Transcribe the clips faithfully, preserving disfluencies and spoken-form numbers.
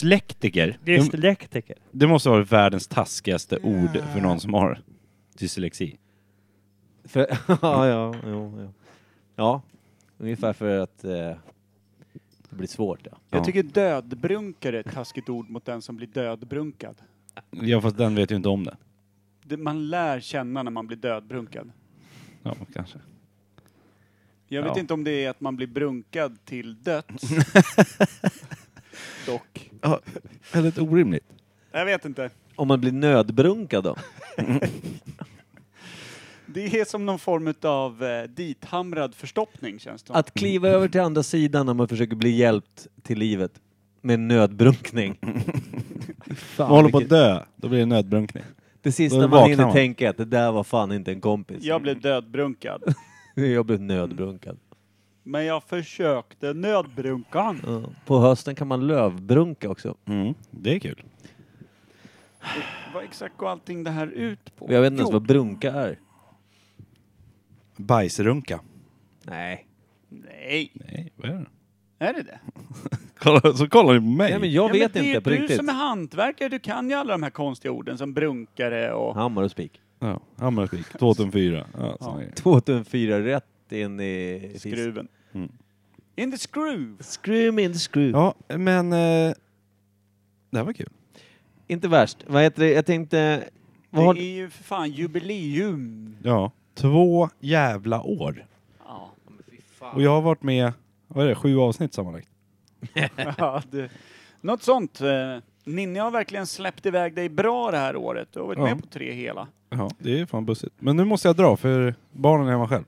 Dyslektiker. Dyslektiker. Det måste vara världens taskigaste ord för någon som har dyslexi. För, ja, ja, ja, ja. Ja, ungefär för att eh, det blir svårt. Ja. Jag tycker dödbrunkare är ett taskigt ord mot den som blir dödbrunkad. Ja, fast den vet ju inte om det. Det man lär känna när man blir dödbrunkad. Ja, kanske. Jag vet Ja. inte om det är att man blir brunkad till döds. Dock. Ja, väldigt orimligt. Jag vet inte. Om man blir nödbrunkad då? Det är som någon form av eh, dithamrad förstoppning, känns det. Att kliva över till andra sidan när man försöker bli hjälpt till livet med nödbrunkning. Fan, Man håller på att vilket- dö, då blir det nödbrunkning. Det sista Då man vaknar hinner man. tänka är att det där var fan inte en kompis. Jag blev dödbrunkad. Jag blev nödbrunkad. Men jag försökte nödbrunkan. Ja. På hösten kan man lövbrunka också. Mm, det är kul. Vad exakt går allting det här ut på? Jag vet inte ens Jo. vad brunka är. Bajsrunka. Nej. Nej, Nej, vad är det? är det det? Kolla, så kollar ni på mig. Nej, men jag Ja, vet men det är inte på du riktigt. som är hantverkare, du kan ju alla de här konstiga orden som brunkare och... Hammar och spik. Ja, Hammarskvik, tvåtusenfyra. Ja, Ja. ja. tvåtusenfyra rätt in i fisk. skruven. Mm. In the screw! Screw me in the screw. Ja, men eh, det här var kul. Inte värst. Vad heter det? Jag tänkte... Vad har... Det är ju för fan jubileum. Ja, två jävla år. Ja. Och jag har varit med, vad är det, sju avsnitt sammanlagt. Ja, det, något sånt. Eh, Ninni har verkligen släppt iväg dig bra det här året. Du har varit Ja. med på tre hela. Ja, det är fan bussigt. Men nu måste jag dra för barnen är hemma själv.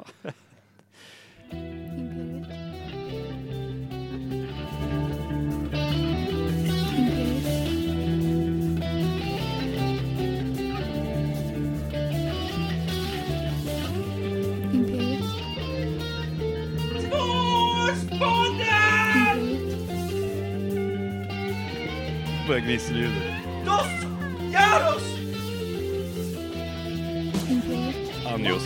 Imperiet. Börjar gnisseljudet. Imperiet. Anjos.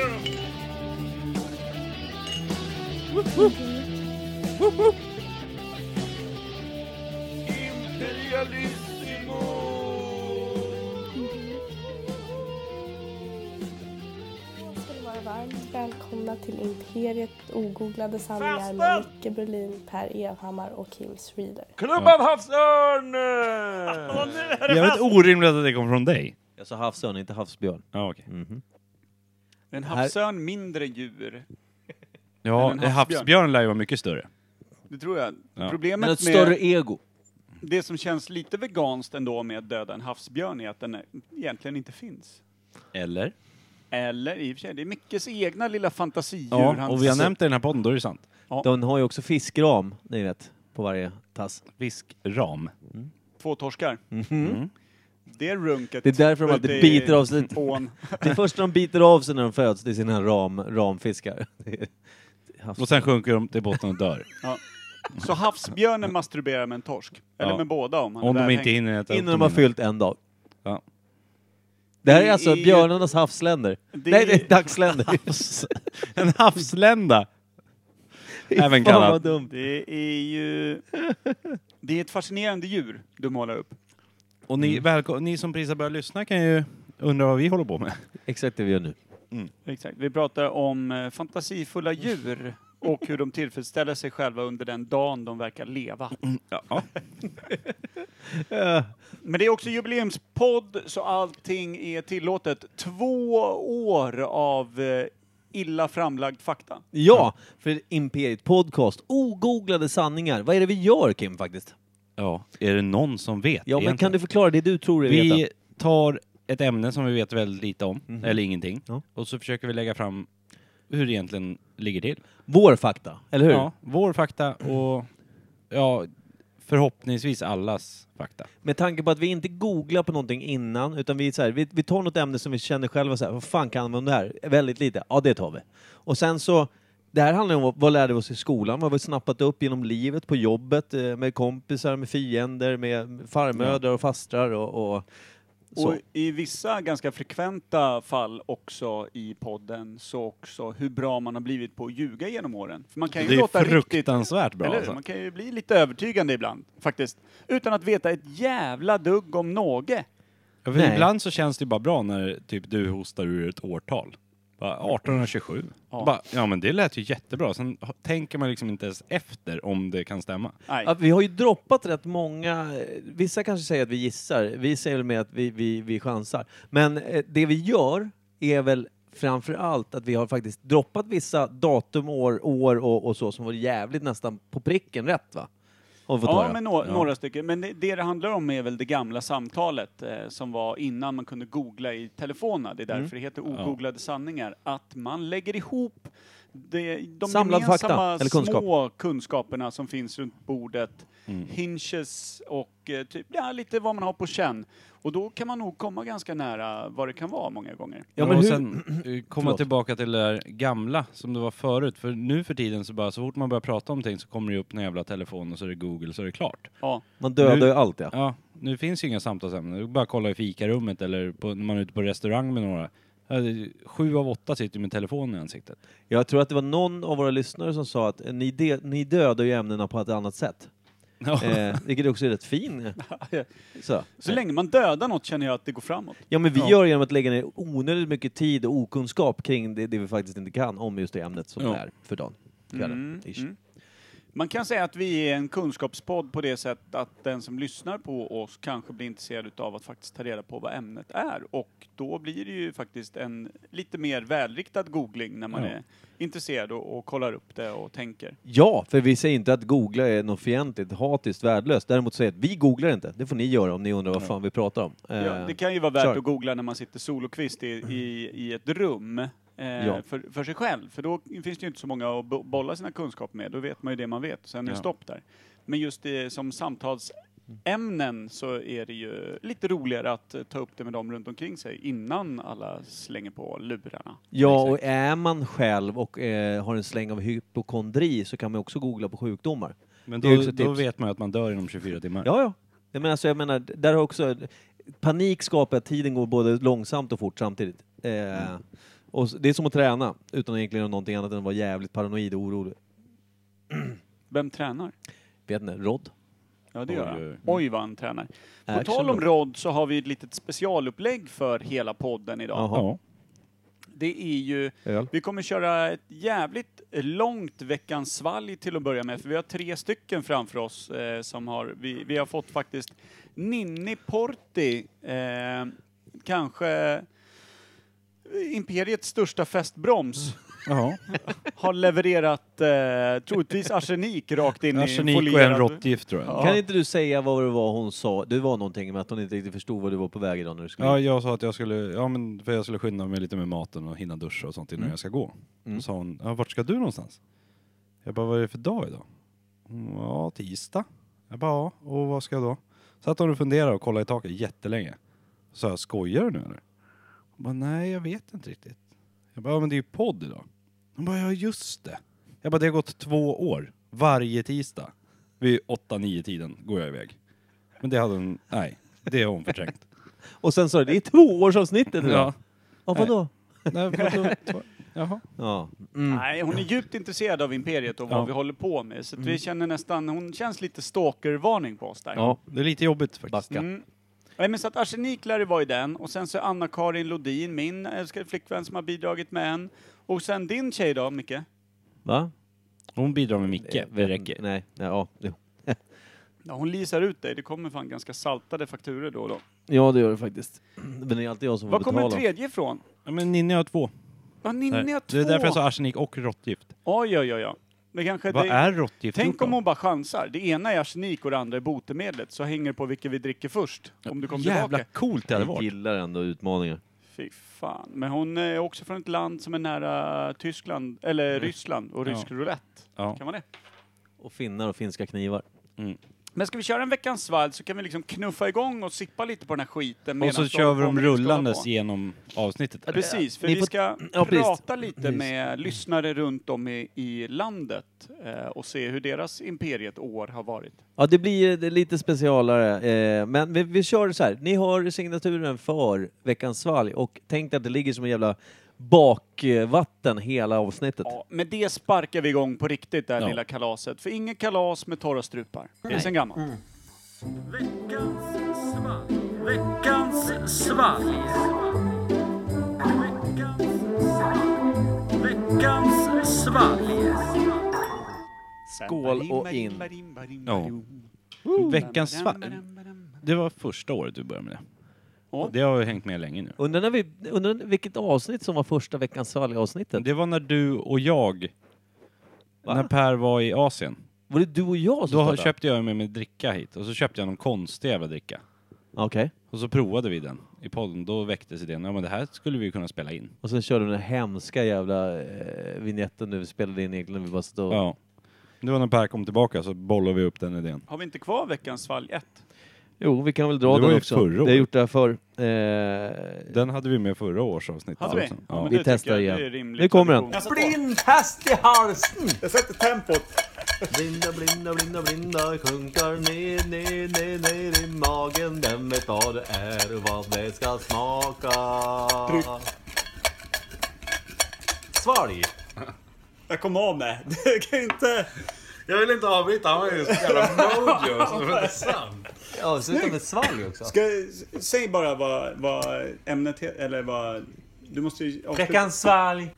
Ska ni vara varmt välkomna till Imperiet ogooglade sanningar med Micke Berlin, Per Evhammar och Kim Reader. Klubban Havsörn! Jävligt orimligt att det kommer från dig. Jag sa havsörn, inte havsbjörn. Ja, okej. Mhm. En havsörn mindre djur. Ja, En en havsbjörn. havsbjörn lär ju vara mycket större. Det tror jag. Ja. Problemet Men ett med större ego. det som känns lite veganskt ändå med att döda en havsbjörn är att den är, egentligen inte finns. Eller? Eller i och för sig, det är Mickes egna lilla fantasidjur. Ja, han- och vi har nämnt det i den här podden, då är det sant. De har ju också fiskram, ni vet, på varje tass. Fiskram. Två torskar. Mhm. Mm. Det runket. Det är därför de alltid ute i biter av sig lite. ån. Det första de biter av sig när de föds, det är sina ram, ramfiskar. Det är havs- Och sen sjunker de till botten och dör. Ja. Så havsbjörnen masturberar med en torsk? Eller Ja. med båda om han Om är de väl inte hängd. hinner äta upp Innan de dem har innan. fyllt en dag. Ja. Det här är Det alltså är- björnarnas havsländer. Det- Nej, det är dagsländer. En havslända. Även Fan kallad. vad dumt. Det är ju... Det är ett fascinerande djur du målar upp. Och ni, välko- ni som precis har börjat lyssna kan ju undra vad vi håller på med. Exakt det vi gör nu. Exakt. Vi pratar om eh, fantasifulla djur och hur de tillfredsställer sig själva under den dagen de verkar leva. Ja. Men det är också jubileumspodd så allting är tillåtet. Två år av eh, illa framlagd fakta. Ja, för Imperiet Podcast. Ogooglade sanningar. Vad är det vi gör, Kim, faktiskt? Ja, är det någon som vet? Ja, men egentligen? kan du förklara det du tror dig Vi veta? tar ett ämne som vi vet väldigt lite om, Mhm. eller ingenting. Ja. Och så försöker vi lägga fram hur det egentligen ligger till. Vår fakta, eller hur? Ja, vår fakta och ja, förhoppningsvis allas fakta. Med tanke på att vi inte googlar på någonting innan, utan vi, är så här, vi, vi tar något ämne som vi känner själva så här, vad fan kan vi om det här? Väldigt lite. Ja, det tar vi. Och sen så, det här handlar om vad, vad lärde vi oss i skolan, vad har vi snappat upp genom livet, på jobbet, eh, med kompisar, med fiender, med farmödrar och fastrar och, och Så. Och i vissa ganska frekventa fall också i podden så också hur bra man har blivit på att ljuga genom åren. För man kan ju Det är låta riktigt, fruktansvärt bra eller, alltså. man kan ju bli lite övertygande ibland faktiskt. Utan att veta ett jävla dugg om något. Ja, för Nej. ibland så känns det bara bra när typ du hostar ur ett årtal. Bara arton tjugosju. Ja. Bara, ja men det lät ju jättebra. Sen h- tänker man liksom inte ens efter om det kan stämma. Nej. Ja, vi har ju droppat rätt många, vissa kanske säger att vi gissar, vi säger väl med att vi, vi, vi chansar. Men eh, det vi gör är väl framför allt att vi har faktiskt droppat vissa datum, år, år och, och så som var jävligt nästan på pricken rätt, va? Har vi fått Ja, höra. men nå- Ja. några stycken. Men det, det det handlar om är väl det gamla samtalet eh, som var innan man kunde googla i telefonerna. Det är därför Mm. det heter ogooglade sanningar. Att man lägger ihop det, de Samlad fakta, gemensamma eller kunskap. små kunskaperna som finns runt bordet. Mm. Hinges och eh, typ, ja, lite vad man har på känn. Och då kan man nog komma ganska nära vad det kan vara många gånger. Ja, men och hur- sen eh, komma Förlåt. tillbaka till det där gamla som det var förut. För nu för tiden så bara så fort man börjar prata om ting så kommer det upp en jävla telefon och så är det Google så är det klart. Ja. Man dödar Nu- ju allt, ja. Ja, nu finns ju inga samtalsämnen. Du bara kolla i fikarummet eller på, när man är ute på restaurang med några. Ja, det- Sju av åtta sitter ju med telefonen i ansiktet. Jag tror att det var någon av våra lyssnare som sa att eh, ni, de, ni dödar ju ämnena på ett annat sätt. Eh, vilket också är rätt fin. eh, Så. Så länge man dödar något känner jag att det går framåt. Ja, men vi Ja. gör genom att lägga ner onödigt mycket tid och okunskap kring det, det vi faktiskt inte kan om just det ämnet som Ja. det är för dagen. Kvällen. Mm, ish. mm. Man kan säga att vi är en kunskapspodd på det sättet att den som lyssnar på oss kanske blir intresserad av att faktiskt ta reda på vad ämnet är. Och då blir det ju faktiskt en lite mer välriktad googling när man Ja. är intresserad och, och kollar upp det och tänker. Ja, för vi säger inte att googla är något fientligt, hatiskt, värdelöst. Däremot säger att vi googlar inte. Det får ni göra om ni undrar vad fan vi pratar om. Eh, Ja, det kan ju vara värt kör. att googla när man sitter solokvist i, i, i ett rum eh, Ja. för, för sig själv. För då finns det ju inte så många att bo- bolla sina kunskaper med. Då vet man ju det man vet. Sen är det Ja. stopp där. Men just det, som samtalsämnen så är det ju lite roligare att eh, ta upp det med dem runt omkring sig innan alla slänger på lurarna. Ja, och är man själv och eh, har en släng av hypokondri så kan man också googla på sjukdomar. Men Det är då, också ett då tips. vet man ju att man dör inom tjugofyra timmar. Ja, ja. Jag menar, så jag menar, där har också panik skapar att tiden går både långsamt och fort samtidigt. Eh, och s- det är som att träna utan egentligen göra någonting annat än att vara jävligt paranoid och orolig. Vem tränar? Vet ni, Rod? Ja, det Oj, gör jag. oj, oj. Oj, vad han tränar. På Action tal om Rod. Rod så har vi ett litet specialupplägg för hela podden idag. Jaha. Ja. Det är ju... Öl. Vi kommer köra ett jävligt långt veckans svalg till att börja med, för vi har tre stycken framför oss eh, som har... Vi, vi har fått faktiskt Ninni Porti, eh, kanske Imperiets största festbroms, Jaha. har levererat eh, troligtvis arsenik rakt in i Arsenik och en folierad- råttgift tror jag. Ja. Kan inte du säga vad det var hon sa? Det var någonting med att hon inte riktigt förstod vad du var på väg idag när du skulle... Ja, jag sa att jag skulle, ja men för jag skulle skynda mig lite med maten och hinna duscha och sånt innan Mm. jag ska gå. Mm. Då sa hon, ja vart ska du någonstans? Jag bara, vad är det för dag idag? Hon, ja, tisdag. Jag bara, ja, och vad ska jag då? Satt hon och funderade och kollade i taket jättelänge. Så sa jag, skojar du nu eller? Hon bara, nej jag vet inte riktigt. Jag bara, ja, men det är ju podd idag. Hon bara, ja just det. Jag bara, det har gått två år. Varje tisdag. Vid åtta, nio tiden går jag iväg. Men det hade hon, nej, det har hon förträngt. Och sen sa du, det är tvåårsavsnittet idag. Ja. Ja, vadå? Nej, vadå? Jaha. Ja. Mm. Nej, hon är djupt intresserad av Imperiet och vad Ja. vi håller på med. Så att Mm. vi känner nästan, hon känns lite stalkervarning på oss där. Ja, Det är lite jobbigt faktiskt. backa. Mm. Nej, men så att arsenik lär det vara i den. Och sen så är Anna-Karin Lodin, min älskade flickvän som har bidragit med en. Och sen din tjej då, Micke? Va? Hon bidrar med Micke, Eh, det räcker. Nej, nej, ja. Jo. Ja, hon lisar ut dig. Det kommer fan ganska saltade fakturer då och då. Ja, det gör det faktiskt. Men det är alltid jag som får Var kommer betala. den tredje ifrån? Ja, men Ninni har två. Ja, Ninni har Nej, två. det är därför jag sa arsenik och råttgift. Oj, oj, oj, oj. Det kanske Vad det... är råttgift? Tänk om hon bara chansar. Det ena är arsenik och det andra är botemedlet. Så hänger det på vilket vi dricker först. Om du kommer Jävla tillbaka. coolt det hade Jag varit. gillar ändå utmaningar. Fy fan. Men hon är också från ett land som är nära Tyskland, eller Ryssland och rysk roulette. Ja. Kan man det? Och finnar och finska knivar. Mm. Men ska vi köra en veckans svalg så kan vi liksom knuffa igång och sippa lite på den här skiten. Och så kör vi dem rullandes genom avsnittet. Ja, precis, för Ni vi får- ska Ja, precis. prata lite Precis. med lyssnare runt om i, i landet eh, och se hur deras imperiet år har varit. Ja, det blir det är lite specialare. Eh, men vi, vi kör så här. Ni har signaturen för veckans svalg och tänk att det ligger som en jävla bakvatten hela avsnittet. Ja, med det sparkar vi igång på riktigt det här Ja. lilla kalaset. För inget kalas med torra strupar. Det är sen gammalt. Veckans svalg. Veckans svalg. Veckans svalg. Skål och in. Ja. Veckans svalg. Det var första året du började med det. Ja. Det har ju hängt med länge nu. Undrar, när vi, undrar vilket avsnitt som var första veckans svalg-avsnittet? Det var när du och jag, Va? när Per var i Asien. Var det du och jag som Då startade? köpte jag med mig dricka hit. Och så köpte jag någon konstig jävla dricka. Okej. Och så provade vi den i podden. Då väcktes idén. Ja men det här skulle vi kunna spela in. Och sen körde du den hemska jävla eh, vignetten nu vi spelade in egentligen. Vi bara stod... Ja. Det var när Per kom tillbaka så bollade vi upp den idén. Har vi inte kvar veckans svalg ett? Jo, vi kan väl dra Det var den ju också. förra Det har året. gjort det här förr. Eh, Den hade vi med förra års avsnitt. Hade vi? också. Ja, Ja. men Vi det tycker testar jag igen. är rimligt. Nu kommer den. tradition. Blind häst i halsen! Jag sätter tempot. Blinda, blinda, blinda, blinda sjunkar ner, ner, ner, ner i magen. Den vet vad det är och vad det ska smaka. Tryck. Svalg! Jag kom av med. Det kan inte... Jag vill inte avbryta, han var ju så jävla mojo så det var sant. Ja, så utan med svalg också. Ska, säg bara vad, vad ämnet heter, eller vad... Du måste ju... Veckans svalg!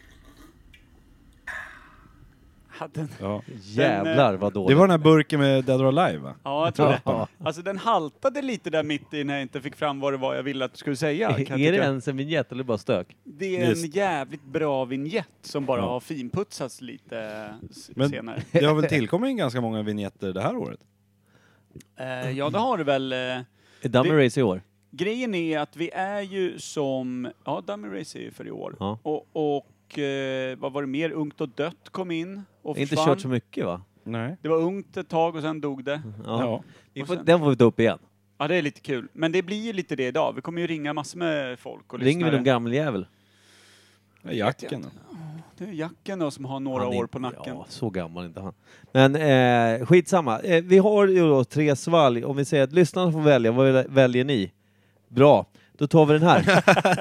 Hade... Ja. Jävlar vad dåligt. Det var den här burken med Dead or Alive va? Ja, jag tror det. Ja. Alltså den haltade lite där mitt i när jag inte fick fram vad det var jag ville att du skulle säga. kan jag Är det tycka. ens en vignett eller bara stök? Det är en Just. jävligt bra vignett som bara Ja. har finputsats lite s- Men- senare. Det har väl tillkommit ganska många vignetter det här året? Eh, ja, det har det väl. Eh, Är Dummy Det- Race i år? grejen är att vi är ju som... Ja, Dummy Race är ju för i år. Ja. Och, och eh, vad var det mer? Ungt och dött kom in och Inte försvann. kört så mycket va? Nej. Det var ungt ett tag och sen dog det. Ja. Ja. Vi Och får, sen- den får vi ta upp igen. Ja, det är lite kul. Men det blir ju lite det idag. Vi kommer ju ringa massor med folk och Ringer vi lyssnare. någon gammeljävel? Ja, Jacken då. Det är Jacken då som har några Han är- år på nacken. Ja, så gammal är inte han. Men eh, skitsamma. Eh, vi har ju då tre svalg. Om vi säger att lyssnarna får välja, vad väl- väljer ni? Bra, då tar vi den här.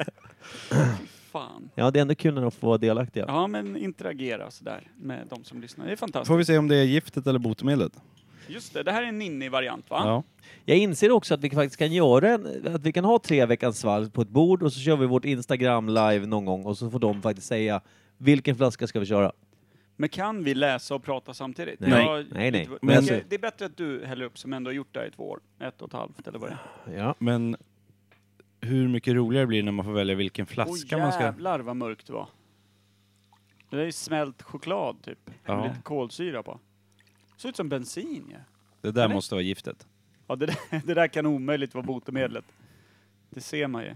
Fan. Ja, det är ändå kul när de får vara delaktiga. Ja, men interagera sådär med de som lyssnar. Det är fantastiskt. Får vi se om det är giftet eller botemedlet. Just det, det här är en ninni-variant va? Ja. Jag inser också att vi faktiskt kan göra en, att vi kan ha tre veckans svalg på ett bord och så kör vi vårt Instagram live någon gång och så får de faktiskt säga vilken flaska ska vi köra. Men kan vi läsa och prata samtidigt? Nej. Jag- Nej, nej. Men Men- det är bättre att du häller upp som ändå har gjort det här i två år. Ett och ett halvt eller vad det är. Ja. Men hur mycket roligare blir det när man får välja vilken flaska Åh man ska... jävlar vad mörkt det var. Det är smält choklad typ. Ja. Med lite kolsyra på. Ser ut som bensin ja. Det där Eller? måste vara giftet. Ja, det där, det där kan omöjligt vara botemedlet. Det ser man ju.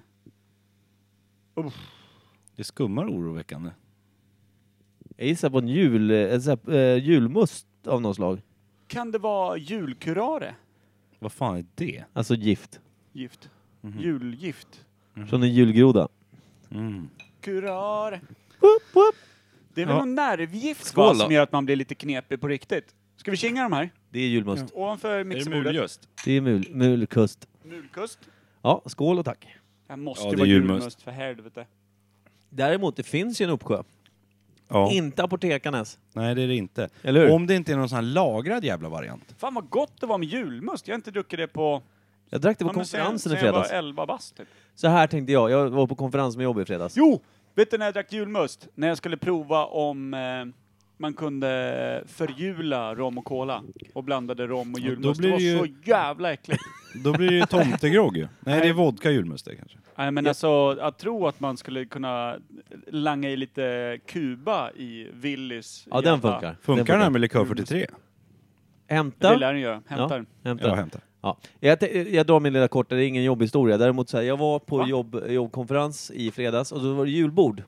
Uff. Det skummar oroväckande. Jag gissar på en jul, en sån här, eh, julmust av något slag. Kan det vara julkurare? Vad fan är det? Alltså gift. Gift. Mhm. Julgift. Från en julgroda. Mm. Kurare. Woop, woop. Det är väl Ja. någon nervgift Skål va, då. som gör att man blir lite knepig på riktigt. Ska vi kinga de här? Det är julmust. Ovanför Är det mixerbordet. mulljust? Det är mul, mulkust. Mulkust. Ja, skål och tack. Det här måste Ja, ju det vara är julmust. julmust. för helvete. Däremot, det finns ju en uppsjö. Ja. Inte Apotekarnes. Nej, det är det inte. Eller hur? Om det inte är någon sån här lagrad jävla variant. Fan vad gott det var med julmust. Jag har inte druckit det på... Jag drack det på Ja, men sen- konferensen i sen jag var fredags. elva bast typ. Så här tänkte jag. Jag var på konferens med jobb i fredags. Jo! Vet du när jag drack julmust? När jag skulle prova om eh, man kunde förjula rom och cola. Och blandade rom och Ja, då julmust. blir Det var det ju- så jävla äckligt. Då blir det ju tomtegrogg ju. Nej, det är vodka julmust det kanske. Nej men alltså, att tro att man skulle kunna langa i lite Kuba i Willys. Ja, den jävla- funkar. Funkar den här med likör fyrtiotre? Det Hämta. lär den göra. Hämtar. Ja, hämta. Ja, hämta. Ja. Jag, te- jag drar min lilla korta, det är ingen jobbhistoria. Däremot så här, jag var på Va? jobb, jobbkonferens i fredags och då var det julbord.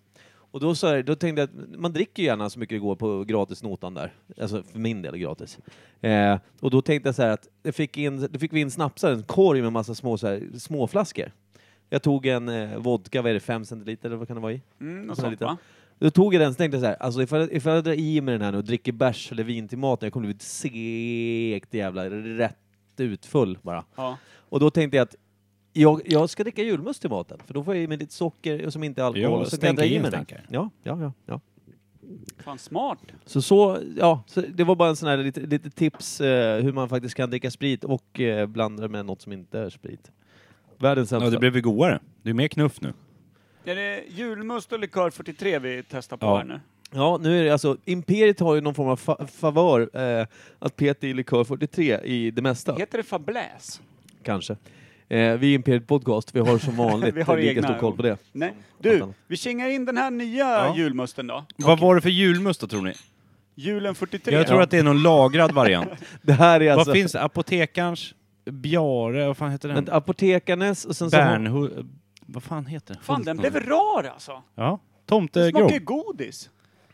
Och då, så här, då tänkte jag att man dricker ju gärna så mycket det går på gratisnotan där. Alltså för min del gratis. Eh, och då tänkte jag så här att jag fick in, då fick vi in snapsar, en korg med massa små, så här, små flaskor. Jag tog en eh, vodka, vad är det, fem centiliter eller vad kan det vara i? Mm, och Sån här sånt, liten. va? Då tog jag den och tänkte jag så här, alltså ifall, ifall jag drar i med den här nu och dricker bärs eller vin till maten, jag kommer bli segt jävla rätt utfull bara. Ja. Och då tänkte jag att jag, jag ska dricka julmust till maten, för då får jag i mig lite socker som inte är alkohol. Ja, och så kan jag dra stänk i in med den. stänkare. Ja, ja, ja, ja. Fan, smart. Så, så, ja, så det var bara en sån här lite, lite tips eh, hur man faktiskt kan dricka sprit och eh, blanda det med något som inte är sprit. Världens sämsta. Ja, det blev ju godare. Det är mer knuff nu. Är det julmust och likör fyrtiotre vi testar på Ja. här nu? Ja, nu är det alltså, Imperiet har ju någon form av fa- favör eh, att peta i likör fyrtiotre i det mesta. Heter det fabläs? Kanske. Eh, vi är Imperiet Podcast, vi har som vanligt Vi har lika egna. stor koll på det. Nej. Du, vi kingar in den här nya Ja. julmusten då. Vad var det för julmust då, tror ni? Julen fyrtiotre. Jag tror att det är någon lagrad variant. Det här är alltså Vad finns det? Apotekarns, Bjare, vad fan heter den? en apotekarnes och sen så har, Bernhu... Vad fan heter den? Fan, den blev rar alltså. Ja, Det tomtegrov. smakar ju godis.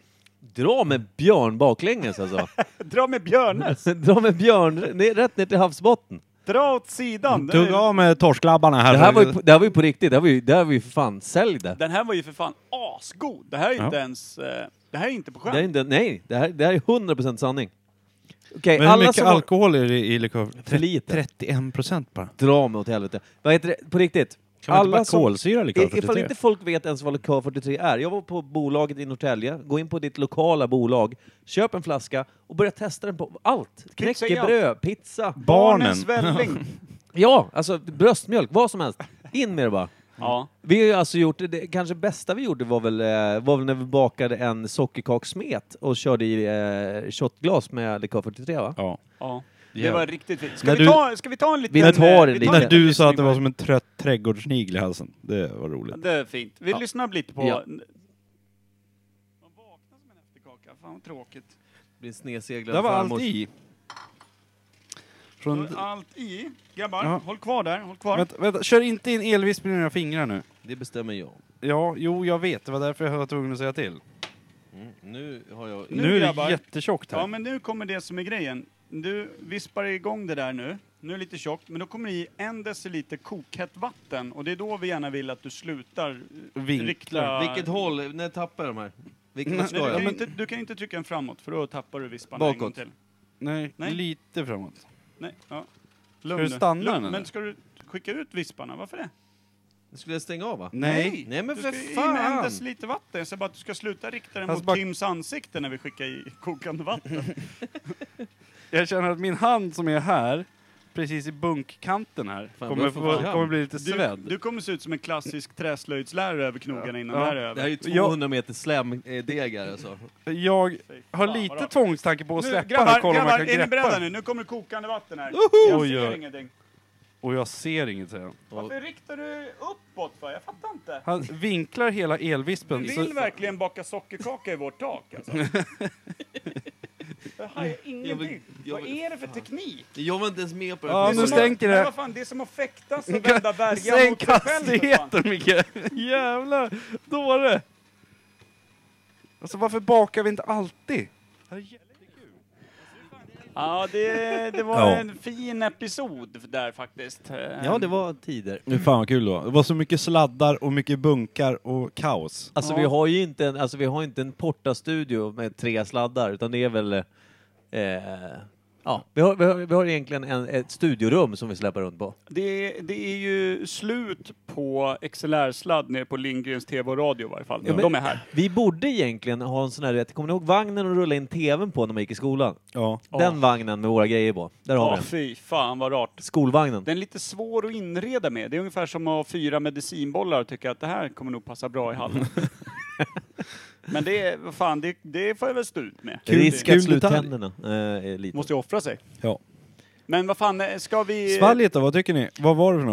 dra med björn baklänges alltså. Dra med björnes. Dra med björn ner, rätt ner till havsbotten. Dra åt sidan. Tugga av med torsklabbarna här. Det här var ju på, det här var ju på riktigt, det här var ju, det här var ju för fan, sälj det. Den här var ju för fan asgod. Det här är Ja. inte ens... Eh, det här är inte på Det skämt. är inte, nej, det här, det här är hundra procent sanning. Okej, Men hur alla mycket som har, alkohol är det i likör? För lite. trettioen procent bara. dra mig åt helvete. Vad heter det, på riktigt? Kan man inte Alla bara som- kolsyra likör I- Ifall fyrtiotre? inte folk vet ens vad likör fyrtiotre är. Jag var på bolaget i Norrtälje, gå in på ditt lokala bolag, köp en flaska och börja testa den på allt. Pizza, Knäckebröd, pizza. Barnens Barnen. välling. Ja, alltså bröstmjölk, vad som helst. In med det bara. Ja. Vi har ju alltså gjort det, det kanske bästa vi gjorde var väl, eh, var väl när vi bakade en sockerkakssmet och körde i eh, shotglas med likör fyrtiotre, va? Ja. Ja. Det Ja. var riktigt fint. Ska När vi, du- ta, ska vi ta en liten... Vi tar eh, det vi lite. tar en När liten du sa att det lyssning var på- som en trött trädgårdssnigel i halsen. Det var roligt. Det är fint. Vi Ja. lyssnar lite på... Ja. Man vaknar som en efterkaka. Fan vad tråkigt. Det blir snedseglad Det var allt farmors- i. Från... Så allt i. Grabbar, Ja. håll kvar där. Håll kvar. Vänta, vänta, kör inte in elvisp med dina fingrar nu. Det bestämmer jag. Ja, jo, jag vet. Det var därför jag var tvungen att säga till. Mm, nu har jag... Nu, Nu, är grabbar. det jättetjockt här. Ja, men nu kommer det som är grejen. Du vispar igång det där nu. Nu är det lite tjockt, men då kommer det i en deciliter kokhett vatten. Och det är då vi gärna vill att du slutar eh, Vinklar. rikta... Vilket håll? När tappar jag de här? Vilket Nej, håll ska Nej, du, kan jag? inte, du kan inte trycka en framåt, för då tappar du visparna en gång Bakåt. till. Nej, Nej. lite framåt. Nej, ja. du Lugn nu. stanna Lugn. den, eller? Men ska du skicka ut visparna? Varför det? Skulle jag stänga av, va? Nej. Nej, men du för ska i med en fan! deciliter vatten. Jag säger bara att du ska sluta rikta den Fast mot bara- Kims ansikte när vi skickar i kokande vatten. Jag känner att min hand som är här, precis i bunkkanten här, Fan, kommer, vad för få, fan. kommer bli lite Du, svedd. du kommer se ut som en klassisk träslöjdslärare över knogarna innan Ja. det här är över. Det här är ju Jag- tvåhundra meter slemdegar alltså. Jag Fy har fan, lite vadå? tvångstanke på att Nu, släppa grabbar, och kolla om grabbar, jag kan är ni beredda greppa. nu? Nu kommer det kokande vatten här. Oj, Jag oj. ser ingenting. Och jag ser inget, säger han. Varför riktar du uppåt för? Jag fattar inte. Han vinklar hela Du elvispen. vill Så, verkligen baka sockerkaka i vårt tak alltså. Jag har ingenting. jag Vad vill- är det för teknik? Jag var inte ens med på det. Ja, Det är nu som stänker att, det. Men vad fan, det är som att fäktas och vända värja Sänk mot dig själv. för fan. hastigheten, Micke! Jävlar, dåre! Alltså varför bakar vi inte alltid? Det här är jättekul. Ja, det, det var Ja. en fin episod där faktiskt. Ja, det var tider. Nu fan vad kul då. Det var så mycket sladdar och mycket bunkar och kaos. Alltså Ja. vi har ju inte en, alltså vi har inte en portastudio med tre sladdar, utan det är väl... Eh, ja, vi har, vi, har, vi har egentligen en, ett studiorum som vi släpper runt på. Det, det är ju slut på X L R-sladd nere på Lindgrens T V och radio i varje fall. Ja, men- De är här. Vi borde egentligen ha en sån här, vet, kommer ni ihåg vagnen och rulla in tvn på när man gick i skolan? Ja. Den Ja. vagnen med våra grejer på. Där har Ja, vi den. fy fan vad rart. Skolvagnen. Den är lite svår att inreda med. Det är ungefär som att ha fyra medicinbollar och tycka att det här kommer nog passa bra i hallen. Men det är, vad fan, det, det får jag väl stå ut med. Kul- Risk kul att detalj. sluttänderna eh, är lite. Måste ju offra sig. Ja. Men vad fan, ska vi... Svalget då, vad tycker ni? Vad var det för något?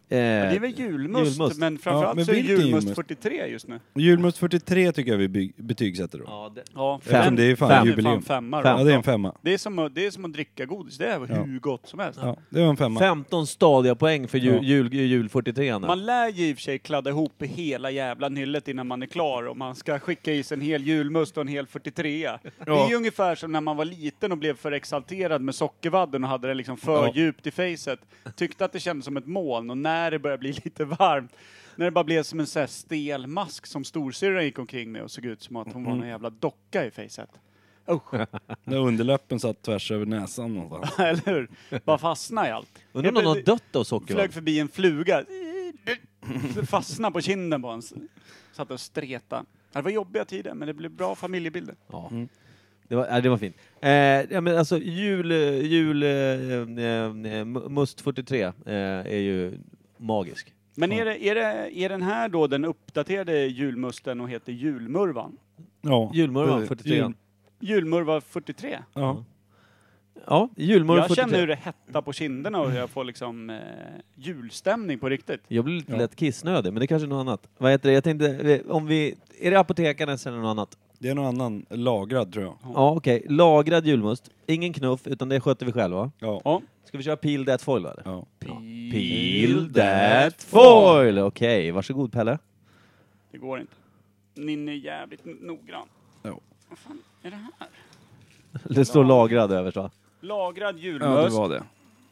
Eh, Ja, det är väl julmust, julmust. men framförallt Ja, men så är det vilken julmust julmust? fyrtiotre just nu. Julmust fyrtiotre tycker jag vi by- betygsätter då. Ja, det, Ja, Eftersom det är fan Fem. jubileum. Fan femma då. Fem. Ja, det är en femma. Det är som att, det är som att dricka godis. Det är Ja. hur gott som helst. Ja, det var en femma. femton stadiga poäng för jul, Ja. jul, jul fyrtiotre. nu. Man lär ju i och för sig kladda ihop hela jävla nyllet innan man är klar och man ska skicka i sig en hel julmust och en hel fyrtiotre. Det är ju ungefär som när man var liten och blev för exalterad med sockervadden och hade det liksom för Ja. djupt i facet. Tyckte att det kändes som ett moln och när det började bli lite varmt, när det bara blev som en så här stel mask som storsyrran gick omkring med och såg ut som att hon var en jävla docka i facet. Usch, När underläppen satt tvärs över näsan någonstans. eller hur? Bara fastna i allt. Undrar om någon har dött av sockervadd? Flög förbi en fluga. Fastnade på kinden på hans. Satt och streta. Det var jobbiga tider, men det blev bra familjebilder. Ja. Mm. Det var, ja, det var fint. Eh, ja, men alltså jul, jul eh, eh, must fyrtiotre eh, är ju magisk. Men är, det, är, det, är den här då den uppdaterade julmusten och heter julmurvan? Ja. Julmurvan fyrtiotre. Jul- Julmurva fyrtiotre? Ja. Ja, julmurvan Jag fyrtiotre. känner hur det hettar på kinderna och jag får liksom eh, julstämning på riktigt. Jag blir lite Ja. lätt kissnödig, men det är kanske är något annat. Vad heter det? Jag tänkte, om vi... Är det apotekarnas eller något annat? Det är någon annan lagrad tror jag. Ja, okej. Lagrad julmust. Ingen knuff, utan det sköter vi själva. Ja. Ja. Ska vi köra peel that foil, eller? Ja. Peel that foil! Okej, varsågod Pelle. Det går inte. Ninni är jävligt noggrann. Ja. Vad fan är det här? Det står lagrad överst, va? Lagrad Ja, julmust. det var det.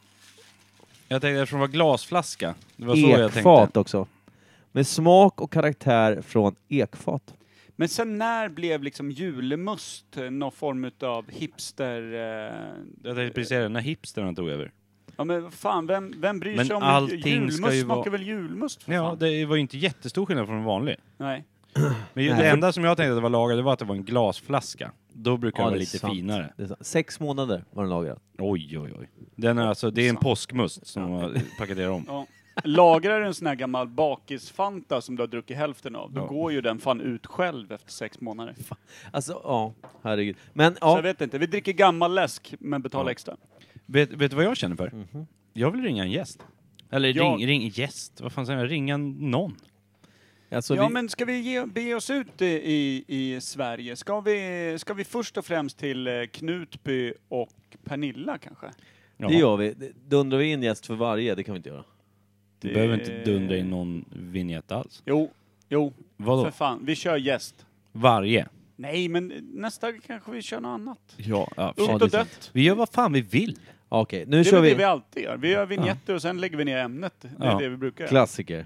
Jag tänkte eftersom det var glasflaska. Det var så jag Ekfat tänkte. också. Med smak och karaktär från ekfat. Men sen när blev liksom julmust eh, någon form av hipster... Eh, Jag tänkte precis säga det, när hipsterna tog över. ja men vad fan, vem, vem bryr Men sig om allting julmust? ska ju Smakar vara- väl julmust för Ja, fan? det var ju inte jättestor skillnad från en vanlig. Nej. Men ju- Nej. det enda som jag tänkte att det var lagrad, det var att det var en glasflaska. Då brukar Ja, det vara det är lite sant. finare. Det är sant. Sex månader var den lagrad. Oj, oj, oj. Den är alltså, det är en Sant. påskmust som har paketerat om. Ja. Lagrar du en sån här gammal bakisfanta som du har druckit hälften av, då Ja. går ju den fan ut själv efter sex månader. Alltså, ja, herregud. Men Så ja, jag vet inte, vi dricker gammal läsk men betalar Ja. extra. Vet, vet du vad jag känner för? Mhm. Jag vill ringa en gäst. Eller Jag- ring, ring gäst, vad fan säger jag? Ringa någon. alltså ja vi, men ska vi ge, be oss ut i, i, i Sverige? Ska vi, ska vi först och främst till eh, Knutby och Pernilla kanske? Ja. det gör vi. Dundrar vi in gäst för varje, det kan vi inte göra. Du Det- behöver inte dundra in någon vignett alls. Jo, jo, Vadå? för fan. Vi kör gäst. Varje? Nej, men nästa kanske vi kör något annat. Ja, ja. Ungt det är och sant. dött. Vi gör vad fan vi vill. Okej, nu Det är kör väl det vi vi alltid gör. Vi gör vignetter och sen lägger vi ner ämnet. Det är Ja. det vi brukar göra. klassiker.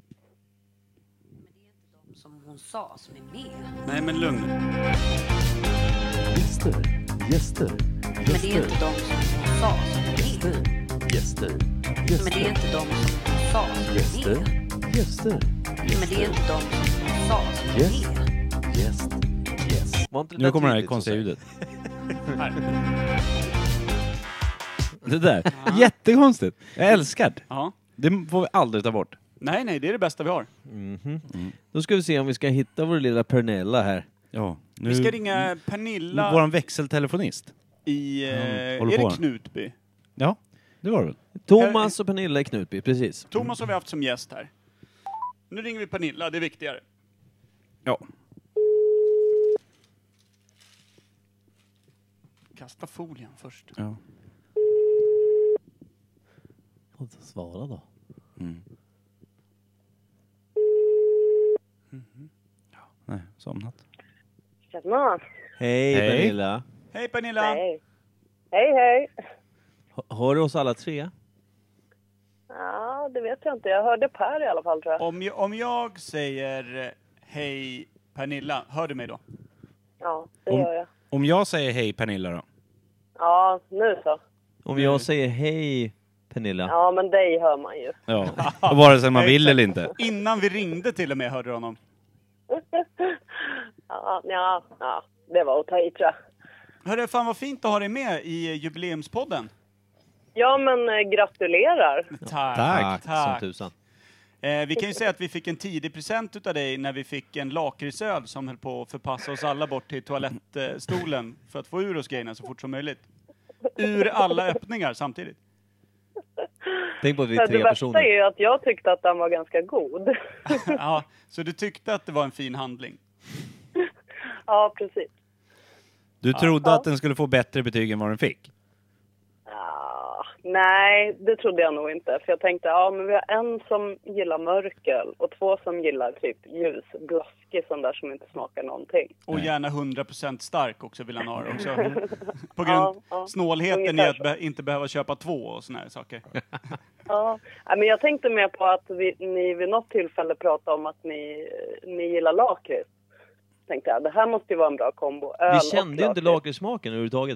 Som hon sa, som är med. Nej, men lugn. Gäster, gäster, Men det är inte de som hon sa som är med. gäster, Men gäster, det är inte de som hon sa som är gäster, med. gäster, Men det är inte de som hon sa som är Yes. med. gäst, gäst. Var inte det Nu där kommer det här tydligt, konstiga så ljudet. Här. Det där. Jättekonstigt. Jag älskar det. Ja. Det får vi aldrig ta bort. Nej, nej, det är det bästa vi har. Mhm. Då ska vi se om vi ska hitta vår lilla Pernilla här. Ja. Nu, Vi ska ringa Pernilla Våran växeltelefonist. i... Eh, Ja, håller är på. det Knutby? Ja, det var det väl. Thomas och Pernilla i Knutby, precis. Thomas har vi haft som gäst här. Nu ringer vi Pernilla, det är viktigare. Ja. Kasta folien först. ja. Svara då. Mm. Ja, nej, somnat. Tjena. Hej, Hej. Pernilla. Hej Pernilla! Hej. Hej, hej. H- Hör du oss alla tre? Ja, det vet jag inte. Jag hörde Per i alla fall, tror jag. Om jag, om jag säger eh, hej Pernilla, hör du mig då? Ja, det Om- gör jag. Om jag säger hej Pernilla då? Ja, nu så. Om jag säger hej, Pernilla. Ja, men dig hör man ju. Ja. Vare sig man vill eller inte. Innan vi ringde till och med hörde du honom. Ja, ja, ja. Det var att ta i, tror jag. Hörru, fan vad fint att ha dig med i jubileumspodden. Ja, men eh, gratulerar. Tack. Tack. Som Tack. tusan. Eh, vi kan ju säga att vi fick en tidig present utav dig när vi fick en lakritsöl som höll på att förpassa oss alla bort till toalettstolen för att få ur oss grejerna så fort som möjligt. Ur alla öppningar samtidigt. Tänk på att vi är Men tre det värsta personer. är ju att jag tyckte att den var ganska god. Ja, så du tyckte att det var en fin handling? Ja, precis. Du trodde Ja. att den skulle få bättre betyg än vad den fick? Ah, nej, det trodde jag nog inte. För jag tänkte, ja men vi har en som gillar mörkel och två som gillar typ ljus, blaskig sån där som inte smakar någonting. Och gärna hundra procent stark också vill han ha det också. På grund Ja, ja. snålheten i Ungefär att så. be- inte behöva köpa två och såna här saker. Ja, nej, men jag tänkte mer på att vi, ni vid något tillfälle pratade om att ni, ni gillar lakrits. Tänkte jag, det här måste ju vara en bra kombo. Öl Vi och kände ju inte lakrits. lakritssmaken överhuvudtaget.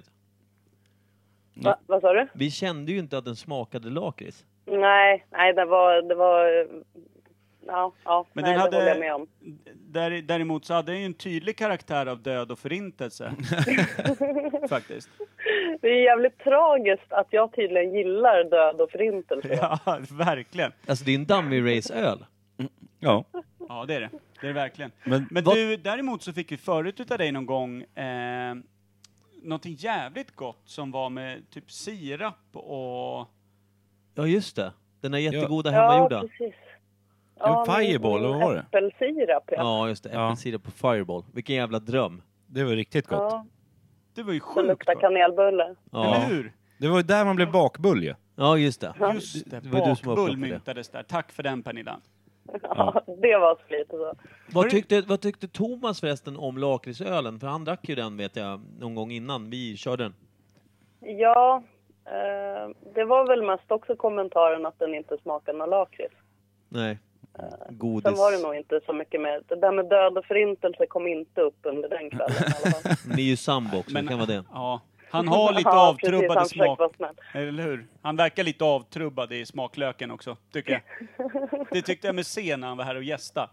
Va, vad sa du? Vi kände ju inte att den smakade lakrits. Nej, nej, det var, det var, ja, ja, Men nej, den det håller jag hade, med om. där, däremot så hade den ju en tydlig karaktär av död och förintelse. Faktiskt. Det är jävligt tragiskt att jag tydligen gillar död och förintelse. Ja, verkligen. Alltså det är en dummy race-öl. Ja. Ja, det är det. Det är det verkligen. Men, Men vad- du, däremot så fick vi förut utav dig någon gång eh, någonting jävligt gott som var med typ sirap och... Ja just det. Den är jättegoda Ja, hemmagjorda. precis. En Fireball, min- vad var det? Äppelsirap, ja. Ja just det. Ja. Äppelsirap på Fireball. Vilken jävla dröm. det var riktigt gott. Ja, Det var ju det sjukt luktar gott. kanelbulle. Ja, Eller hur? Det var ju där man blev bakbull ju. ja just det. Just det, Det var du som var bakbull upplopp för det. myntades där. Tack för den, Pernilla. Ja, det var så lite så. Vad tyckte, vad tyckte Thomas förresten om lakritsölen? För han drack ju den vet jag någon gång innan vi körde den. Ja, eh, det var väl mest också kommentaren att den inte smakar någon lakrits. Nej. Sen Godis. var det nog inte så mycket med... Det där med död och förintelse kom inte upp under den kvällen i alla fall. Ni är ju sambo också, det kan vara det. Ja, han har lite Ja, precis, avtrubbade han försökte smak. vara snäll. Eller hur? Han verkar lite avtrubbad i smaklöken också, tycker jag. Det tyckte jag med se när han var här och gästa.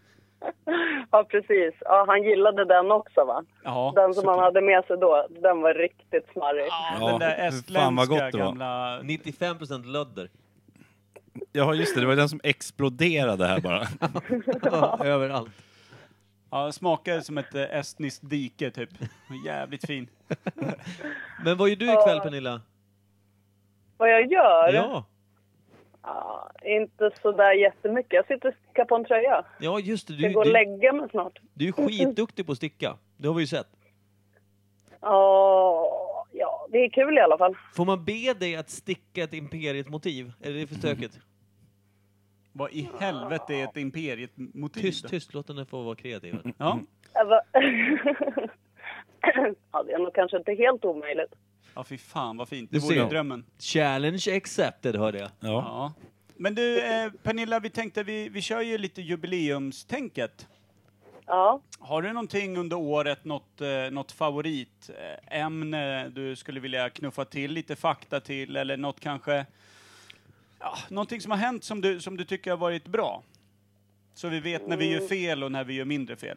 Ja, precis. Ja, han gillade den också, va? Ja, Den som såklart. han hade med sig då, den var riktigt smarrig. Ja, Ja, den där hur fan vad gott estländska det var. gamla... nittiofem procent lödder. Ja just det, det var den som exploderade här bara. Överallt. Ja, smakade som ett eh, estniskt dike typ. Jävligt fin. Men vad gör du ikväll Pernilla? Vad jag gör? Ja. Ja, inte så där jättemycket. Jag sitter och stickar på en tröja. Ja just det, Jag du, går och du, lägga mig snart. du är skitduktig på att sticka. Det har vi ju sett. Ja, ja, det är kul i alla fall. Får man be dig att sticka ett imperiet-motiv? Är det för stökigt? Vad i helvete är ett imperiet-motiv? Tyst, tyst, låt den få vara kreativ. Ja. Jag bara- ja, det är nog kanske inte helt omöjligt. Ja, fy fan vad fint. Du Det vore ser. ju drömmen. Challenge accepted, hörde jag. Ja. Ja. Men du, eh, Pernilla, vi tänkte, vi, vi kör ju lite jubileumstänket. Ja. Har du någonting under året, något, eh, något favoritämne du skulle vilja knuffa till lite fakta till, eller något kanske, ja, någonting som har hänt som du, som du tycker har varit bra? Så vi vet när vi gör fel och när vi gör mindre fel.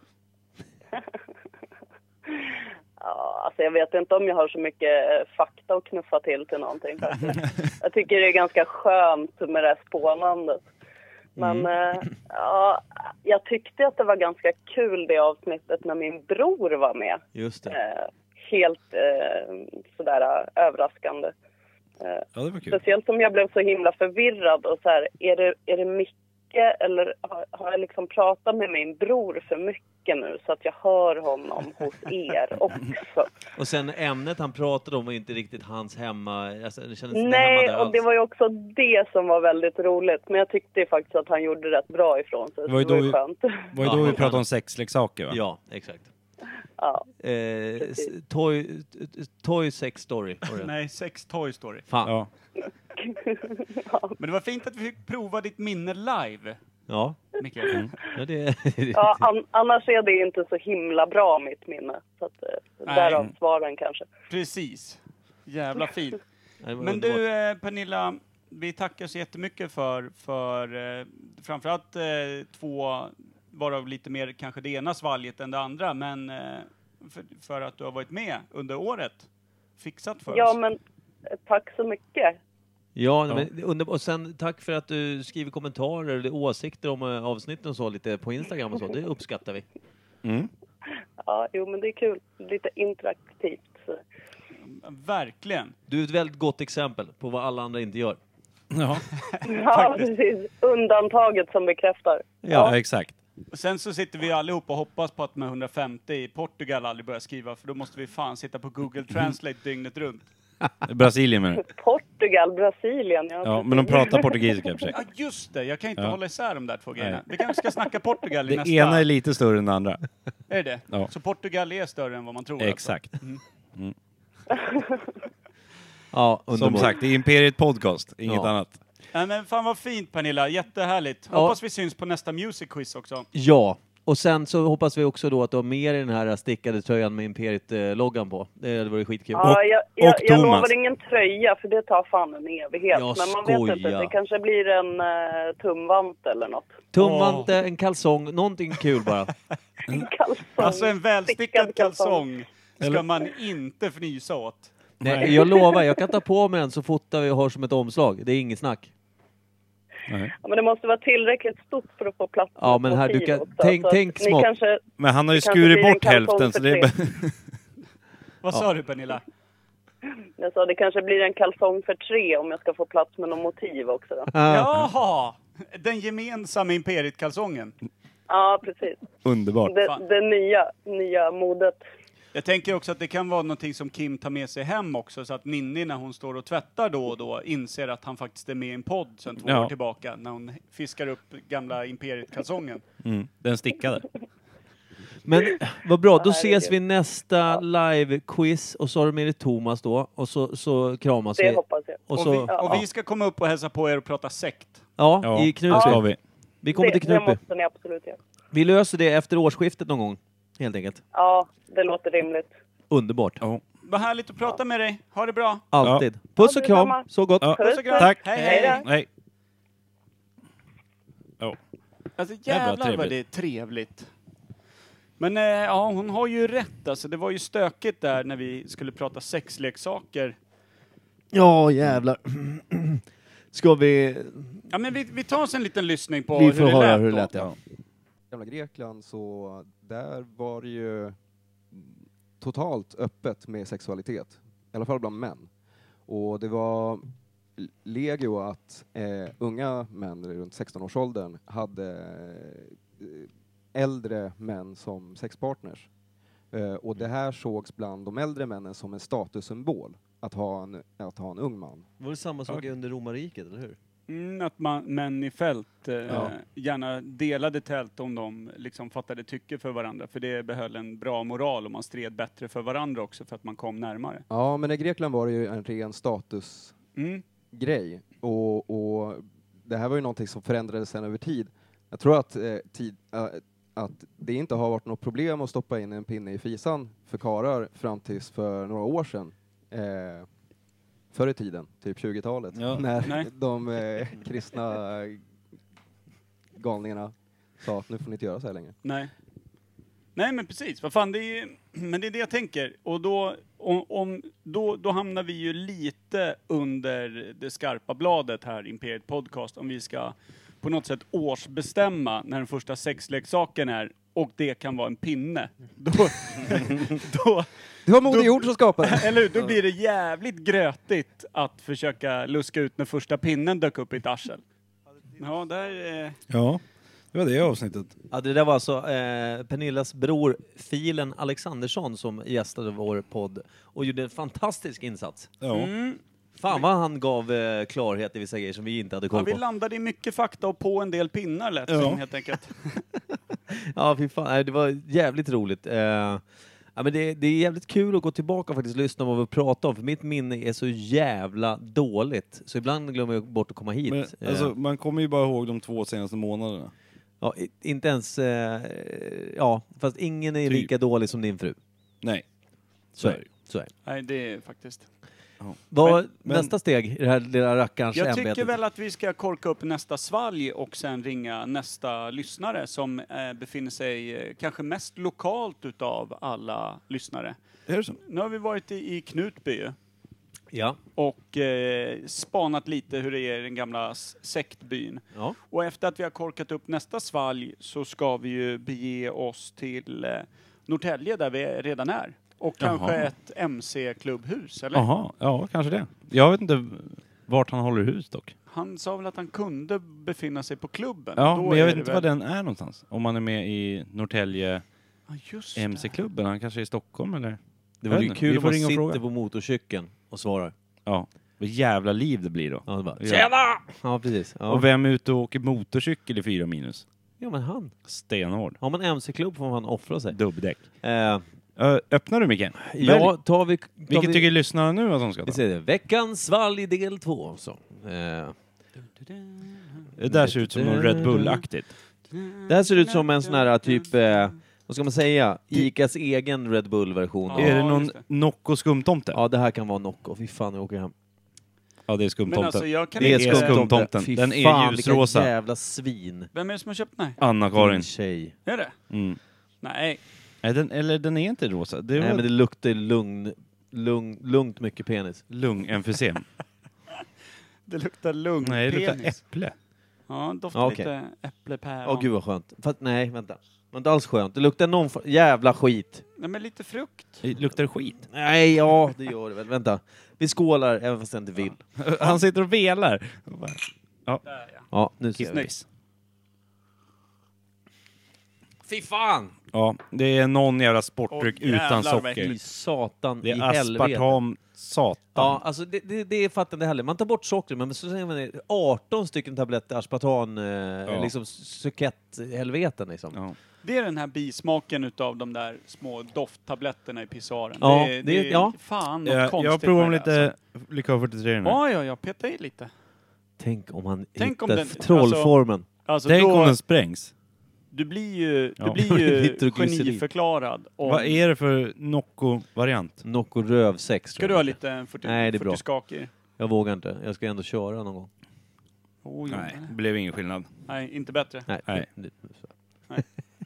Ja, alltså jag vet inte om jag har så mycket eh, fakta att knuffa till till någonting. Jag tycker det är ganska skönt med det här spånandet. Men eh, ja, jag tyckte att det var ganska kul det avsnittet när min bror var med. Just det. Eh, helt eh, sådär eh, överraskande. Eh, Ja, det var kul. Speciellt som jag blev så himla förvirrad och så här, är det, är det Micke eller har, har jag liksom pratat med min bror för mycket nu så att jag hör honom hos er också? Och sen ämnet han pratade om var inte riktigt hans hemma... Alltså, det kändes inte hemma Nej, där och det alls. var ju också det som var väldigt roligt. Men jag tyckte ju faktiskt att han gjorde rätt bra ifrån sig. Det var ju så det då var ju vi- skönt. Det var ju då vi pratade om sexleksaker va? Ja, exakt. Ja. Eh, s- toy, toy sex story. Var det? Nej, sex Toy Story. Fan. Ja. Men det var fint att vi fick prova ditt minne live, Ja. Micke. Ja, det, Ja, an, annars är det inte så himla bra mitt minne. Så att, eh, Nej. därav svaren kanske. Precis. Jävla fint. det var Men underbart. du, eh, Pernilla, vi tackar så jättemycket för, för eh, framförallt eh, två, varav lite mer kanske det ena svalget än det andra, men eh, för, för att du har varit med under året. Fixat för Ja, oss. men eh, tack så mycket. Ja, men under, och sen tack för att du skriver kommentarer eller åsikter om eh, avsnitten och så lite på Instagram och så. Det uppskattar vi. Mm. Ja, jo, men det är kul. Lite interaktivt. Så. Verkligen. Du är ett väldigt gott exempel på vad alla andra inte gör. Ja, Ja, precis. Undantaget som bekräftar. ja exakt. Och sen så sitter vi allihop och hoppas på att med hundrafemtio i Portugal aldrig börjar skriva, för då måste vi fan sitta på Google Translate dygnet runt. Brasilien med det. Portugal, Brasilien. Ja, Ja, men de pratar portugisiska i och för sig. Ja, just det. Jag kan inte Ja. hålla isär de där två grejerna. Nej. Vi kanske ska snacka Portugal i Det nästa... ena är lite större än det andra. Är det? Ja. Så Portugal är större än vad man tror? Exakt. Ja, Som underbart. sagt, det är Imperiet Podcast, inget Ja. annat. Alltså. Ja, men fan vad fint Pernilla, jättehärligt. Ja. Hoppas vi syns på nästa Music Quiz också. Ja, och sen så hoppas vi också då att du har med dig den här stickade tröjan med Imperiet-loggan på. Det hade varit skitkul. Ja, jag, jag, och jag Thomas. lovar ingen tröja, för det tar fan en evighet. Jag Men man vet inte, skojar. det kanske blir en uh, tumvant eller något. Tumvante, en kalsong, någonting kul bara. En kalsong. Alltså en välstickad Stickad kalsong ska Eller- man inte fnysa åt. Nej, jag lovar, jag kan ta på mig den så fotar vi och har som ett omslag. Det är inget snack. Nej. Ja, men det måste vara tillräckligt stort för att få plats Ja, med men här, motiv du kan- också. tänk- Så att tänk ni smått. Kanske, Men han har ju Det kanske skurit blir en bort kalsong hälften, för så det är tre. bara... Vad sa du Pernilla? jag sa, det kanske blir en kalsong för tre om jag ska få plats med någon motiv också. Då. Ah, Jaha! Den gemensamma Imperiet-kalsongen. Ja, precis. Underbart. Det, Fan. det nya, nya modet. Jag tänker också att det kan vara någonting som Kim tar med sig hem också, så att Ninni när hon står och tvättar då och då inser att han faktiskt är med i en podd sedan två Ja. år tillbaka, när hon fiskar upp gamla Imperiet-kalsongen. Mm. Den stickade. Men vad bra, då Ja, ses herregud. vi nästa live-quiz och så har du med dig Thomas då och så, så kramas Det vi. hoppas jag. Och Och, så, vi, ja, och vi ska komma upp och hälsa på er och prata sekt. ja, Ja, i det Knutby. ska Vi. vi. vi kommer det, till det Knutby. måste ni absolut göra. Vi löser det efter årsskiftet någon gång, helt enkelt. Ja, det låter rimligt. Underbart. Ja. Vad härligt att prata med dig. Ha det bra. Alltid. Puss Ja, och kram, detsamma. så gott. Ja. Puss och kram. Tack. Hej, Hej hej. då. Nej. Ja. Alltså Jävla jävlar vad trevligt. det är trevligt. Men eh, ja, hon har ju rätt alltså. Det var ju stökigt där när vi skulle prata sexleksaker. Ja, jävlar. Ska vi... Ja, men vi, vi tar oss en liten lyssning på Vi hur får det höra lät hur det då. lät, ja. Gamla Grekland, så där var det ju totalt öppet med sexualitet. I alla fall bland män. Och det var legio att eh, unga män runt sexton-årsåldern hade eh, äldre män som sexpartners. Eh, och det här sågs bland de äldre männen som en statussymbol. Att ha en, att ha en ung man. Var det samma sak under romarriket, eller hur? Mm, att man, män i fält eh, Ja. gärna delade tält om de liksom fattade tycke för varandra. För det behöll en bra moral och man stred bättre för varandra också för att man kom närmare. Ja, men i Grekland var det ju en ren status Mm. grej. Och, och det här var ju någonting som förändrades sen över tid. Jag tror att, eh, tid, äh, att det inte har varit något problem att stoppa in en pinne i fisan för karar fram tills för några år sedan. Eh, förr i tiden, typ tjugotalet. Ja. När Nej. de eh, kristna galningarna sa att nu får ni inte göra så här längre. Nej. Nej men precis, vad fan det är, men det är det jag tänker. Och då, om, om, då, då hamnar vi ju lite under det skarpa bladet här i Imperiet Podcast om vi ska på något sätt årsbestämma när den första sexleksaken är och det kan vara en pinne. Då, då, Det var Moder Jord som skapade det. eller hur? Då blir det jävligt grötigt att försöka luska ut när första pinnen dök upp i ett arsel. Ja, där... Eh, Ja, det var det avsnittet. Ja, det där var alltså eh, Pernillas bror Filen Alexandersson som gästade vår podd och gjorde en fantastisk insats. Ja. mm, Fan vad han gav eh, klarhet i vissa grejer som vi inte hade ja, koll vi på. landade i mycket fakta och på en del pinnar lät Ja. som helt enkelt. Ja, fy fan. Nej, det var jävligt roligt. Eh, ja, men det, det är jävligt kul att gå tillbaka och faktiskt lyssna på vad vi pratar om. För mitt minne är så jävla dåligt. Så ibland glömmer jag bort att komma hit. Men, Eh, alltså, man kommer ju bara ihåg de två senaste månaderna. ja, i- inte ens... Eh, ja, fast ingen är Typ. lika dålig som din fru. Nej. Så är det. Så är det. Nej, det är faktiskt. Vad Men- men- nästa steg i det här lilla rackarns Jag ämbetet? tycker väl att vi ska korka upp nästa svalg och sen ringa nästa lyssnare som eh, befinner sig eh, kanske mest lokalt utav alla lyssnare. Är det så? Nu har vi varit i, i Knutby ju, Ja. och eh, spanat lite hur det är i den gamla s- sektbyn. Ja. Och efter att vi har korkat upp nästa svalg så ska vi ju bege oss till eh, Norrtälje där vi redan är. Och kanske Jaha. ett M C-klubbhus, eller? Jaha, ja kanske det. Jag vet inte vart han håller hus dock. han sa väl att han kunde befinna sig på klubben. Ja, Då men jag är vet det inte väl... var den är någonstans. Om man är med i Norrtälje Ja, just M C-klubben. Han kanske är i Stockholm eller? Det Jag vore vet ju inte. kul Vi om får man ringa och sitter fråga. på motorcykeln och svarar. Ja. Vad jävla liv det blir då. Ja, det bara, Ja. tjena! Ja, precis. Ja. Och vem är ute och åker motorcykel i fyra minus? ja, men han. Stenhård. Har man M C-klubb får man offra sig. Dubbdäck. Eh, Ö, öppnar du micken? ja, tar vi... Tar Vilket vi, tycker lyssnarna nu att de ska vi ta? ser det. Veckans svalg del två. Så. Eh, Det där ser ut som något Red Bull-aktigt. det här ser ut som en sån här typ... Eh, vad ska man säga? Icas egen Red Bull-version. Ja, är det någon just det. Nocco skumtomte? Ja. Ja, det här kan vara Nocco. Fy fan, jag åker hem. det är Men skumtomten. alltså jag kan Det är inte... skumtomten. Fy Den är fan, ljusrosa. vilka jävla svin. Vem är det som har köpt den här? Anna-Karin. Din tjej. Är det? Mm. Nej. Nej, den, eller den är inte rosa. Det är Nej, väl men det luktar lugn, lugn, lugnt mycket penis. lungemfysem. Det luktar lugn. Nej, det luktar penis. äpple. Ja, doftar Ja, okej. lite äpplepäron. Åh gud vad skönt. Fast nej, vänta. Det var inte alls skönt. Det luktar någon f- jävla skit. Nej, men lite frukt. Det luktar skit. Nej, ja, det gör det väl. Vänta. Vi skålar, även fast jag inte vill. Han sitter och velar. Där ja. Ja, nu ser vi. Snyggt. Fy fan! Ja, det är någon jävla sportdryck Åh, jävlar, utan vad socker. äckligt. I satan, Det i är helvete. aspartam satan. Ja, alltså det, det, det fattar inte heller. Man tar bort sockret, men så säger man det, arton stycken tabletter aspartam, eh, liksom sukett-helveten liksom. Ja. Det är den här bismaken utav de där små dofttabletterna i pissoaren. Ja, det, är- det- det är ja. fan något Jag, konstigt jag provar med det, lite alltså. likör fyrtiotre nu. Ja, ja, jag petar i lite. Tänk om han Tänk om hittar den- trollformen. Alltså Tänk då, om den sprängs. du blir ju, Ja. du blir ju Liter och glycerin. geniförklarad. Om, Vad är det för Nocco-variant? Nocco rövsex. Ska tror du jag. ha lite fyrtio, Nej, det är bra. fyrtio skakor? Jag vågar inte. Jag ska ändå köra någon gång. Oh, Nej, Nej. det blev ingen skillnad. Nej, inte bättre. Nej. Nej. Det, så. Nej.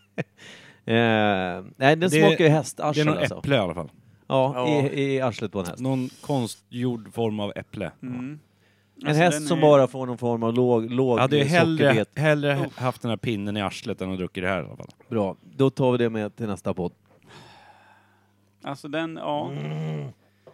eh, nej, den Det- smakar ju Det är hästarsel någon alltså. äpple i alla fall. Ja, Ja. I, i arslet på en häst. Någon konstgjord form av äpple. Mm. En Alltså, häst den som är- bara får någon form av låg, låg Jag hade ju hellre, sockerbet. hellre haft den här pinnen i arslet än att druckit det här i alla fall. Bra, då tar vi det med till nästa podd. Alltså den, ja. Mm.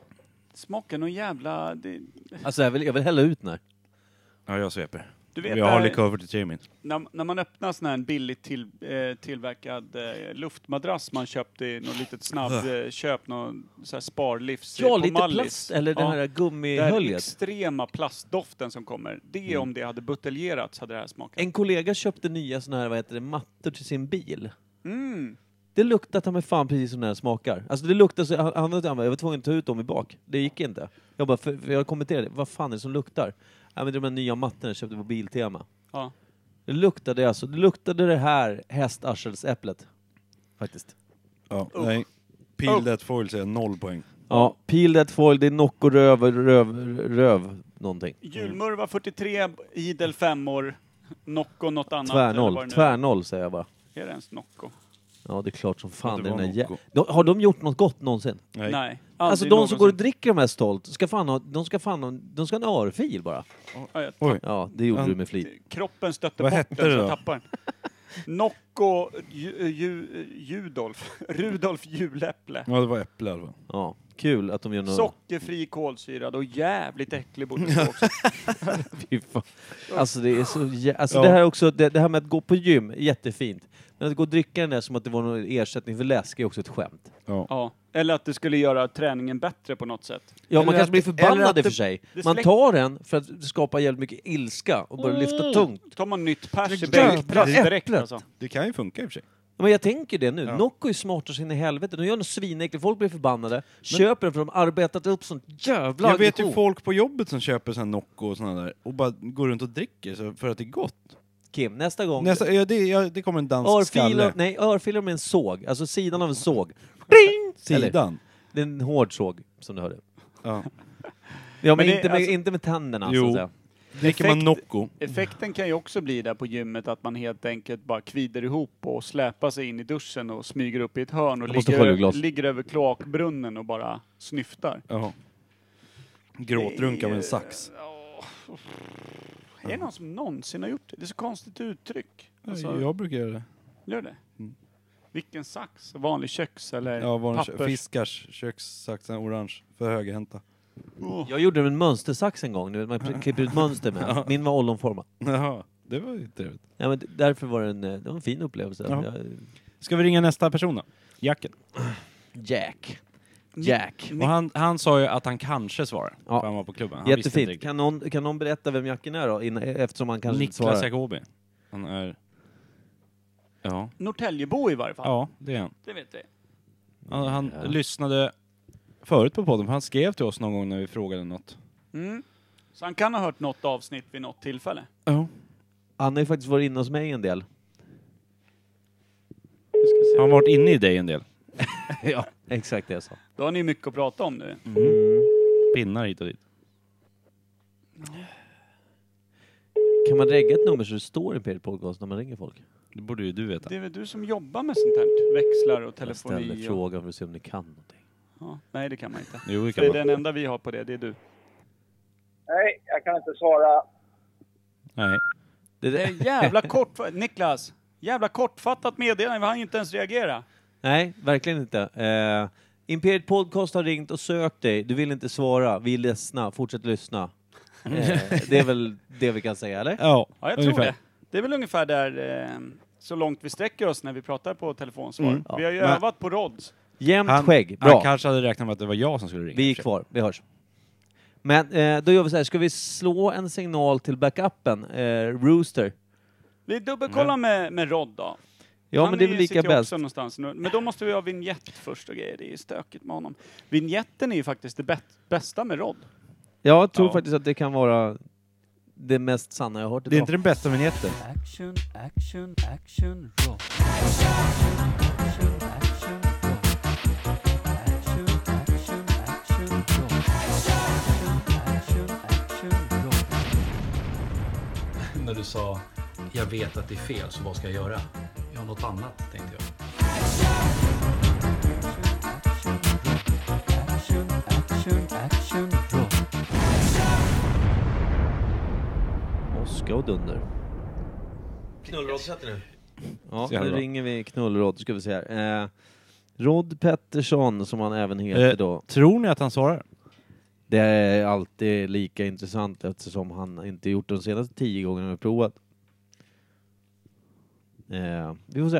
Smakar någon jävla... Det, Alltså jag vill, jag vill hälla ut den här. Ja, jag sveper. du vet, Jag har där- likör fyrtiotre i min. när, när man öppnar sån här billigt till, eh, tillverkad eh, luftmadrass man köpte i något litet snabbköp, någon så här sparlivs Ja, på lite Mallis. plast, eller det Ja. här Den gummihöljet. extrema plastdoften som kommer, det Mm. om det hade buteljerats hade det här smakat. En kollega köpte nya såna här, vad heter det, mattor till sin bil. Mm. Det luktar ta mig fan precis som den här smakar. Alltså det luktar så, han, han, jag var tvungen att ta ut dem i bak. Det gick inte. Jag bara, för, för jag kommenterade, vad fan är det som luktar? Ja men de här nya mattorna jag köpte på Biltema. Ja. Det luktade alltså, det luktade det här hästarselsäpplet. Faktiskt. Ja, Oh. nej. Peel Oh. that foil säger noll poäng. Ja, peel that foil, det är Nocco röv, röv, röv, någonting. Julmurva fyrtiotre, idel femmor, Nocco något annat. eller vad Tvärnoll, det nu är. tvärnoll säger jag bara. Är det ens Nocco? Ja, det är klart som fan. det Det är var den där Nocco. jä- de, har de gjort något gott någonsin? Nej. Nej. Alltså aldrig de som går och någonsin. dricker de här stolt, ska fan ha, de ska fan ha, de ska ha en örfil bara. Ja, jag- Oj. Ja, det gjorde Ja. du med flit. Kroppen stötte Vad bort hette den det så då? jag tappade den. Nocco ju, ju, Judolf. Rudolf juläpple. Ja, det var äpple i alla fall. Ja, kul att de gör något. Sockerfri, kolsyrad och jävligt äcklig borde det stå också. Fy fan. Alltså det är så jä- alltså Ja. det här är också, det, det här med att gå på gym, jättefint. Men att gå och dricka den där som att det var någon ersättning för läsk är också ett skämt. Ja. Ja. Eller att det skulle göra träningen bättre på något sätt. Ja, man Eller kanske att- blir eller förbannad att i och det- för sig. det Man släck- tar den för att skapa jävligt mycket ilska och börja lyfta tungt. Tar man nytt pers i Jävla bänkpress direkt äpplet. alltså. Det kan ju funka i och för sig. Men jag tänker det nu. Ja. Nocco är smartare sin i helvete. De gör något svinäckligt. Folk blir förbannade. Köper den för de har arbetat upp sånt jävla Jag vet ju aggression. folk på jobbet som köper sån här Nocco och såna där och bara går runt och dricker så för att det är gott. Kim, nästa gång. Nästa, ja, det, ja, det kommer en dansk Örfilar, skalle. nej, örfilar med en såg. Alltså sidan av en såg. Ding! Eller, Sidan. det är en hård såg, som du hörde. Ja. Ja, men, Men det- inte, med, alltså- inte med tänderna, Jo. så att säga. Dricker man Effekt- Nocco. Effekten kan ju också bli där på gymmet att man helt enkelt bara kvider ihop och släpar sig in i duschen och smyger upp i ett hörn och Jag måste skölja ligger, glas. ligger över kloakbrunnen och bara snyftar. Jaha. Gråtrunka med en sax. Ja. Är det någon som någonsin har gjort det? Det är så konstigt uttryck. Alltså, Jag brukar göra det. Gör det? Mm. Vilken sax? Vanlig köks eller Ja, var pappers? Fiskars kökssaxen orange för högerhänta. Jag gjorde en mönstersax en gång, du vet, man klipper ut mönster med. Ja. Min var ollonformad. Jaha, det var ju trevligt. Ja, men därför var det en, det var en fin upplevelse. Ja. Jag, Ska vi ringa nästa person då? Jacken. Jack. Jack. Och han, han sa ju att han kanske svarar. Ja. För han var på klubben. Han visste inte Jättefint. riktigt. Kan någon, kan någon berätta vem Jacken är då? Innan, eftersom han kanske inte Niklas svarar. Jacobi. Han är... Ja. Norrtäljebo i varje fall. Ja, det är han. Det vet vi. Han, han Ja. lyssnade förut på podden, för han skrev till oss någon gång när vi frågade något. Mm. Så han kan ha hört något avsnitt vid något tillfälle. Ja. Han har ju faktiskt varit inne hos mig en del. Han har varit inne i dig en del. Ja, exakt det jag sa. Då har ni mycket att prata om nu. Mm. Pinnar hit och dit. Kan man regga ett nummer så det står i P R Podcast när man ringer folk? Det borde ju du veta. Det är väl du som jobbar med sånt här. Växlar och Jag telefoni. ställer och... frågan för att se om ni kan någonting. Ja, nej, det kan man inte. Jo, det Det kan är man. den enda vi har på det, det är du. Nej, jag kan inte svara. Nej. Det, Det är jävla kort... Niklas! Jävla kortfattat meddelande, vi har ju inte ens reagera. Nej, verkligen inte. Eh, Imperiet Podcast har ringt och sökt dig. Du vill inte svara. Vi är ledsna. Fortsätt lyssna. Eh, det är väl det vi kan säga, eller? Ja, Ja, jag ungefär. tror det. Det är väl ungefär där eh, så långt vi sträcker oss när vi pratar på telefonsvar. Mm. Vi har ju Men- övat på rods. Jämnt Han, skägg. han Bra. kanske hade räknat med att det var jag som skulle ringa. Vi är kvar. Vi hörs. Men eh, då gör vi så här. Ska vi slå en signal till backupen? Eh, Rooster. Vi dubbelkollar med, med Rod då. Ja, Han men det är väl lika sitter ju bäst. också någonstans nu. Men då måste vi ha vignett först och grejer. Det är stökigt med honom. Vignetten är ju faktiskt det bä- bästa med Rod. Jag tror Ja. faktiskt att det kan vara det mest sanna jag har hört Det är idag. inte den bästa vignetten. Action, action, action, Rod. Action, action, action, Rod. Action, action, action, Rod. Action, action, action, Rod. När du sa, jag vet att det är fel, så vad ska jag göra? Jag har något annat, tänkte jag. Action, action, action, Rod. Oskar och Dunder. Knullråd sätter nu. Ja, Så jävla nu bra. ringer vi Knullråd, ska vi se här. Eh, Rod Pettersson, som han även heter Eh, då. Tror ni att han svarar? Det är alltid lika intressant eftersom han inte gjort det de senaste tio gångerna vi har provat. Eh, vi får se.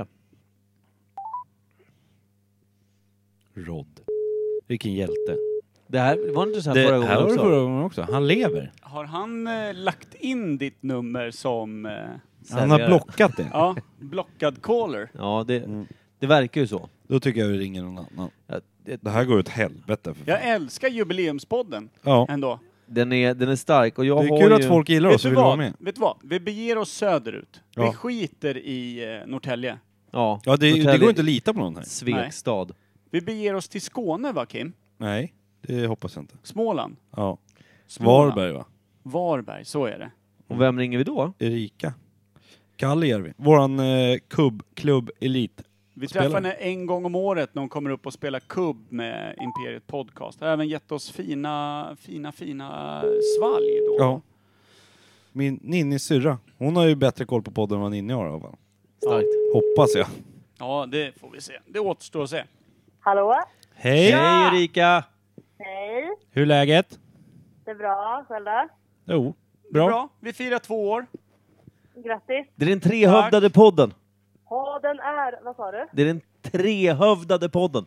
Rod. Vilken hjälte. Det här var inte så här Det, förra här gången var det också. förra gången också. Han lever. Har han eh, lagt in ditt nummer som eh, Han har Säljare. blockat det. ja, blockad caller? Ja, det, Mm. det verkar ju så. Då tycker jag vi ringer någon annan. Ja, det, Det här går åt helvete. För Jag fan. älskar jubileumspodden Ja. ändå. den, är, den är stark och jag Det är har kul ju... att folk gillar Vet oss du, och vill vara vad? med. Vet du vad? Vi beger oss söderut. Vi Ja. skiter i eh, Norrtälje. Ja, Ja, det, det Norrtälje- går inte att lita på någon här. Svekstad. Vi beger oss till Skåne, va Kim? Nej, det hoppas jag inte. Småland. Ja. Småland. Varberg va? Varberg, så är det. Och vem ringer vi då? Erika. Kallijärvi. Våran eh, kubb, klubb, elit. Vi Spelar. träffar henne en gång om året när hon kommer upp och spelar kubb med Imperiet Podcast. Har även gett oss fina, fina, fina svalg då. Ja. Min Ninnis syrra. Hon har ju bättre koll på podden än vad Ninni har i alla fall. Starkt. Hoppas jag. Ja, det får vi se. Det återstår att se. Hallå? Hej! Hej Erika! Hej. Hur är läget? Det är bra. Själv då? Jo, bra. Bra. Vi firar två år. Grattis. Det är den trehövdade podden. Ha den är... Vad sa du? Det är den trehövdade podden.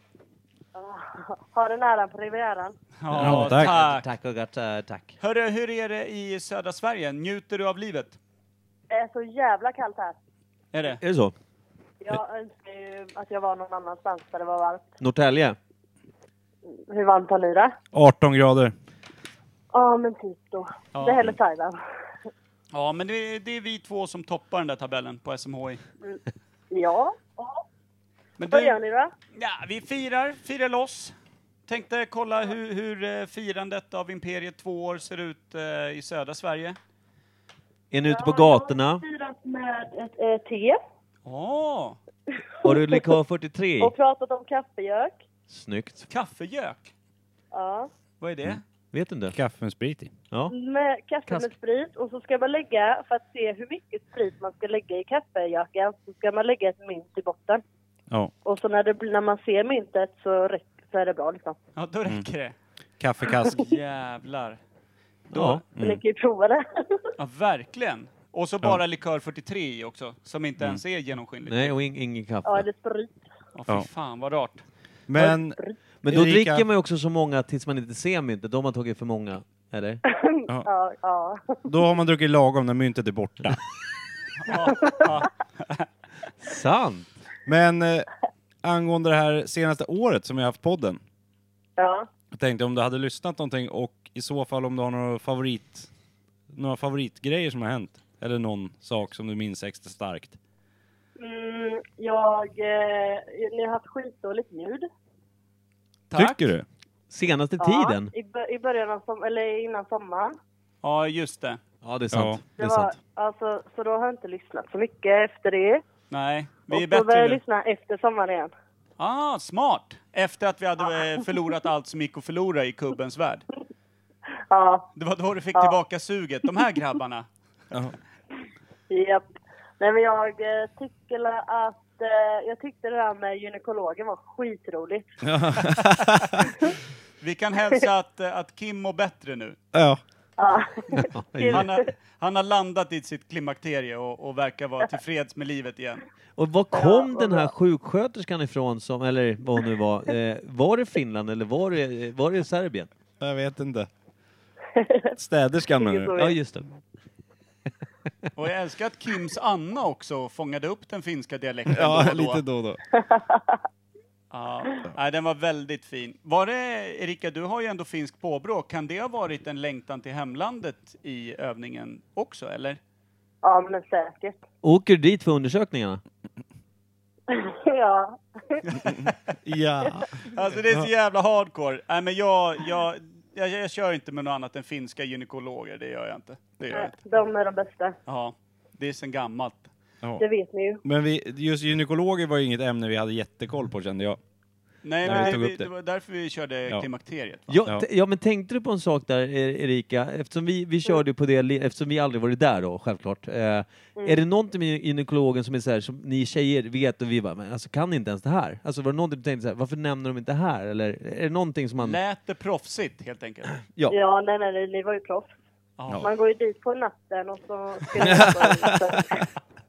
Ha den äran på Rivieran. Ja, Ja, tack. tack. Tack och gott, äh, tack. Hörru, hur är det i södra Sverige? Njuter du av livet? Det är så jävla kallt här. Är det? Är det så? Jag önskar ju att jag var någon annanstans där det var varmt. Norrtälje? Hur varmt har ni det? arton grader. Ja, men typ då. Ja. Det är hellre Thailand. Ja, men det är, det är vi två som toppar den där tabellen på S M H I. Ja. Men Vad du, gör ni då? ja, vi firar, firar loss. Tänkte kolla hur, hur eh, firandet av Imperiet två år ser ut eh, i södra Sverige. Är ni ute på gatorna? Jag har firat med ett äh, te. Åh, Har du likör fyrtiotre i? Och pratat om kaffegök. Snyggt. kaffegök. Ja. Vad är det? Vet du inte? Kaffe med sprit i. Ja. Med kaffe Kass- med sprit. Och så ska man lägga, för att se hur mycket sprit man ska lägga i kaffejakan, så ska man lägga ett mynt i botten. Ja. Och så när, det, blir- när man ser myntet så, räcker, så är det bra liksom. Ja, då räcker det. kaffekask. Jävlar. Då, Ja. Så ni kan ju prova det. ja, verkligen. Och så bara likör fyrtiotre i också, som inte ens är genomskinligt. Nej, och in, ingen kaffe. Ja, det är sprit. Ja, fy Ja. fan vad rart. Men, Men då Erika- dricker man ju också så många tills man inte ser myntet. Då har man tagit för många, eller? Ja, ja. då har man druckit lagom när myntet är borta. Ja, ja. Sant! Men eh, angående det här senaste året som jag haft podden. Ja. Jag tänkte om du hade lyssnat någonting och i så fall om du har några favorit några favoritgrejer som har hänt. Eller någon sak som du minns extra starkt. Mm, jag... Eh, ni har haft skitdåligt ljud. Tack. Tycker du? Senaste Ja, tiden? i, bör- i början av som, eller innan sommaren. Ja, just det. Ja, det är sant. Det Det är var, sant. alltså, så då har jag inte lyssnat så mycket efter det. Nej, vi Och är då började bättre jag nu. lyssna efter sommaren igen. Ah, smart. Efter att vi hade eh, förlorat allt som gick att förlora i kubbens värld. Ja, Det var då du fick Ja. tillbaka suget. De här grabbarna. japp. Nej, men jag eh, tycker att... Eh, jag tyckte det där med gynekologen var skitroligt. Vi kan hälsa att, eh, att Kim mår bättre nu. Ja. Ja. Han har, han har landat i sitt klimakterie och, och verkar vara tillfreds med livet igen. Och var kom Ja, den här och- sjuksköterskan ifrån som, eller vad hon nu var? Eh, var det Finland eller var det, var det Serbien? Jag vet inte. Städerskan menar du? Ja, just det. Och jag älskar att Kims Anna också fångade upp den finska dialekten Ja, då och då. lite då och då. Ja, nej, den var väldigt fin. Var det, Erika, du har ju ändå finsk påbrå. Kan det ha varit en längtan till hemlandet i övningen också, eller? Ja, men säkert. Åker du dit för undersökningarna? Ja. Ja. Alltså det är så jävla hardcore. Nej, men jag, jag, jag, jag kör inte med något annat än finska gynekologer, det gör jag inte. Det gör jag inte. De är de bästa. Ja, det är sen gammalt. Ja. Det vet ni ju. Men vi, just gynekologer var ju inget ämne vi hade jättekoll på, kände jag. Nej, När men vi det, tog vi, upp det. det var därför vi körde Ja. klimakteriet. Va? Ja, Ja. t- ja, men tänkte du på en sak där, E- Erika? Eftersom vi, vi körde ju på det, li- eftersom vi aldrig varit där då, självklart. Eh, Är det någonting med gynekologen som är så här, som ni tjejer vet och vi bara, men alltså kan inte ens det här? Alltså var det någonting du tänkte så här, varför nämner de inte det här? Eller är det någonting som man... Lät det proffsigt, helt enkelt. Ja. Ja, nej, nej, nej, ni var ju proffs. Ja. Man går ju dit på natten och så ska ni jobba.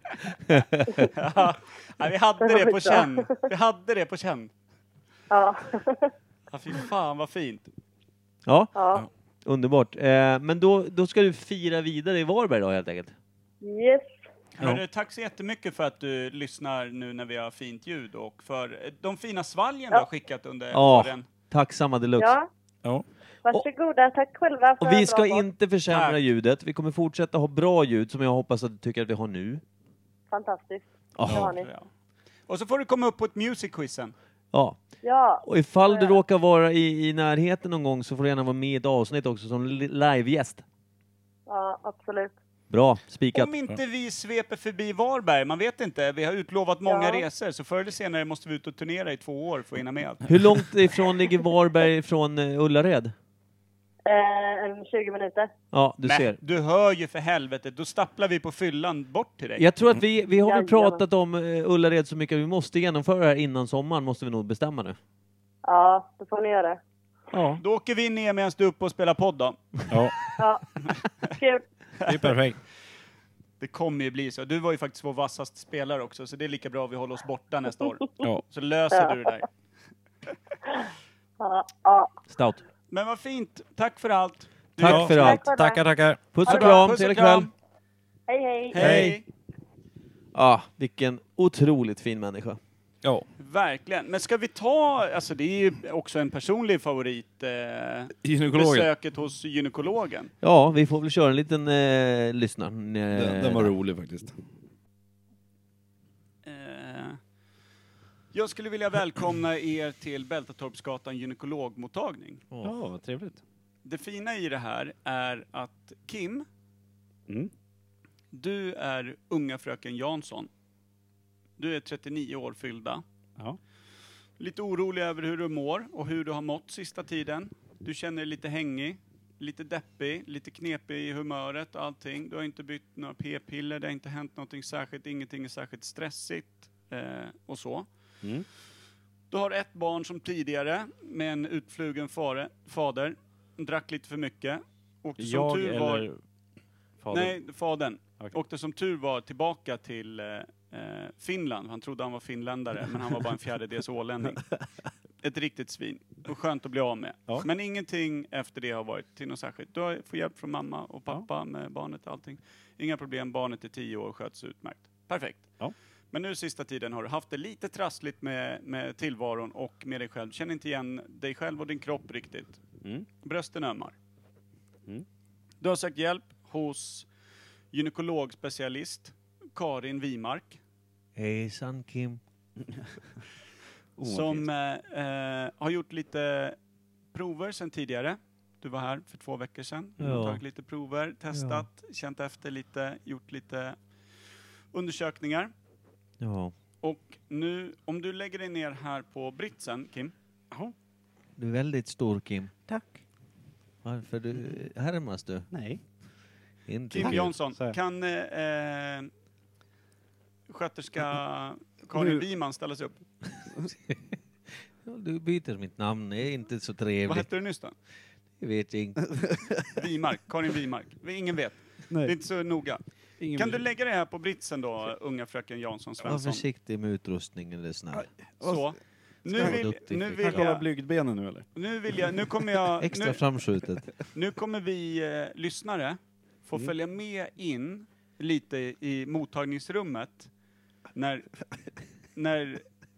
Ja, nej, vi hade det på känn. Vi hade det på känn. Ja. Ja, fy fan vad fint. Ja, Ja. underbart. Eh, men då, då ska du fira vidare i Varberg då helt enkelt? Yes. Hörru, tack så jättemycket för att du lyssnar nu när vi har fint ljud och för de fina svalgen du har skickat under Ja, åren. tacksamma deluxe. Ja. Ja. Varsågoda. Tack själva för Och vi en ska bra podd. inte försämra Tack. ljudet. Vi kommer fortsätta ha bra ljud som jag hoppas att du tycker att vi har nu. Fantastiskt. Ja. Det har ni. Ja. Och så får du komma upp på ett music-quizen. Ja. Ja. Och ifall du Ja. råkar vara i, i närheten någon gång så får du gärna vara med i ett avsnitt också som li- livegäst. Ja, absolut. Bra, spikat. Om inte vi sveper förbi Varberg, man vet inte. Vi har utlovat många Ja. resor, så förr eller senare måste vi ut och turnera i två år för att hinna med allt. Hur långt ifrån ligger Varberg från uh, Ullared? Eh, en tjugo minuter. Ja, du Men ser. du hör ju för helvete, då stapplar vi på fyllan bort till dig. Jag tror att vi, vi har väl Jajamän. pratat om uh, Ullared så mycket. Vi måste genomföra det här innan sommaren, måste vi nog bestämma nu. Ja, det får ni göra. Ja. Då åker vi ner medan du är uppe och spelar podd då. Ja, Ja. Kul. det är perfekt. Det kommer ju bli så. Du var ju faktiskt vår vassaste spelare också, så det är lika bra att vi håller oss borta nästa år. Ja. Så löser du det där. Ja. Ja. Stout. Men vad fint. Tack för allt. Du, Tack för Tack allt. för det. Tackar, tackar. Puss Ha och det bra. kram, Puss och trevlig kram. kväll. Hej, hej. Hej. Ah, vilken otroligt fin människa. Ja. Verkligen. Men ska vi ta, alltså det är ju också en personlig favorit, eh, Gynekologen. besöket hos gynekologen. Ja, vi får väl köra en liten eh, lyssna. Eh, Den, den var rolig faktiskt. Eh, jag skulle vilja välkomna er till Bältatorpsgatan gynekologmottagning. Ja, vad trevligt. Det fina i det här är att Kim, Mm. du är unga fröken Jansson. Du är trettionio år fyllda. Ja. Lite orolig över hur du mår och hur du har mått sista tiden. Du känner dig lite hängig, lite deppig, lite knepig i humöret och allting. Du har inte bytt några p-piller, det har inte hänt någonting särskilt, ingenting är särskilt stressigt eh, och så. Mm. Du har ett barn som tidigare med en utflugen fare, fader. Drack lite för mycket. Åkte som Jag tur var, eller fadern? Nej, fadern. Okej. Åkte som tur var tillbaka till eh, Finland. Han trodde han var finländare, men han var bara en fjärdedels ålänning. Ett riktigt svin. Och skönt att bli av med. Ja. Men ingenting efter det har varit till något särskilt. Du har fått hjälp från mamma och pappa Ja. med barnet och allting. Inga problem, barnet är tio år och sköts utmärkt. Perfekt. Ja. Men nu sista tiden har du haft det lite trassligt med, med tillvaron och med dig själv. Känner inte igen dig själv och din kropp riktigt. Mm. Brösten ömmar. Mm. Du har sökt hjälp hos gynekologspecialist Karin Wimark. Hejsan Kim. Oh, som eh, eh, har gjort lite prover sedan tidigare. Du var här för två veckor sedan. Du har Ja. tagit lite prover, testat, känt efter lite, gjort lite undersökningar. Ja. Och nu, om du lägger dig ner här på britsen, Kim. Jaha. Du är väldigt stor Kim. Tack. Varför du härmas du? Nej. Inte Kim kul. Jansson, Så här. kan eh, eh, sköterska Karin Nu- Wiman ställa sig upp? Ja, du byter mitt namn, det är inte så Vad trevligt. hette du nyss då? Jag vet inte. Wimark, Karin Wimark. Ingen vet. Nej. Det är inte så noga. Ingen Kan du bryr- lägga dig här på britsen då, unga fröken Jansson Var Svensson? försiktig med utrustningen, det är snäll. Så. Nu jag vara vill, duktig. nu Kan vill jag kolla jag, blygdbenen nu eller? nu vill jag, nu kommer jag, Extra nu, framskjutet. nu kommer vi eh, lyssnare få Mm. följa med in lite i mottagningsrummet när, när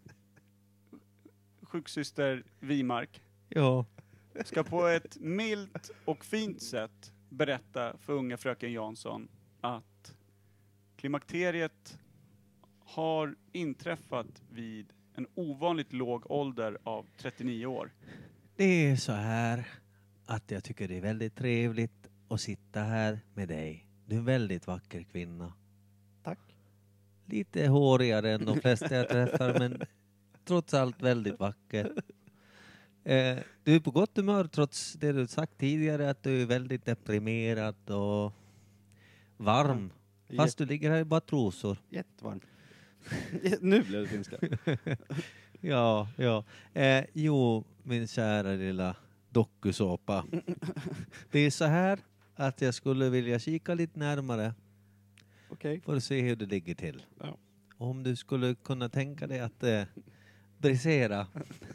sjuksyster Wimark Ja. ska på ett milt och fint sätt berätta för unga fröken Jansson att klimakteriet har inträffat vid en ovanligt låg ålder av trettionio år. Det är så här att jag tycker det är väldigt trevligt att sitta här med dig. Du är en väldigt vacker kvinna. Tack. Lite hårigare än de flesta jag träffar, men trots allt väldigt vacker. Eh, du är på gott humör trots det du sagt tidigare, att du är väldigt deprimerad och varm. Fast du ligger här i bara trosor. Jättevarmt. Nu blev det finska. Ja, ja. Eh, jo, min kära lilla dokusåpa. Det är så här att jag skulle vilja kika lite närmare Okej. för att se hur det ligger till. Ja. Om du skulle kunna tänka dig att eh, brisera.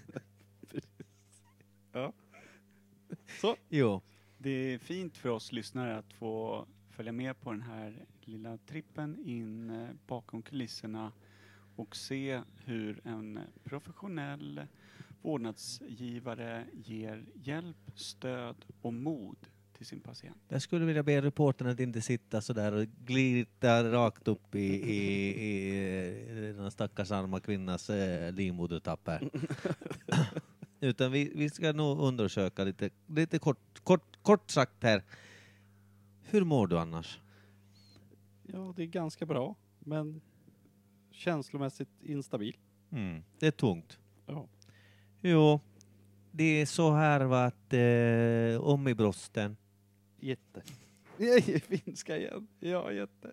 Ja. Så. Jo. Det är fint för oss lyssnare att få följa med på den här lilla trippen in eh, bakom kulisserna och se hur en professionell vårdnadsgivare ger hjälp, stöd och mod till sin patient. Jag skulle vilja be reportern att inte sitta så där och glida rakt upp i, i, i den stackars arma kvinnas eh, livmodertapp här. Utan vi, vi ska nog undersöka lite, lite kort, kort, kort sagt här. Hur mår du annars? Ja, det är ganska bra. Men känslomässigt instabil. Mm. Det är tungt. Ja. Jo, det är så här va, att eh, om i brösten. Jätte. Nej, finska igen. Ja, jätte.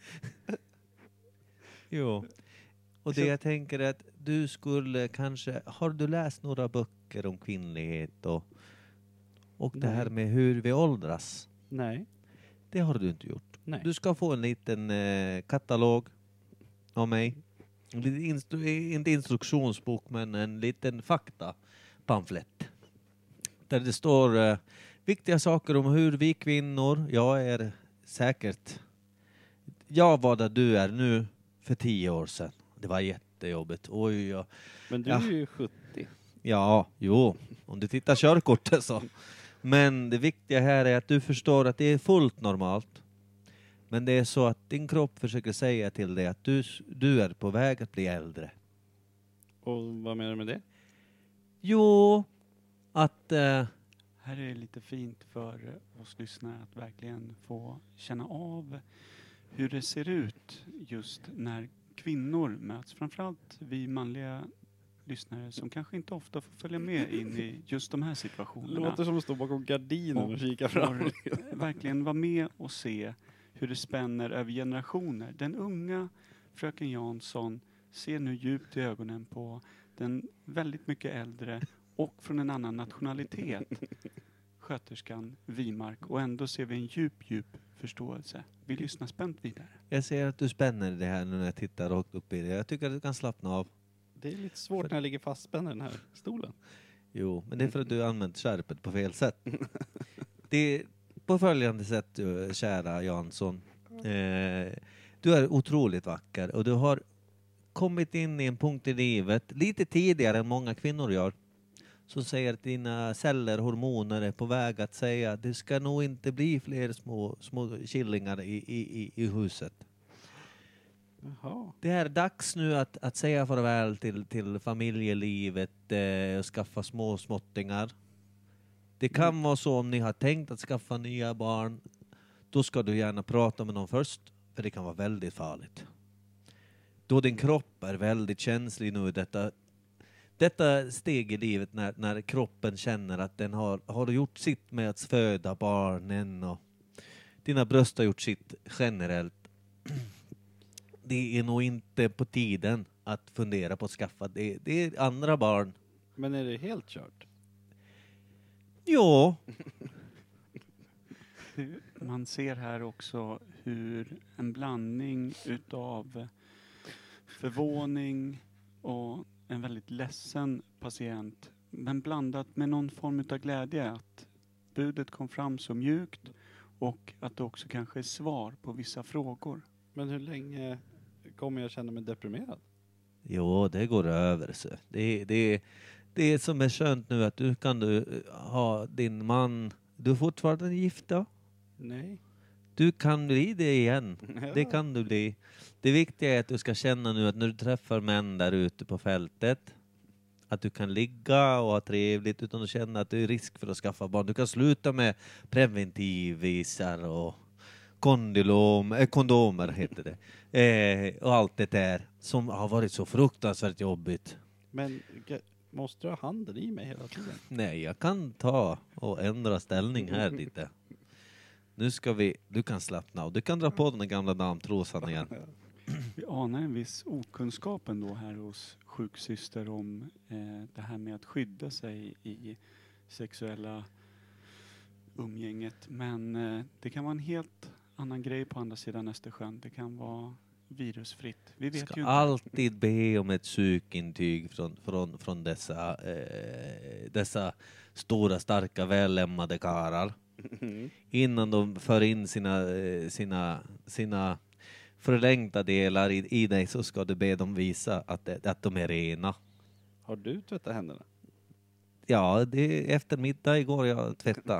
Jo. Och det jag tänker är att du skulle kanske, har du läst några böcker om kvinnlighet och, och det Nej. här med hur vi åldras? Nej. Det har du inte gjort. Nej. Du ska få en liten eh, katalog av mig. En liten instru- inte instruktionsbok, men en liten faktapamflett. Där det står eh, viktiga saker om hur vi kvinnor, jag är säkert, jag var där du är nu för tio år sedan. Det var jättejobbigt. Oj, ja. Men du Ja. är ju sjuttio. Ja, jo. Om du tittar körkortet så. Men det viktiga här är att du förstår att det är fullt normalt. Men det är så att din kropp försöker säga till dig att du, du är på väg att bli äldre. Och vad menar du med det? Jo, att... Eh, Här är det lite fint för oss lyssnare att verkligen få känna av hur det ser ut just när kvinnor möts. Framförallt vi manliga lyssnare som kanske inte ofta får följa med in i just de här situationerna. Låter som att stå bakom gardinen och, Och kika fram. får verkligen vara med och se hur det spänner över generationer. Den unga fröken Jansson ser nu djupt i ögonen på den väldigt mycket äldre och från en annan nationalitet, sköterskan Wimark, och ändå ser vi en djup, djup förståelse. Vi lyssnar spänt vidare. Jag ser att du spänner det här nu när jag tittar rakt upp i det. Jag tycker att du kan slappna av. Det är lite svårt när jag ligger fastspänd i den här stolen. Jo, men det är för att du har använt skärpet på fel sätt. Det är på följande sätt, kära Jansson. Eh, du är otroligt vacker och du har kommit in i en punkt i livet lite tidigare än många kvinnor gör. Som säger att dina celler, hormoner är på väg att säga att det ska nog inte bli fler små, små killingar i, i, i huset. Jaha. Det är dags nu att, att säga farväl till, till familjelivet eh, och skaffa små småttingar. Det kan mm. vara så om ni har tänkt att skaffa nya barn. Då ska du gärna prata med någon först. För det kan vara väldigt farligt. Då din kropp är väldigt känslig nu. Detta, detta steg i livet när, när kroppen känner att den har, har gjort sitt med att föda barnen. Och dina bröst har gjort sitt generellt. Det är nog inte på tiden att fundera på att skaffa. Det, det är andra barn. Men är det helt kört? Jo. Man ser här också hur en blandning utav förvåning och en väldigt ledsen patient, men blandat med någon form utav glädje, att budet kom fram så mjukt och att det också kanske är svar på vissa frågor. Men hur länge kommer jag känna mig deprimerad? Jo, det går över. Så. Det, det, det som är skönt nu att du kan du ha din man. Du är fortfarande gifta? Nej. Du kan bli det igen. Ja. Det kan du bli. Det viktiga är att du ska känna nu att när du träffar män där ute på fältet, att du kan ligga och ha trevligt utan att känna att det är risk för att skaffa barn. Du kan sluta med preventivvisar och kondylom, eh, kondomer heter det. Eh, och allt det där som har varit så fruktansvärt jobbigt. Men måste du ha handen i mig hela tiden? Nej, jag kan ta och ändra ställning här lite. Nu ska vi, du kan slappna av. Du kan dra på den där gamla damtrosan igen. Vi anar en viss okunskap ändå här hos sjuksyster om eh, det här med att skydda sig i sexuella umgänget. Men eh, det kan vara en helt annan grej på andra sidan Östersjön. Det kan vara virusfritt. Vi vet ska ju inte. alltid be om ett psykintyg från, från, från dessa, eh, dessa stora, starka, vällemmade karar. Mm. Innan de för in sina, eh, sina, sina förlängda delar i, i dig, så ska du be dem visa att, att de är rena. Har du tvättat händerna? Ja, det är efter middag igår jag tvättade.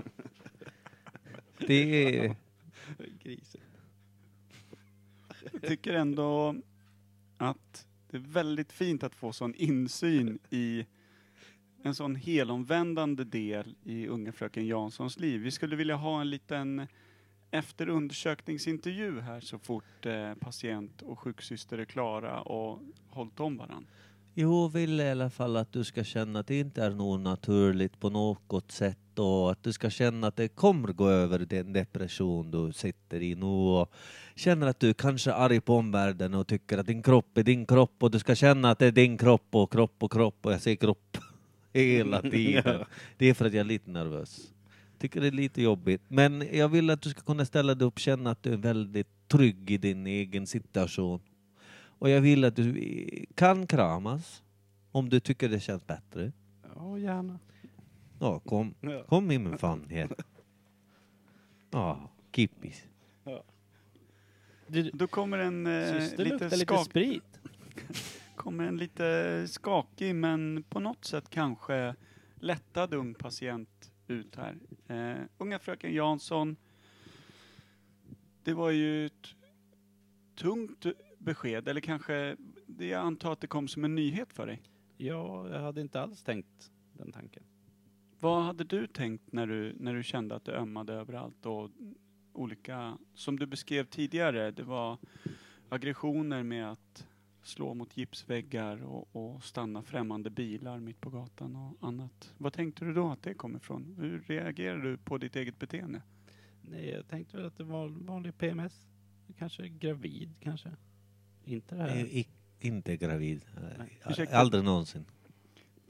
Det är... Grisigt. Jag tycker ändå att det är väldigt fint att få sån insyn i en sån helomvändande del i unga fröken Janssons liv. Vi skulle vilja ha en liten efterundersökningsintervju här så fort eh, patient och sjuksyster är klara och hållit om varandra. Jo, vill i alla fall att du ska känna att det inte är något naturligt på något sätt och att du ska känna att det kommer gå över den depression du sitter i nu och känner att du kanske är arg på omvärlden och tycker att din kropp är din kropp och du ska känna att det är din kropp och kropp och kropp och jag säger kropp hela tiden. Det är för att jag är lite nervös. Tycker det är lite jobbigt. Men jag vill att du ska kunna ställa dig upp och känna att du är väldigt trygg i din egen situation. Och jag vill att du kan kramas om du tycker det känns bättre. Ja, gärna. Ja, kom, kom in med fan här. Ja, kippis. Ja. Du, Då kommer en eh, lite, skak... lite sprit. kommer en lite skakig men på något sätt kanske lättad ung patient ut här. Eh, unga fröken Jansson. Det var ju ett tungt besked, eller kanske det jag antar att det kom som en nyhet för dig. Ja, jag hade inte alls tänkt den tanken. Vad hade du tänkt när du, när du kände att du ömmade överallt och olika, som du beskrev tidigare, det var aggressioner med att slå mot gipsväggar och, och stanna främmande bilar mitt på gatan och annat. Vad tänkte du då att det kom ifrån? Hur reagerade du på ditt eget beteende? Nej, jag tänkte väl att det var vanlig P M S. Kanske gravid, kanske. Inte det här. I, inte gravid. Nej. Aldrig någonsin.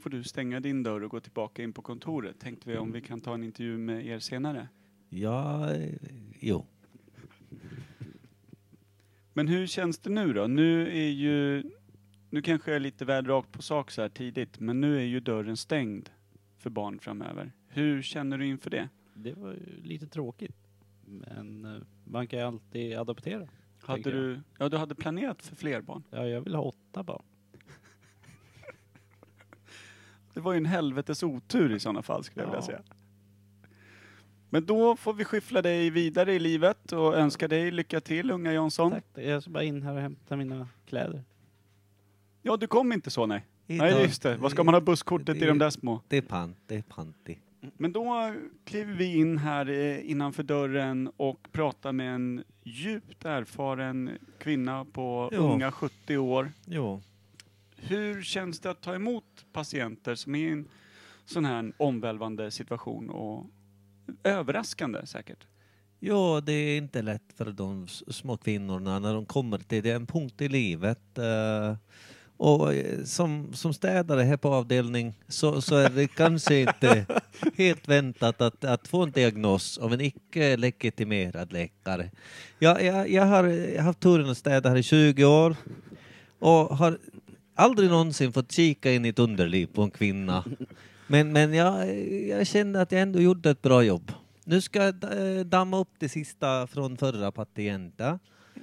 får du stänga din dörr och gå tillbaka in på kontoret. Tänkte vi om vi kan ta en intervju med er senare. Ja, eh, jo. Men hur känns det nu då? Nu är ju... Nu kanske jag är lite väl rakt på sak så här tidigt. Men nu är ju dörren stängd för barn framöver. Hur känner du inför det? Det var ju lite tråkigt. Men eh, man kan ju alltid adoptera. Hade du, ja, du hade planerat för fler barn? Ja, jag vill ha åtta barn. Det var ju en helvetes otur i sådana fall skulle jag Ja. vilja säga. Men då får vi skyffla dig vidare i livet och önska dig lycka till, unga Jansson. Tack. Jag ska bara in här och hämta mina kläder. Ja, du kom inte så, nej. Idag- Nej, just det. Vad ska man ha busskortet i de där små? Det är pant, det är panti. Men då kliver vi in här eh, innanför dörren och pratar med en djupt erfaren kvinna på Ja. unga sjuttio år. Jo. Hur känns det att ta emot patienter som är i en sån här omvälvande situation och överraskande säkert? Ja, det är inte lätt för de s- små kvinnorna när de kommer till den punkt i livet. eh, och eh, som, som städare här på avdelning så, så är det kanske inte helt väntat att, att få en diagnos av en icke-legitimerad läkare. Jag, jag, jag har haft turen att städa här i tjugo år och har aldrig någonsin fått kika in i ett underliv på en kvinna. Men, men jag, jag kände att jag ändå gjorde ett bra jobb. Nu ska jag eh, damma upp det sista från förra patienten.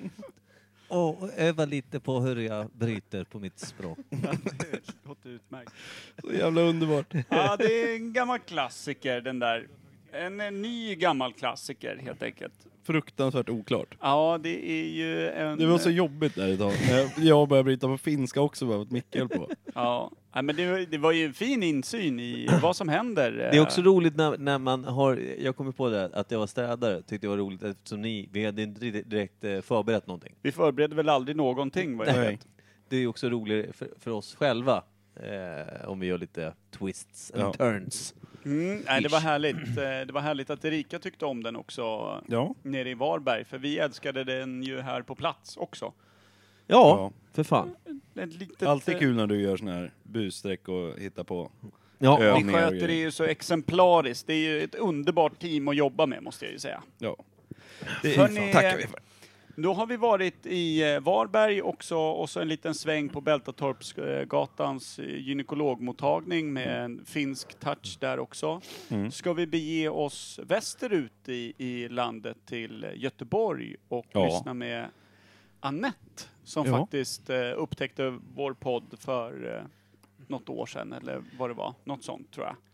Och öva lite på hur jag bryter på mitt språk. Det låter utmärkt. Så jävla underbart. Ja, det är en gammal klassiker den där. En, en ny gammal klassiker helt enkelt. Fruktansvärt oklart. Ja, det är ju en... Det var så jobbigt där ett tag. Jag- Jag började bryta på finska också för att Micke höll på. Ja, nej, men det, var- det var ju en fin insyn i vad som händer. Det är också roligt när, när man har, jag kommer på det, att jag var städare, tyckte det var roligt eftersom ni, vi hade inte direkt eh, förberett någonting. Vi förberedde väl aldrig någonting vad jag Nej. vet. Det är också roligt för, för oss själva, eh, om vi gör lite twists and Ja. turns. Mm, nej, det var härligt. Eh, Det var härligt att Erika tyckte om den också Ja. nere i Varberg. För vi älskade den ju här på plats också. Ja, för fan. Ett litet, Alltid eh, kul när du gör såna här bussträck och hittar på Ja, Vi övningar och sköter det grejer. ju så exemplariskt. Det är ju ett underbart team att jobba med, måste jag ju säga. Ja. Det Hörrni, tackar vi för. Då har vi varit i eh, Varberg också och så en liten sväng på Bältatorpsgatans eh, gynekologmottagning med en finsk touch där också. Mm. Ska vi bege oss västerut i, i landet till Göteborg och Ja. lyssna med Annette som Ja. faktiskt eh, upptäckte vår podd för eh, något år sedan eller vad det var. Något sånt tror jag.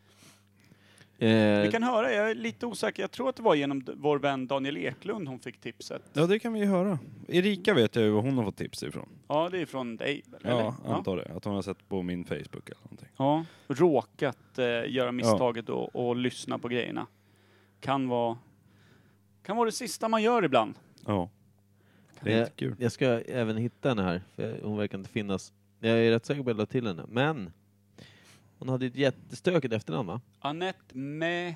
Eh, Vi kan höra, jag är lite osäker. Jag tror att det var genom d- vår vän Daniel Eklund hon fick tipset. Ja, det kan vi ju höra. Erika vet jag ju vad hon har fått tips ifrån. Ja, det är från dig, eller? Ja, antar det. Att hon har sett på min Facebook eller någonting. Ja, råkat eh, göra misstaget och, och lyssna på grejerna. Kan vara, kan vara det sista man gör ibland. Ja. Det är jag, inte kul. jag ska även hitta henne här, för hon verkar inte finnas. Jag är rätt säker på att jag la till henne, men hon hade ett jättestökigt efternamn, va? Annette med...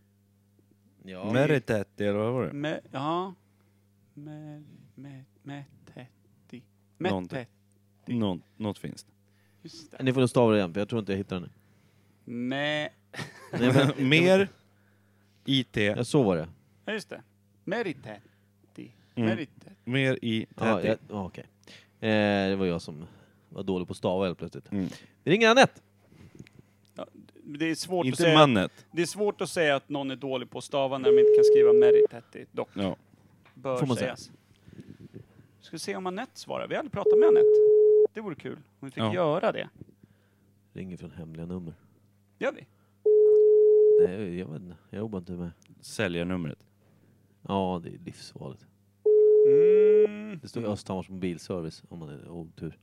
Ja. Meritetti, eller vad var det? med ja. Med... Med... Med... Tetti. Någonting. Med... Nå, något finns det. Just det. Ni får nog stava det igen, för jag tror inte jag hittar henne. Med... Nej, men, Mer I T. ja, så var det. Ja, just det. Meritetti. Mm. Meritetti. Mer I Ja, T. ja, ja, okej. Eh, det var jag som var dålig på att stava helt plötsligt. Mm. Vi ringer Annette. Ja, det är svårt att Inte säga... mannet. Det är svårt att säga att någon är dålig på att stava när de inte kan skriva Meritetti. Dock. Ja. Bör Får man sägas. Ska se om Annette svarar. Vi hade pratat med Annette. Det vore kul om vi fick Ja. göra det. Ringer från hemliga nummer. Gör vi? Nej, jag vet inte. Jag jobbar inte med. Säljarnumret. Ja, det är livsfarligt. Mm. Det står Östhammars mobilservice om man är otur.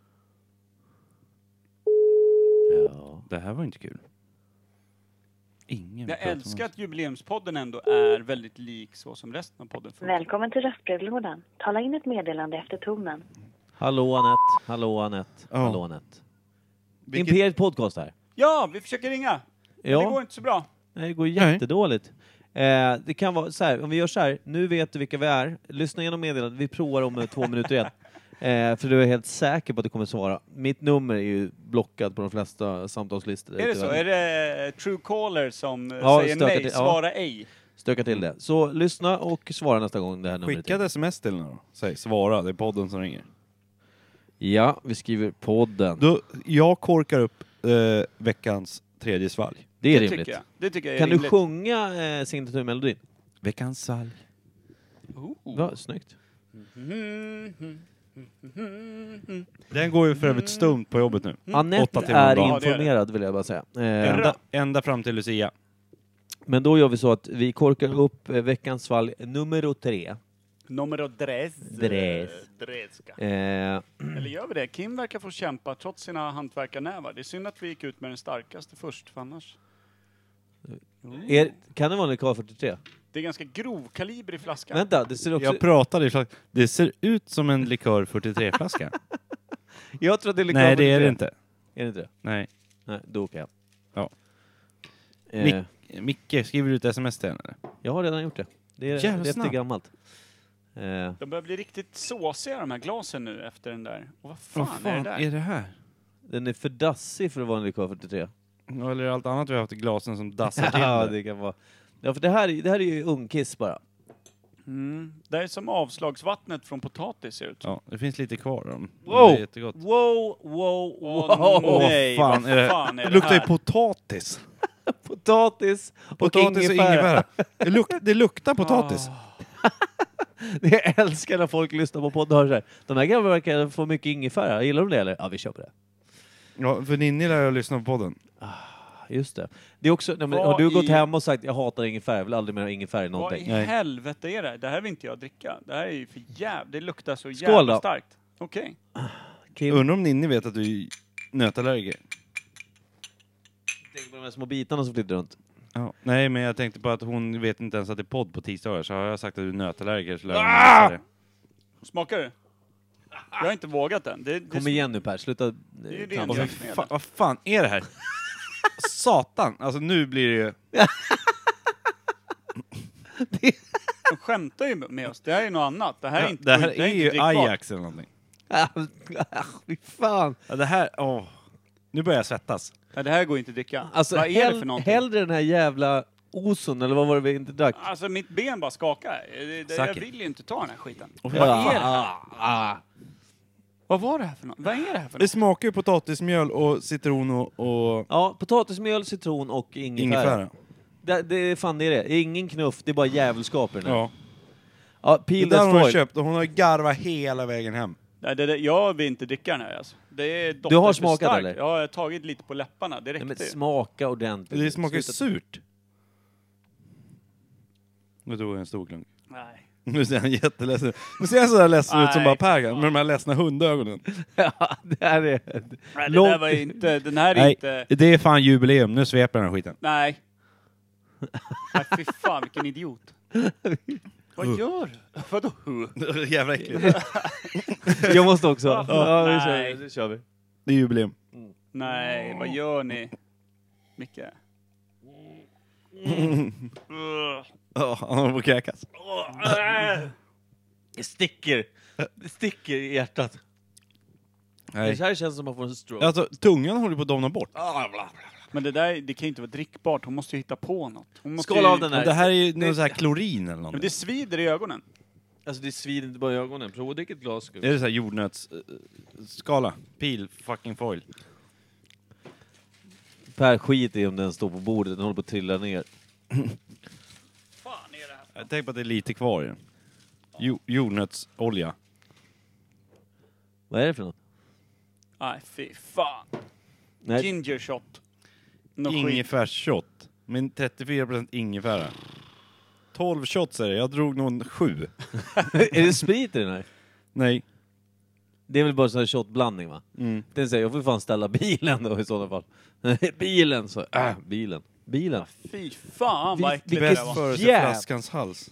Ja. Det här var inte kul. Ingen Jag pratar om älskar oss. att jubileumspodden ändå är väldigt lik så som resten av podden funkar. Välkommen till röstbrevlådan. Tala in ett meddelande efter tonen. Hallå Annette, hallå Annette, Ja. hallå Annette. Vilket- Imperiet podcast här. Ja, vi försöker ringa. Men Ja. det går inte så bra. Nej, det går jättedåligt. Eh, det kan vara så här, om vi gör så här, nu vet du vilka vi är. Lyssna igenom meddelandet, vi provar om eh, två minuter igen. Eh, för du är helt säker på att du kommer svara. Mitt nummer är ju blockat på de flesta samtalslistor. Är det så? Är det Truecaller som Ja, säger stökar nej, till- ja. svara ej? Stöka till det. Så lyssna och svara nästa gång det här numret. Skicka ett sms till den då. Säg svara, det är podden som ringer. Ja, vi skriver podden. Då, jag korkar upp eh, veckans tredje svalg. Det är Det rimligt. tycker jag. Det tycker jag är Kan rimligt. du sjunga eh, signaturmelodin? Veckans svalg. Oh. Va, snyggt. Den går ju för övrigt stumt på jobbet nu. Anette Åtta timmar är om dagen. informerad vill jag bara säga. Eh, Ända, ända fram till Lucia. men då gör vi så att vi korkar upp eh, veckans svalg nummer tre. Numero tres. Dres. Dreska. Eh, Eller gör vi det? Kim verkar få kämpa trots sina hantverkarnävar. Det är synd att vi gick ut med den starkaste först, för annars... er, kan det vara en likör fyrtiotre? Det är ganska grov kaliber i flaskan. Vänta, det ser också... Jag pratade i flask. Det ser ut som en likör fyrtiotre-flaska. Jag tror att det är likör Nej, det är det fyrtiotre. inte. Är det inte det? Nej. Nej, då åker jag. Ja. Eh, Mic- Micke, skriver du ett sms till henne? eller? jag har redan gjort det. Det är, Jävla det är snabbt. efter gammalt. Eh, De börjar bli riktigt såsiga de här glasen nu efter den där. Och vad fan, Vad fan är det där? är det här? den är för dassig för att vara en likör fyrtiotre. Ja, eller allt annat vi har haft i glasen som dassar till Ja, det. det kan vara. Ja, för det här, det här är ju ungkiss bara. Mm. Det är som avslagsvattnet från potatis ser ut som. Ja, det finns lite kvar av dem. Wow! Det är jättegott. Wow, wow, wow. Åh, nej, Vad fan vad är det? fan är det det luktar ju här? potatis. Potatis och Potatis och ingefära. ingefära. Det, luk- det luktar potatis. Jag älskar när folk lyssnar på podd och hör så här. De här grabbarna verkar få mycket ingefära. Gillar de det eller? Ja, vi köper det. Ja, för Ninni lär jag lyssna på podden. Just det. Det är också, nej, men, Vad har du gått i- hem och sagt jag hatar ingefära, jag vill aldrig mer ha ingefära i Vad någonting? i Nej. helvete är det? Det här vill inte jag dricka. Det här är ju för jävla... Det luktar så Skål jävla då. starkt. Okej. Kim, Undrar om Ninni vet att du är nötallergiker. tänk på de här små bitarna som flyter runt. Ja. Nej, men jag tänkte på att hon vet inte ens att det är podd på tisdagar, så har jag sagt att du är nötallergiker så lär hon Ah! läsa det. Smakar det? Jag har inte vågat den. Det, det Kom igen nu Per, sluta. är ju eh, det tramsa. Och jag- för fan, vad fan är det här? Satan! Alltså nu blir det ju... De skämtar ju med oss. Det här är något annat. Det här är Ja, inte... det här inte är ju drickbart. Ajax eller någonting. Fy fan. Ja, det här... Åh. Nu börjar jag svettas. Nej, det här går inte att dricka. Alltså, vad är det hell, för någonting? hellre den här jävla oson, eller vad var det vi inte drack? Alltså mitt ben bara skakar. Det, det, jag Sake. vill ju inte ta den här skiten. Och Vad vad är det här? Ah, ah. Vad var det här för något? Vad är det här för Det något? smakar ju potatismjöl och citron och, och Ja, potatismjöl, citron och ingefära. ingefära. Det, det är fan det är det. Det är ingen knuff, det är bara jävelskap i den här. Ja. Ja, Det peel där hon har destroy. köpt och hon har garvat hela vägen hem. Nej, det, det, jag vill inte dricka den här alltså. Det är Du har för smakat, starkt. eller? Ja, jag har tagit lite på läpparna. Det Nej, räckte men ju. smaka ordentligt. Det smakar ju Sluta- surt. Nu tog jag en stor klunk. Nej. Nu ser han jätteledsen ut. Nu ser han så där ledsen ut som Nej. bara Per med de här ledsna hundögonen. Ja, det här är... Nej, det Långt- där var inte... Den här är Nej, inte... det är fan jubileum. Nu sveper den här skiten. Nej. Nej, fy fan vilken idiot. Vad gör du? Vadå? Jävla äckligt. Jag måste också. Ja, vi Nej. kör, det kör vi. Det är jubileum. Nej, vad gör ni? Micke? Ja, han håller på att kräkas. Det sticker. Det sticker i hjärtat. Nej. Det här känns som att man får en stroke. Alltså, tungan håller på att domna bort. Men det där, det kan ju inte vara drickbart. Hon måste ju hitta på något. Hon måste Skål ju... av den Men här. det här är ju någon sån här klorin eller Men något. det svider i ögonen. Alltså det svider inte bara i ögonen. Prova att dricka ett glas. Är det så här jordnötsskala? Pil, fucking foil. Per skit i om den står på bordet. Den håller på att trilla ner. Fan är det här? Jag tänker på att det är lite kvar i den. Jo, jordnötsolja. Vad är det för något? Nej, fy fan. Nej. Ginger shot. Nå skit. Ingefärsshot. Med trettiofyra procent ingefära. tolv shots är det. Jag drog nog sju. Är det sprit i den här? Nej. Det är väl bara sån här shotblandning va? Mm. Den säger jag får fan ställa bilen då i sådana fall. bilen så. Äh, bilen. Bilen. Fy fan vad Vi- äckligt det vilket där var. Före sig jäv- flaskans hals.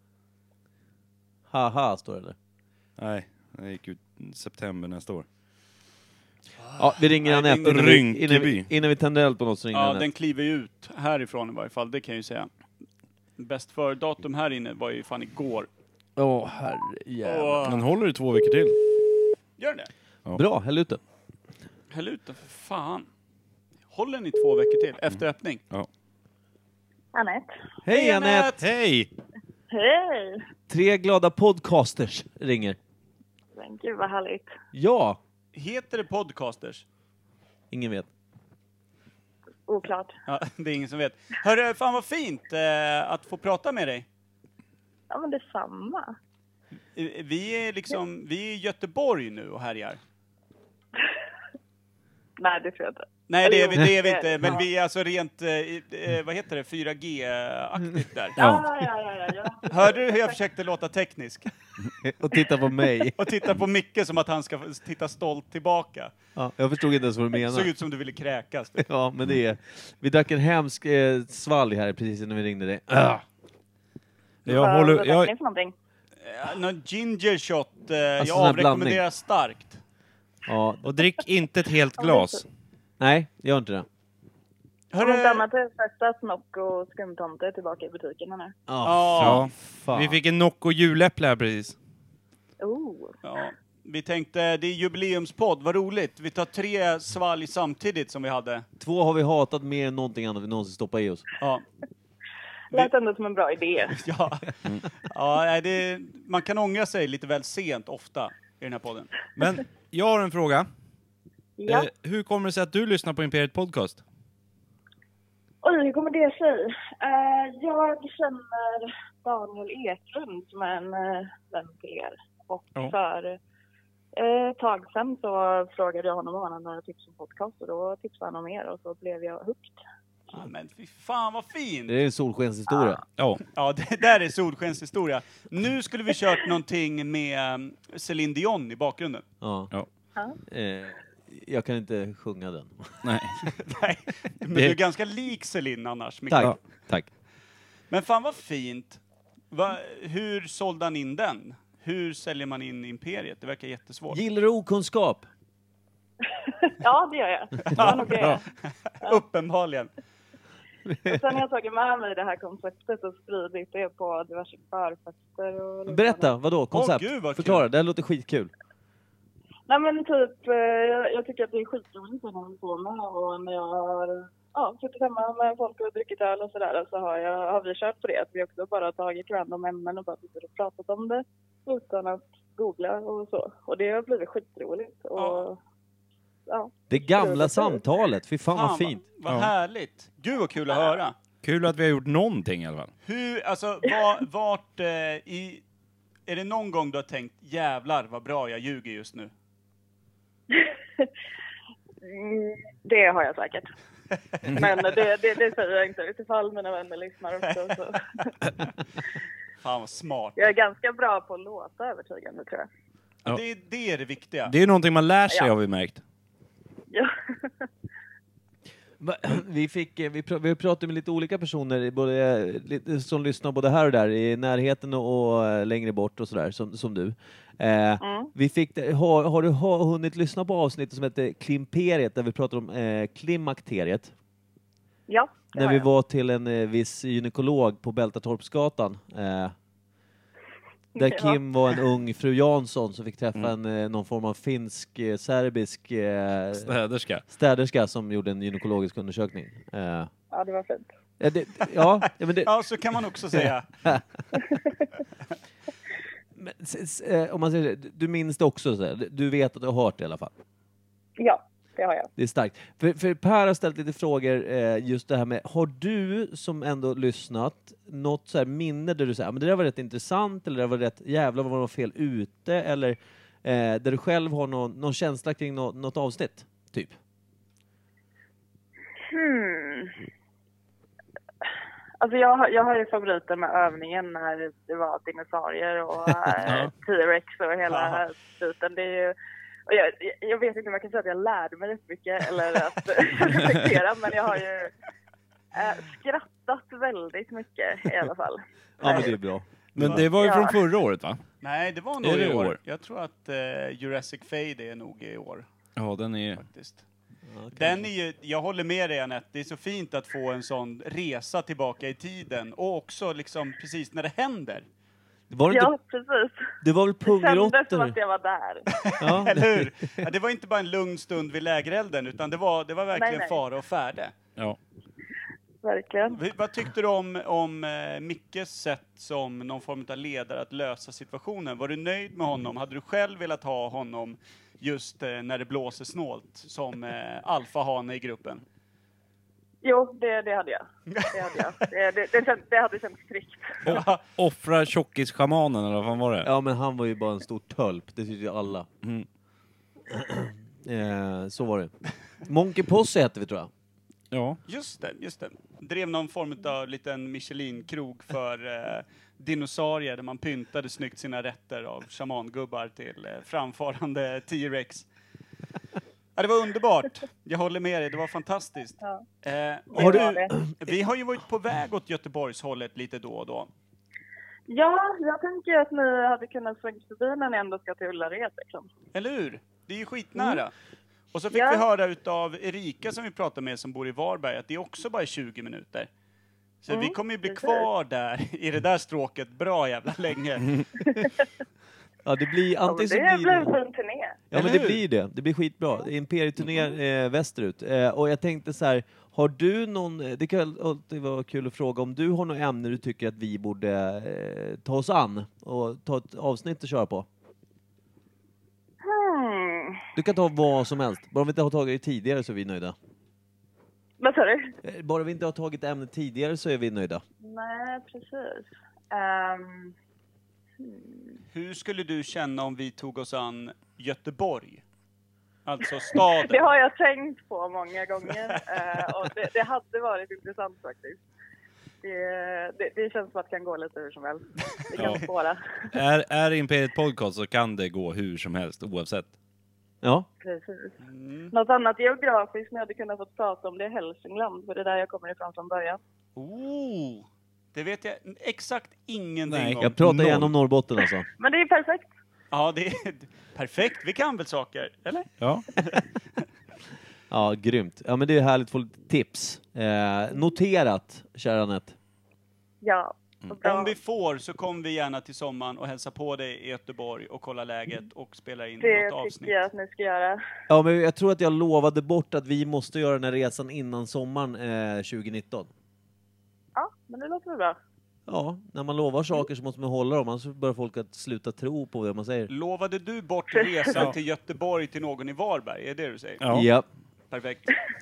Haha står det där. Nej, det gick ut i september nästa år. Ja, vi ringer Nej, Anette det är innan, vi- Rinkeby. innan, vi- innan vi tänder eld på något så ringer Ja, Anette. den kliver ju ut härifrån i varje fall. Det kan jag ju säga. Bäst för datum här inne var ju fan igår. Åh, herre jävlar. Åh. Den håller i två veckor till. Gör det? Ja. Bra, häll ut den. Häll ut den för fan. Håller ni två veckor till efter öppning? Ja. Anette. Hej Anette! Hej! Hej! Tre glada podcasters ringer. Men gud vad härligt. Ja! Heter det podcasters? Ingen vet. Oklart. Ja, det är ingen som vet. Hörru, fan vad fint eh, att få prata med dig. Ja, men det är samma. Vi är liksom, vi är i Göteborg nu och härjar. Nej, det tror jag inte. Nej, det är vi, det är vi inte. Men vi är alltså rent, eh, vad heter det, fyra G-aktigt där. Ja, ja, ja, ja, ja. Hörde du hur jag försökte låta teknisk? Och titta på mig. Och titta på Micke som att han ska titta stolt tillbaka. Ja, jag förstod inte ens vad du menar. Såg ut som du ville kräkas. Ja, men det är... Vi drack en hemsk eh, svalg här precis innan vi ringde dig. Ah. Jag Vad håller... drack Jag, ni för någonting? Eh, Någon ginger shot. Eh, Alltså jag sån här avrekommenderar blandning. starkt. Ja, och drick inte ett helt glas. nej, gör inte det. Om inte Hörru, annat är festa snock och skumtomte tillbaka i butikerna nu. Ja, Ja. fan. Vi fick en Nocco juläpple här precis. Oh. ja, vi tänkte, det är jubileumspodd, vad roligt. Vi tar tre svalg samtidigt som vi hade. Två har vi hatat mer än någonting annat vi någonsin stoppat i oss. Ja. Lät ändå som en bra idé. Ja, ja nej, det, man kan ångra sig lite väl sent ofta i den här podden. Men jag har en fråga. Ja. Eh, hur kommer det sig att du lyssnar på Imperiet Podcast? Oj, hur kommer det sig? Uh, jag känner Daniel Eklund som är en uh, vän till er. Och Ja. för uh, ett tag sedan så frågade jag honom om han hade några tips om podcast. Och då tipsade han om er och så blev jag hooked. Ja, men fy fan vad fint! Det är en solskenshistoria. Ja. Ja, det där är solskenshistoria. Nu skulle vi kört någonting med um, Céline Dion i bakgrunden. Ja. Ja. Eh, jag kan inte sjunga den. Nej. Nej, men du är ganska lik Céline annars. Micke. Tack. Ja. Tack. Men fan vad fint. Va, hur sålde han in den? Hur säljer man in Imperiet? Det verkar jättesvårt. Gillar du okunskap? Ja, det gör jag. Det var nog det. Uppenbarligen. Och sen har jag tagit med mig det här konceptet och spridit det på diverse förfester och liknande. Berätta, vadå? Koncept? Åh, gud, vad kul. Förklara, det här låter skitkul. Nej men typ, eh, jag, jag tycker att det är skitroligt att hålla på med och när jag har ja, suttit hemma med folk och druckit öl och sådär så har, jag, har vi kört på det. Att vi också bara tagit random ämnen och bara suttit och pratat om det utan att googla och så. Och det har blivit skitroligt. Och, Ja. ja. Det gamla samtalet, fy fan, Fan vad fint. Vad, vad Ja. härligt. Gud vad kul att höra. Kul att vi har gjort någonting i alla fall. Hur, alltså, var, vart eh, i... Är det någon gång du har tänkt, jävlar vad bra jag ljuger just nu? Mm, det har jag säkert. Men det, det, det säger jag inte utifall mina vänner lyssnar också. Så. Fan vad smart. Jag är ganska bra på att låta övertygande tror jag. Ja. Det, det är det viktiga. Det är någonting man lär sig Ja. har vi märkt. Ja. Va- Vi, fick, eh, vi, pr- vi pratade med lite olika personer både, lite, som lyssnar både här och där, i närheten och, och eh, längre bort och sådär, som, som du. Eh, Mm. vi fick, det- har, har du ha, hunnit lyssna på avsnittet som heter Klimperiet, där vi pratade om eh, klimakteriet? Ja, det När har vi jag. var till en eh, viss gynekolog på Bältatorpsgatan. Eh, där Ja. Kim var en ung fru Jansson som fick träffa Mm. en, eh, någon form av finsk, eh, serbisk eh, Städerska. städerska som gjorde en gynekologisk undersökning. Eh, Ja, det var fint. ja, det, ja, ja, men det, Ja, så kan man också säga. men, s- s- eh, om man säger så, du minns det också, så här, du vet att du har hört det i alla fall. Ja, det har jag. Det är starkt. För, för Per har ställt lite frågor eh, just det här med, har du som ändå lyssnat något så här minne där du säger, men det där var rätt intressant, eller det där var rätt, jävlar vad var fel ute, eller eh, där du själv har någon, någon känsla kring något, något avsnitt, typ? Hmm. Alltså jag, har- jag har ju favoriter med övningen när det var dinosaurier och äh, T-Rex och hela biten. Det är ju, och jag, jag vet inte om jag kan säga att jag lärde mig rätt mycket eller att reflektera, men jag har ju äh, skrattat väldigt mycket i alla fall. Ja, men det är bra. Men det var ju Ja. från förra året va? Nej, det var nog Är det i i år. år? Jag tror att eh, Jurassic Fade är nog i år. Ja, den är... Faktiskt. Den är ju, jag håller med dig Anette, det är så fint att få en sån resa tillbaka i tiden och också liksom precis när det händer. Var det Ja, inte, precis. det var väl Det kändes som pungråttor? att jag var där. Ja. Eller hur? Ja, det var inte bara en lugn stund vid lägerelden, utan det var, det var verkligen Nej, nej. fara och färde. Ja. Verkligen. V- Vad tyckte du om, om eh, Mickes sätt som någon form av ledare att lösa situationen? Var du nöjd med honom? Hade du själv velat ha honom just eh, när det blåser snålt som eh, alfahane i gruppen? Jo, det, det hade jag. Det hade jag. Det, det, det, känd, det hade känts tryggt. O- offra tjockis-schamanen eller vad fan var det? Ja, men han var ju bara en stor tölp. Det tyckte ju alla. Mm. eh, så var det. Monkey Posse hette vi, tror jag. Ja. Just det, just det. Drev någon form av liten Michelin-krog för eh, dinosaurier där man pyntade snyggt sina rätter av shamangubbar till eh, framfarande T-Rex. Ja, det var underbart. Jag håller med dig, det var fantastiskt. Ja. Eh, Har du- du, vi har ju varit på väg åt Göteborgshållet lite då och då. Ja, jag tänker att ni hade kunnat svänga förbi när ni ändå ska till Ullared. Liksom. Eller hur? Det är ju skitnära. Mm. Och så fick Ja. vi höra utav Erika som vi pratade med som bor i Varberg att det är också bara tjugo minuter. Så Mm, vi kommer ju bli precis. kvar där i det där stråket bra jävla länge. Ja, det blir Ja, men antingen så det blir blev det... en fin turné. Ja, men Eller det hur? blir det. Det blir skitbra. Imperieturné eh, västerut. Eh, och jag tänkte så här, har du någon... Det kan alltid vara kul att fråga om du har något ämne du tycker att vi borde eh, ta oss an och ta ett avsnitt och köra på. Hmm. Du kan ta vad som helst. Bara vi inte har tagit det tidigare så är vi nöjda. Vad sa du? Eh, Bara vi inte har tagit ämnet tidigare så är vi nöjda. Nej, precis. Um, Hur skulle du känna om vi tog oss an Göteborg? Alltså staden. det har jag tänkt på många gånger. eh, och det, det hade varit intressant faktiskt. Det, det, det känns som att det kan gå lite hur som helst. Det kan Ja. spåra. Är, är Imperiet Podcast så kan det gå hur som helst oavsett. Ja. Precis. Mm. Något annat geografiskt ni hade kunnat få prata om det är Hälsingland. För det är där jag kommer ifrån från början. Oh, det vet jag exakt ingenting Nej, om. Jag pratar Noll. gärna om Norrbotten alltså. Men det är perfekt. Ja, det är perfekt. Vi kan väl saker, eller? Ja. Ja, grymt. Ja, men det är härligt att få lite tips. Eh, noterat, kära Anette. Ja. och bra. Om vi får så kommer vi gärna till sommaren och hälsa på dig i Göteborg och kolla läget och spela in Det något tycker avsnitt. jag att ni ska göra. Ja, men jag tror att jag lovade bort att vi måste göra den här resan innan sommaren eh, tjugonitton. Ja, men det låter väl bra. Ja, när man lovar saker så måste man hålla dem, annars börjar folk att sluta tro på det man säger. Lovade du bort resan till Göteborg till någon i Varberg? Är det du säger? Ja. Ja. Perfekt.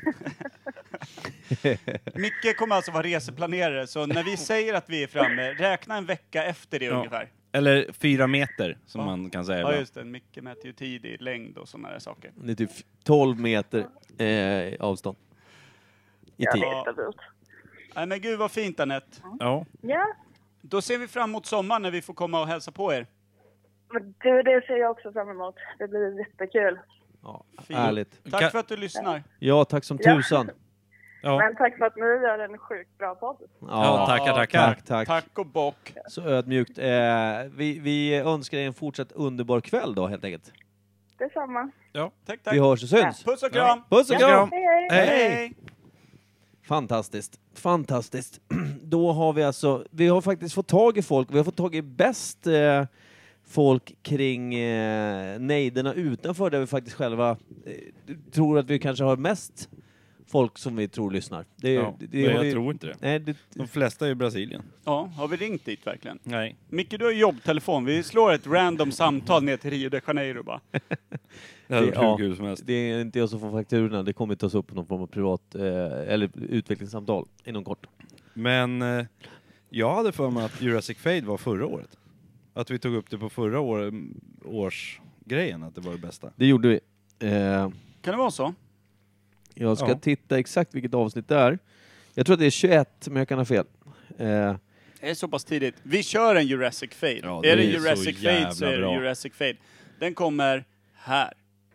Micke kommer alltså vara reseplanerare, så när vi säger att vi är framme, räkna en vecka efter det Ja. ungefär. Eller fyra meter som Ja. man kan säga. Ja, ibland. just det. Micke mäter ju tid i längd och sådana där saker. Det är typ tolv meter eh, avstånd. I Ja, tid. det är stabilt. Nej, men gud vad fint, Anette. Ja. Ja, Då ser vi fram emot sommaren när vi får komma och hälsa på er. men du, det ser jag också fram emot. Det blir jättekul. Ja, Fint. ärligt. Tack Kan- för att du lyssnar. Ja, tack som Ja. tusan. Ja. Men tack för att ni gör en sjukt bra podd. Ja, tackar, tackar. Tack, tack. Tack och bock. Så ödmjukt. Eh, vi, vi önskar er en fortsatt underbar kväll då, helt enkelt. Detsamma. Tack, tack. Vi hörs och syns. Puss och kram. Puss och Ja. kram! Hej, hej. Hej. Hej. Fantastiskt. Fantastiskt. Då har vi alltså, vi har faktiskt fått tag i folk, vi har fått tag i bäst eh, folk kring eh, nejderna utanför där vi faktiskt själva eh, tror att vi kanske har mest folk som vi tror lyssnar. Det, Ja, det, men jag har vi- tror inte det. Nej, det, De flesta är i Brasilien. Ja, har vi ringt dit verkligen? Nej. Micke, du har jobbtelefon. Vi slår ett random samtal ner till Rio de Janeiro bara. Det hade Det- varit hur ja. kul som helst. det är inte jag som får fakturorna, det kommer tas upp på någon form av privat eh, eller utvecklingssamtal inom kort. Men eh, jag hade för mig att Jurassic Fade var förra året. Att vi tog upp det på förra år, årsgrejen, att det var det bästa. Det gjorde vi. Eh, Kan det vara så? jag ska Ja. titta exakt vilket avsnitt det är. Jag tror att det är tjugoett, men jag kan ha fel. Eh, Det är så pass tidigt. Vi kör en Jurassic Fade. Ja, det är det är så Jurassic Fade så är det jävla bra. Jurassic Fade. Den kommer här.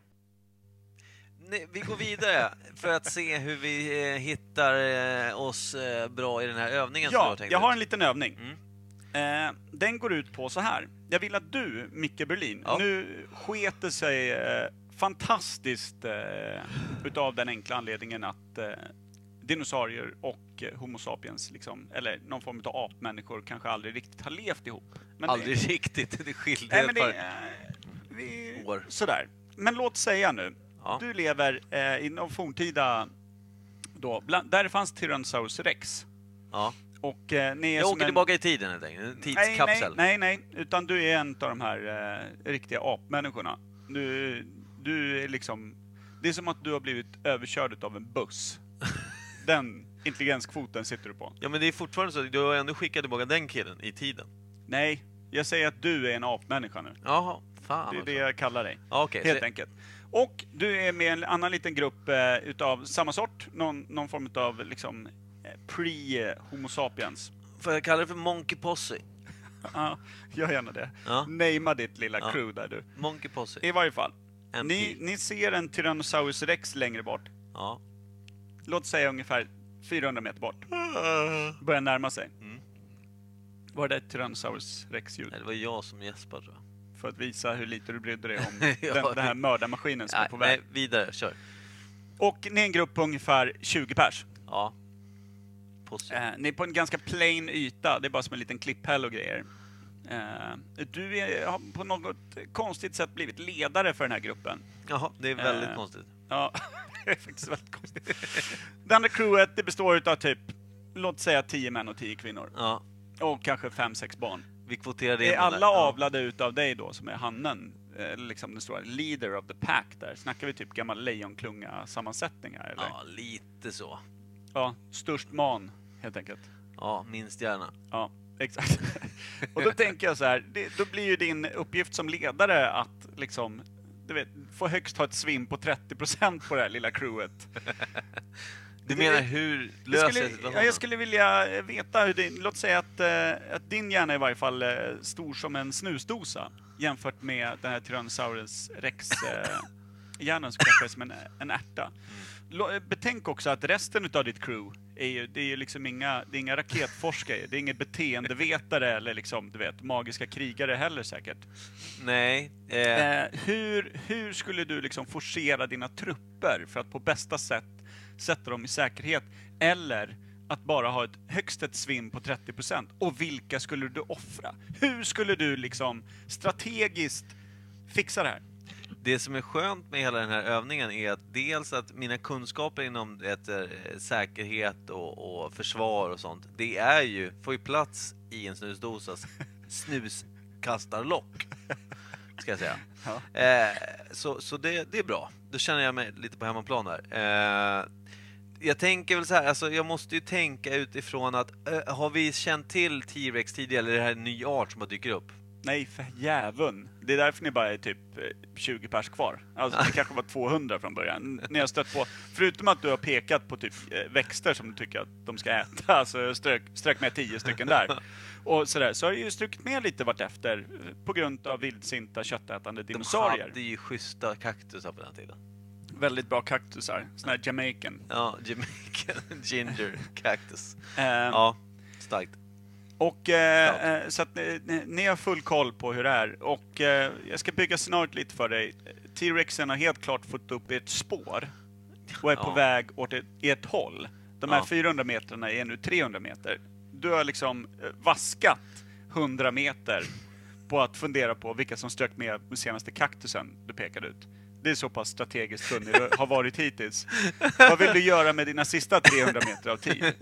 Vi går vidare för att se hur vi eh, hittar eh, oss eh, bra i den här övningen. Ja, som tänkt jag har ut. en liten övning. Eh, den går ut på så här. Jag vill att du, Micke Berlin, Ja. nu sketer sig eh, fantastiskt eh, utav den enkla anledningen att eh, dinosaurier och eh, Homo sapiens, liksom, eller någon form av apmänniskor kanske aldrig riktigt har levt ihop. Men aldrig det, riktigt, det skilde nej, ett men det, par eh, vi, år. Sådär. Men låt säga nu, Ja. du lever eh, i någon forntida, då, bland, där det fanns Tyrannosaurus rex. Ja. Och, eh, ni är Jag som åker en, tillbaka i tiden helt enkelt, en nej, tidskapsel. nej, nej, nej, utan du är en av de här eh, riktiga apmänniskorna. Du, du är liksom, det är som att du har blivit överkörd av en buss. Den intelligenskvoten sitter du på. Ja, men det är fortfarande så, du har ändå skickat tillbaka den killen i tiden. Nej, jag säger att du är en apmänniska nu. Jaha, fan. Det är det jag kallar dig. Ja, okej, Helt så- enkelt. Och du är med en annan liten grupp eh, utav samma sort. Någon, någon form av liksom eh, pre-homo sapiens. Får jag kalla det för Monkey Posse? Ja, gör gärna det. Ja. Namea ditt lilla Ja. crew där du. Monkey Posse. I varje fall. M P. Ni, ni ser en Tyrannosaurus rex längre bort. Ja. Låt säga ungefär fyrahundra meter bort. Börjar närma sig. Mm. Var det ett Tyrannosaurus rex-ljud? Nej, det var jag som gäspade, tror jag. För att visa hur lite du brydde dig om Ja, den, den här mördarmaskinen som nej, är på väg. Nej, vidare, kör. Och ni är en grupp på ungefär tjugo pers. Ja. Posse. Eh, ni är på en ganska plain yta, det är bara som en liten klipphäll och grejer. Eh, du är, har på något konstigt sätt blivit ledare för den här gruppen. Jaha, det är väldigt Eh, konstigt. Ja, det är faktiskt väldigt konstigt. Det andra crewet, det består av typ, låt säga tio män och tio kvinnor. Ja. Och kanske fem, sex barn. Vi kvoterade in Är den alla där. Ja. avlade utav dig då, som är hannen? Eh, liksom den stora leader of the pack där. Snackar vi typ gammal lejonklunga sammansättningar eller? Ja, lite så. Ja, störst man helt enkelt. Ja, minst gärna. Ja, exakt. Och då tänker jag så här, det, då blir ju din uppgift som ledare att liksom, du vet, få högst ha ett svinn på trettio procent på det här lilla crewet. Du Det- menar hur Jag löser skulle, jag situationen? ja, jag skulle vilja veta hur din, låt säga att, eh, att din hjärna är i varje fall eh, stor som en snusdosa jämfört med den här Tyrannosaurus rex eh, hjärnan som kanske är som en, en ärta. Lo- eh, Betänk också att resten utav ditt crew är ju, det är ju liksom inga, det är inga raketforskare, det är inga beteendevetare eller liksom, du vet, magiska krigare heller säkert. Nej. Eh, Eh, hur, hur skulle du liksom forcera dina trupper för att på bästa sätt sätta dem i säkerhet? Eller att bara ha ett högst ett svinn på trettio procent? Och vilka skulle du offra? Hur skulle du liksom strategiskt fixa det här? Det som är skönt med hela den här övningen är att dels att mina kunskaper inom ett, eh, säkerhet och, och försvar och sånt, det är ju, får ju plats i en snusdosas snuskastarlock, ska jag säga. Ja. Eh, så så det, det är bra. Då känner jag mig lite på hemmaplan här. Eh, jag tänker väl så här, alltså jag måste ju tänka utifrån att eh, har vi känt till T-Rex tidigare, eller är det här en ny art som har dyker upp? Nej, för jäveln. Det är därför ni bara är typ eh, tjugo pers kvar. Alltså det kanske var tvåhundra från början. Ni har stött på, förutom att du har pekat på typ eh, växter som du tycker att de ska äta, alltså strök, strök med tio stycken där. Och sådär, så har det ju strukit med lite vartefter eh, på grund av vildsinta köttätande dinosaurier. De hade ju schyssta kaktusar på den tiden. Väldigt bra kaktusar, såna här Jamaican. Ja, Jamaican ginger cactus. Eh, Ja, starkt. Och eh, eh, så att ni, ni- ni har full koll på hur det är. Och eh, jag ska bygga scenariot lite för dig. T-Rexen har helt klart fått upp ett spår och är på Ja. väg åt ett, ett håll. De här Ja. fyrahundra metrarna är nu trehundra meter. Du har liksom eh, vaskat hundra meter på att fundera på vilka som strök med den senaste kaktusen du pekade ut. Det är så pass strategiskt kunnig du har varit hittills. Vad vill du göra med dina sista trehundra meter av tid?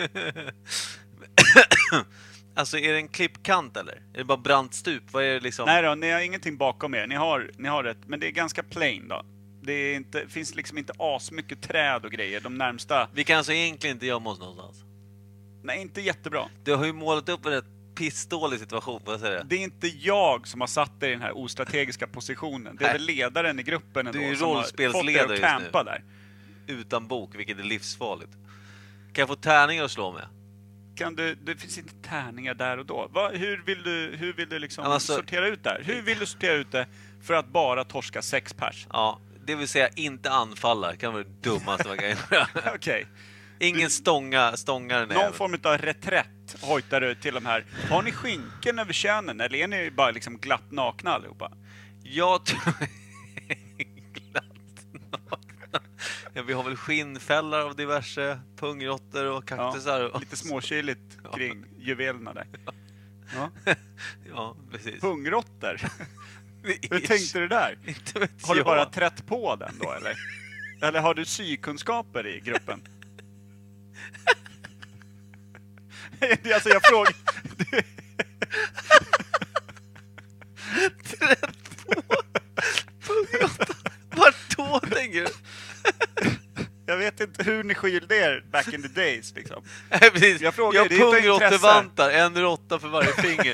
Alltså är det en klippkant eller? Är det bara brant stup? Vad är det liksom? Nej då, ni har ingenting bakom er. Ni har, ni har rätt, men det är ganska plain då. Det är inte, finns liksom inte asmycket träd och grejer. De närmsta... Vi kan alltså egentligen inte gömma oss någonstans. Nej, inte jättebra. Du har ju målat upp en rätt pissdålig situation, vad säger Det är inte jag som har satt dig i den här ostrategiska positionen. Det är Nej. väl ledaren i gruppen ändå Du är ju som har fått dig rollspelsledare att just campa nu. där. Utan bok, vilket är livsfarligt. Kan jag få tärningar att slå med? Kan du, det finns inte tärningar där och då. Va, hur vill du, hur vill du liksom Ja, alltså- sortera ut det här? Hur vill du sortera ut det för att bara torska sex pers? Ja, det vill säga inte anfalla. Det kan vara det dummaste man kan göra. Okej. Ingen stånga, stångar Någon näven. form av reträtt hojtar du till de här. Har ni skynken över könen eller är ni bara liksom glatt nakna allihopa? Jag tror... glatt nakna. Ja, vi har väl skinnfällar av diverse pungrotter och kaktusar. Ja, lite småkyligt kring juvelerna där. Ja, ja precis. Pungrotter. Hur tänkte du där? Har du bara trätt på den då, eller? Eller har du sykunskaper i gruppen? Alltså jag frågar... Trätt på pungrotter? Vart då, tänker du? Jag vet inte hur ni skilde er back in the days, liksom. Nej, precis. Jag frågar, jag pungrottervantar, en råtta för varje finger.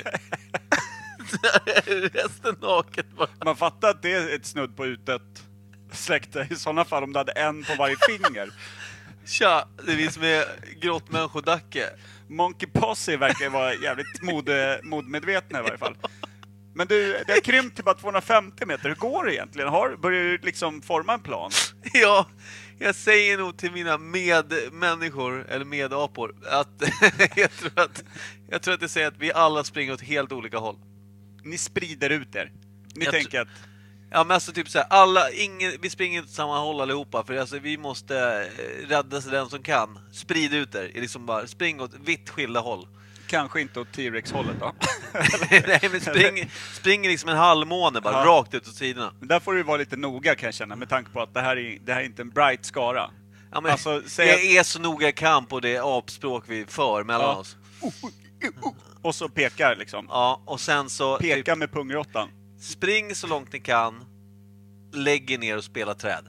Resten naket bara. Man fattar att det är ett snudd på utdött släkte i sådana fall om du hade en på varje finger. Tja, det är vi som är grottmänniskodacke. Monkey Posse verkar vara jävligt mode, modmedvetna i varje fall. Men du, det har krympt till bara tvåhundrafemtio meter. Hur går det egentligen? Har, börjar du liksom forma en plan? Ja, jag säger nog till mina medmänniskor, eller medapor, att jag tror att jag tror att det säger att vi alla springer åt helt olika håll. Ni sprider ut er. Ni jag tänker att... Ja, men alltså typ så här, alla, ingen, vi springer inte åt samma håll allihopa, för alltså vi måste eh, rädda sig den som kan. Sprid ut er, liksom bara spring åt vitt skilda håll. Kanske inte åt T-Rex-hållet då? Nej, men spring, spring liksom en halvmåne bara, ja. rakt ut åt sidorna. Men där får du vara lite noga, kan jag känna, med tanke på att det här är, det här är inte en bright skara. Ja, men alltså, säg jag att... är så noga jag kan på det apspråk vi för mellan ja. oss. Och så pekar liksom. Ja, och sen så... Peka typ, med pungrottan. Spring så långt ni kan. Lägg er ner och spela träd.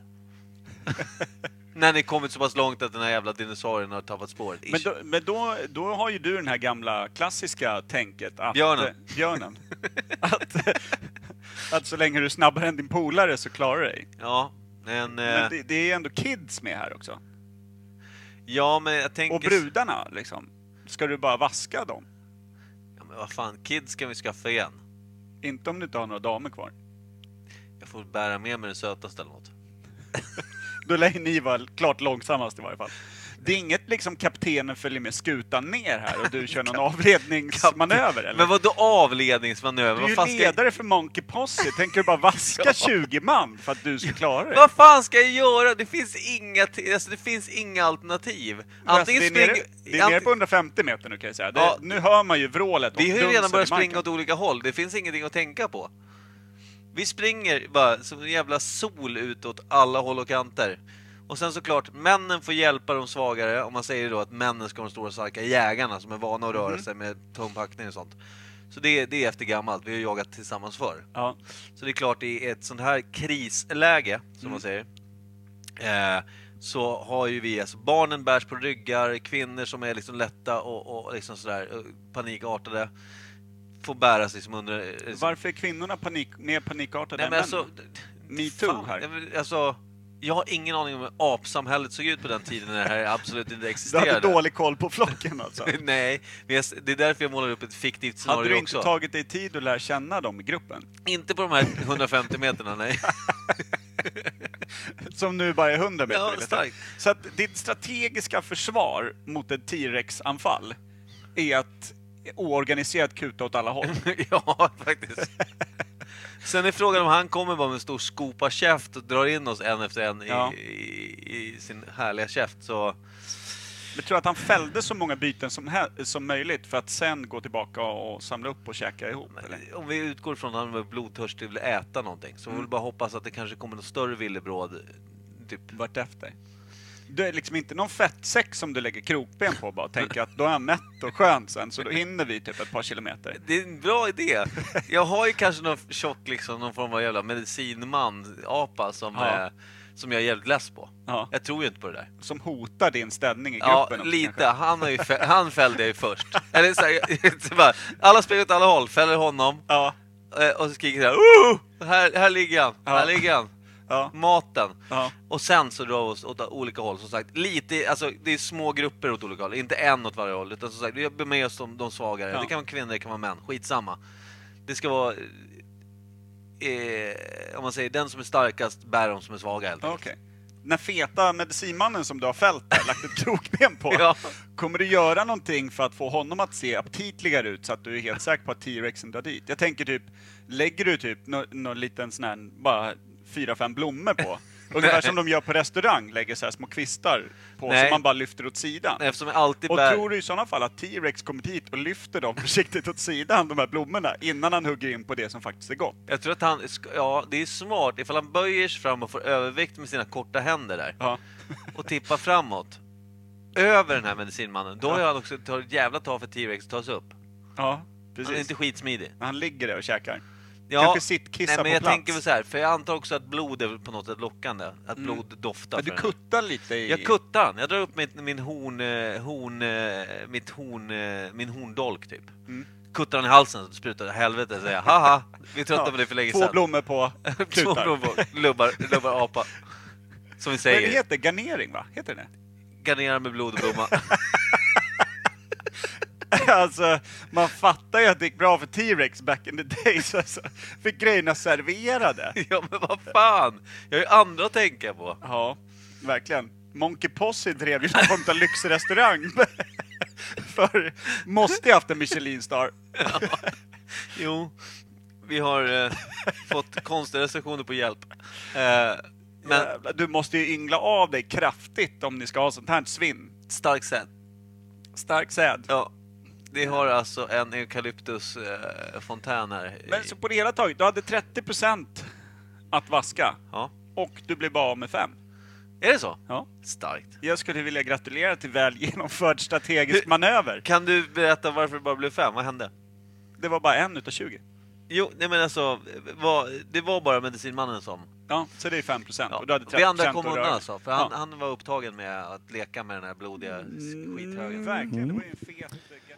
När ni kommit så pass långt att den här jävla dinosaurien har tappat spåret. Men, då, men då, då har ju du den här gamla klassiska tänket att... Björnen. Äh, björnen. att, att så länge du är snabbare än din polare så klarar du dig. Ja, men... Men det, det är ändå kids med här också. Ja, men jag tänker... Och brudarna, liksom. Ska du bara vaska dem? Ja, men vad fan, kids ska vi skaffa igen. Inte om du inte har några damer kvar. Jag får bära med mig det sötaste eller något. Då lär ni vara klart långsammast i varje fall. Det är inget liksom kaptenen följer med skutan ner här och du kör någon avledningsmanöver, eller? Men vad då avledningsmanöver? Du är ju vad fan ledare ska... för Monkey Posse. Tänker du bara vaska ja. tjugo man för att du ska klara det? Vad fan ska jag göra? Det finns inga, t- alltså det finns inga alternativ. Antingen alltså, det är, nere, spring... det är nere på hundrafemtio meter nu, kan jag säga. Det, ja. Nu hör man ju vrålet. Vi har ju redan börjat springa åt olika håll. Det finns ingenting att tänka på. Vi springer bara som en jävla sol utåt alla håll och kanter. Och sen såklart, männen får hjälpa de svagare. Om man säger då att männen ska vara de stora starka jägarna som är vana att röra mm. sig med tung packning och sånt. Så det, det är efter gammalt. Vi har jagat tillsammans för. Ja. Så det är klart, i ett sånt här krisläge, som mm. man säger, eh, så har ju vi, alltså barnen bärs på ryggar, kvinnor som är liksom lätta och, och liksom sådär panikartade får bära sig som under... Varför är kvinnorna panik, mer panikartade Nej, än men alltså, Me too här. Alltså, jag har ingen aning om hur apsamhället såg ut på den tiden när det här absolut inte existerade. Du hade dålig koll på flocken alltså. Nej, men jag, det är därför jag målar upp ett fiktivt scenario också. Hade du inte också tagit dig tid att lära känna dem i gruppen? Inte på de här hundrafemtio meterna, nej. Som nu bara är hundra meter. Ja, starkt. Så att ditt strategiska försvar mot ett T-Rex-anfall är att oorganiserat kuta åt alla håll. Ja, faktiskt. Sen är frågan om han kommer bara med en stor skopa käft och drar in oss en efter en ja. i, i, i sin härliga käft. Så... Jag tror att han fällde så många byten som, he- som möjligt för att sen gå tillbaka och samla upp och käka ihop. Men, eller? Om vi utgår från att han var blodtörstig och vill äta någonting, så mm. vill bara hoppas att det kanske kommer något större villebråd typ vart efter. Du är liksom inte någon fettsäck som du lägger krokben på bara. Tänker att då är han mätt och skön sen, så då hinner vi typ ett par kilometer. Det är en bra idé. Jag har ju kanske någon tjock liksom, någon form av jävla medicinman, apa som, ja. är, som jag är jävligt less på. Ja. Jag tror ju inte på det där. Som hotar din ställning i gruppen. Ja, också, lite. Kanske. Han, har ju fä- han fällde jag ju först. Eller så här, så bara, alla springer åt alla håll, fäller honom. Ja. Och så skriker så här, uh! här, här ligger han, ja. här ligger han. Ja. Maten. Ja. Och sen så drar vi oss åt olika håll, som sagt. Lite, alltså det är små grupper åt olika håll. Inte en åt varje håll, utan som sagt, vi jobbar med oss de, de svagare. Ja. Det kan vara kvinnor, det kan vara män. Skitsamma. Det ska vara eh, om man säger, den som är starkast bär de som är svaga helt enkelt. Okej. När feta medicinmannen som du har fällt där, lagt ett krokben på, ja. kommer du göra någonting för att få honom att se aptitligare ut så att du är helt säker på att T-Rexen drar dit? Jag tänker typ, lägger du typ någon nå liten sån här, bara fyra, fem blommor på, Ungefär som de gör på restaurang, lägger så här små kvistar på Nej. som man bara lyfter åt sidan. Eftersom jag alltid och bär... tror du i sådana fall att T-Rex kommer hit och lyfter dem försiktigt åt sidan, de här blommorna, innan han hugger in på det som faktiskt är gott? Jag tror att han, ja det är smart ifall han böjer sig fram och får övervikt med sina korta händer där. Ja. Och tippar framåt. Över den här medicinmannen. Då har han också tagit jävla tag för T-Rex att ta sig upp. Ja, precis. Han är inte skitsmidig. Han ligger där och käkar. Ja, kanske sittkissa nej, men på jag plats. tänker väl så här, för jag antar också att blod är på något sätt lockande. Att Mm. blod doftar. Ja, du för kuttar lite i... Jag kuttar han. Jag drar upp min, min horn, eh, horn, eh, mitt horn, eh, min horndolk typ. Mm. Kuttar han i halsen så sprutar helvete, säger jag. Haha, vi tröttade Ja, på det för länge två sedan. blommor på Två klutar. blommor på lubbar, lubbar apa. Som vi Men säger. det heter garnering, va? Heter det? Garnera med blod och blomma. Alltså, man fattar ju att det gick bra för T-Rex back in the days. Alltså. Fick grejerna serverade. Ja, men vad fan? Jag har ju andra att tänka på. Ja, verkligen. Monkey Posse drev ju någon form av lyxrestaurang. För måste ju haft en Michelin-star. Ja. Jo, vi har eh, fått konstiga recensioner på hjälp. Eh, men Jävlar, du måste ju yngla av dig kraftigt om ni ska ha sånt här svinn. stark säd. Stark säd. Ja, det har alltså en eukalyptus eh, fontän här. Men så på det hela taget, du hade trettio procent att vaska. Ja. Och du blev bara av med fem. Är det så? Ja. Starkt. Jag skulle vilja gratulera till väl genomförd strategisk manöver. Kan du berätta varför det bara blev fem? Vad hände? Det var bara en utav tjugo. Jo, nej men alltså, var, det var bara medicinmannen som... Ja, så det är fem procent. Ja. Och du hade trettio Vi andra procent kom att undan röra. alltså, för han, Ja. han var upptagen med att leka med den här blodiga skithögen. Verkligen, det var ju en fet...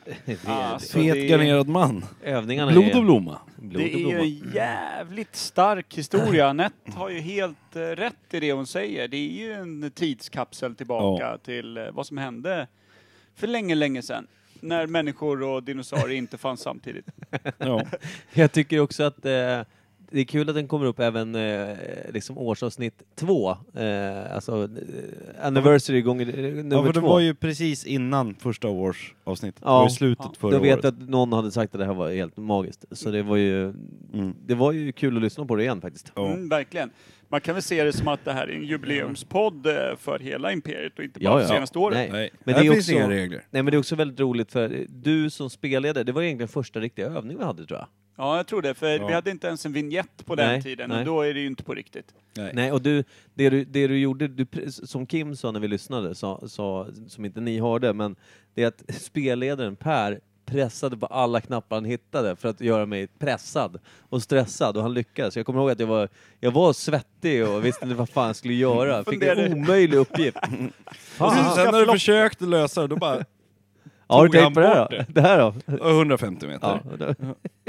Alltså, Fet det... garnerad man. Övningarna Blod är... och blomma. Blod Det och blomma. är ju en jävligt stark historia. Anette har ju helt uh, rätt i det hon säger. Det är ju en tidskapsel tillbaka Ja. till uh, vad som hände för länge, länge sedan. När människor och dinosaurier inte fanns samtidigt. Ja. Jag tycker också att eh, det är kul att den kommer upp även eh, liksom årsavsnitt två. Eh, alltså eh, anniversary gånger eh, nummer Ja, för det två. var ju precis innan första årsavsnittet. Ja. Det var i slutet Ja. förra Då vet året. jag att någon hade sagt att det här var helt magiskt. Så det var ju, Mm. det var ju kul att lyssna på det igen faktiskt. Ja. Mm, verkligen. Man kan väl se det som att det här är en jubileumspodd eh, för hela imperiet och inte bara Ja, för ja. senaste året. Nej. Nej, Men här det är finns också- inga regler. Nej, men det är också väldigt roligt för du som spelledare, det var egentligen första riktiga övning vi hade tror jag. Ja, jag tror det. För Ja. vi hade inte ens en vignett på den Nej, tiden. nej. Och då är det ju inte på riktigt. Nej. Nej, och du, det, du, det du gjorde, du, som Kim sa när vi lyssnade, sa, sa, som inte ni hörde, men det är att spelledaren Per pressade på alla knappar han hittade för att göra mig pressad och stressad, och han lyckades. Jag kommer ihåg att jag var, jag var svettig och visste inte vad fan jag skulle göra. Jag fick en Funderade. omöjlig uppgift. Och Fan. sen när du försökte lösa det, då bara Har du tog han tänkt på det här bort då? det. Det här då? hundrafemtio meter. Ja, då.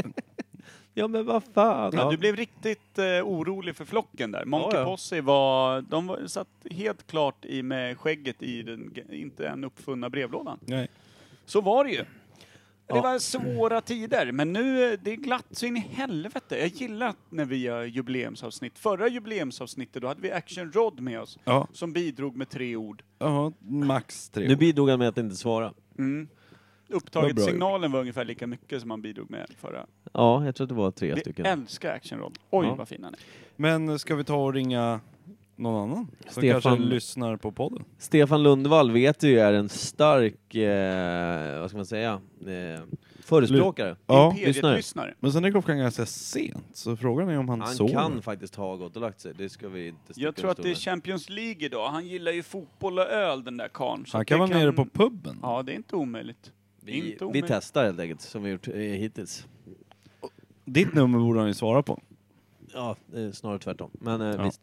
Ja men vad fan. Ja, Ja. du blev riktigt eh, orolig för flocken där. Monkey Ja, ja. Posse var, de var, satt helt klart i med skägget i den ge- inte en uppfunna brevlådan. Nej. Så var det ju. Det Ja. var svåra tider, men nu eh, det är glatt så in i helvete. Jag gillar när vi gör jubileumsavsnitt. Förra jubileumsavsnittet, då hade vi Action Rod med oss, Ja, som bidrog med tre ord. ja, max tre. Nu bidrog han med att inte svara. Mm. Vad Upptaget bra signalen var ungefär lika mycket som han bidrog med förra. Ja, jag tror att det var tre Vi stycken. älskar Action Rod. Oj, Ja. vad fin han är. Men ska vi ta och ringa någon annan som Stefan. kanske lyssnar på podden? Stefan Lundvall vet du är en stark, eh, vad ska man säga, eh, förespråkare. Ja. Imperiet-lyssnare. Men sen är klockan ganska sent, så frågan är om han, Han sover. kan faktiskt ha gått och lagt sig, det ska vi inte sticka Jag tror att det är under. Champions League idag. Han gillar ju fotboll och öl, den där karln. Så Han att kan det vara nere på puben. Ja, det är inte omöjligt. vi, inte vi omöjligt. testar helt enkelt, som vi gjort eh, hittills. Ditt nummer borde han ju svara på. Ja, eh, snarare tvärtom. Men eh, Ja. visst.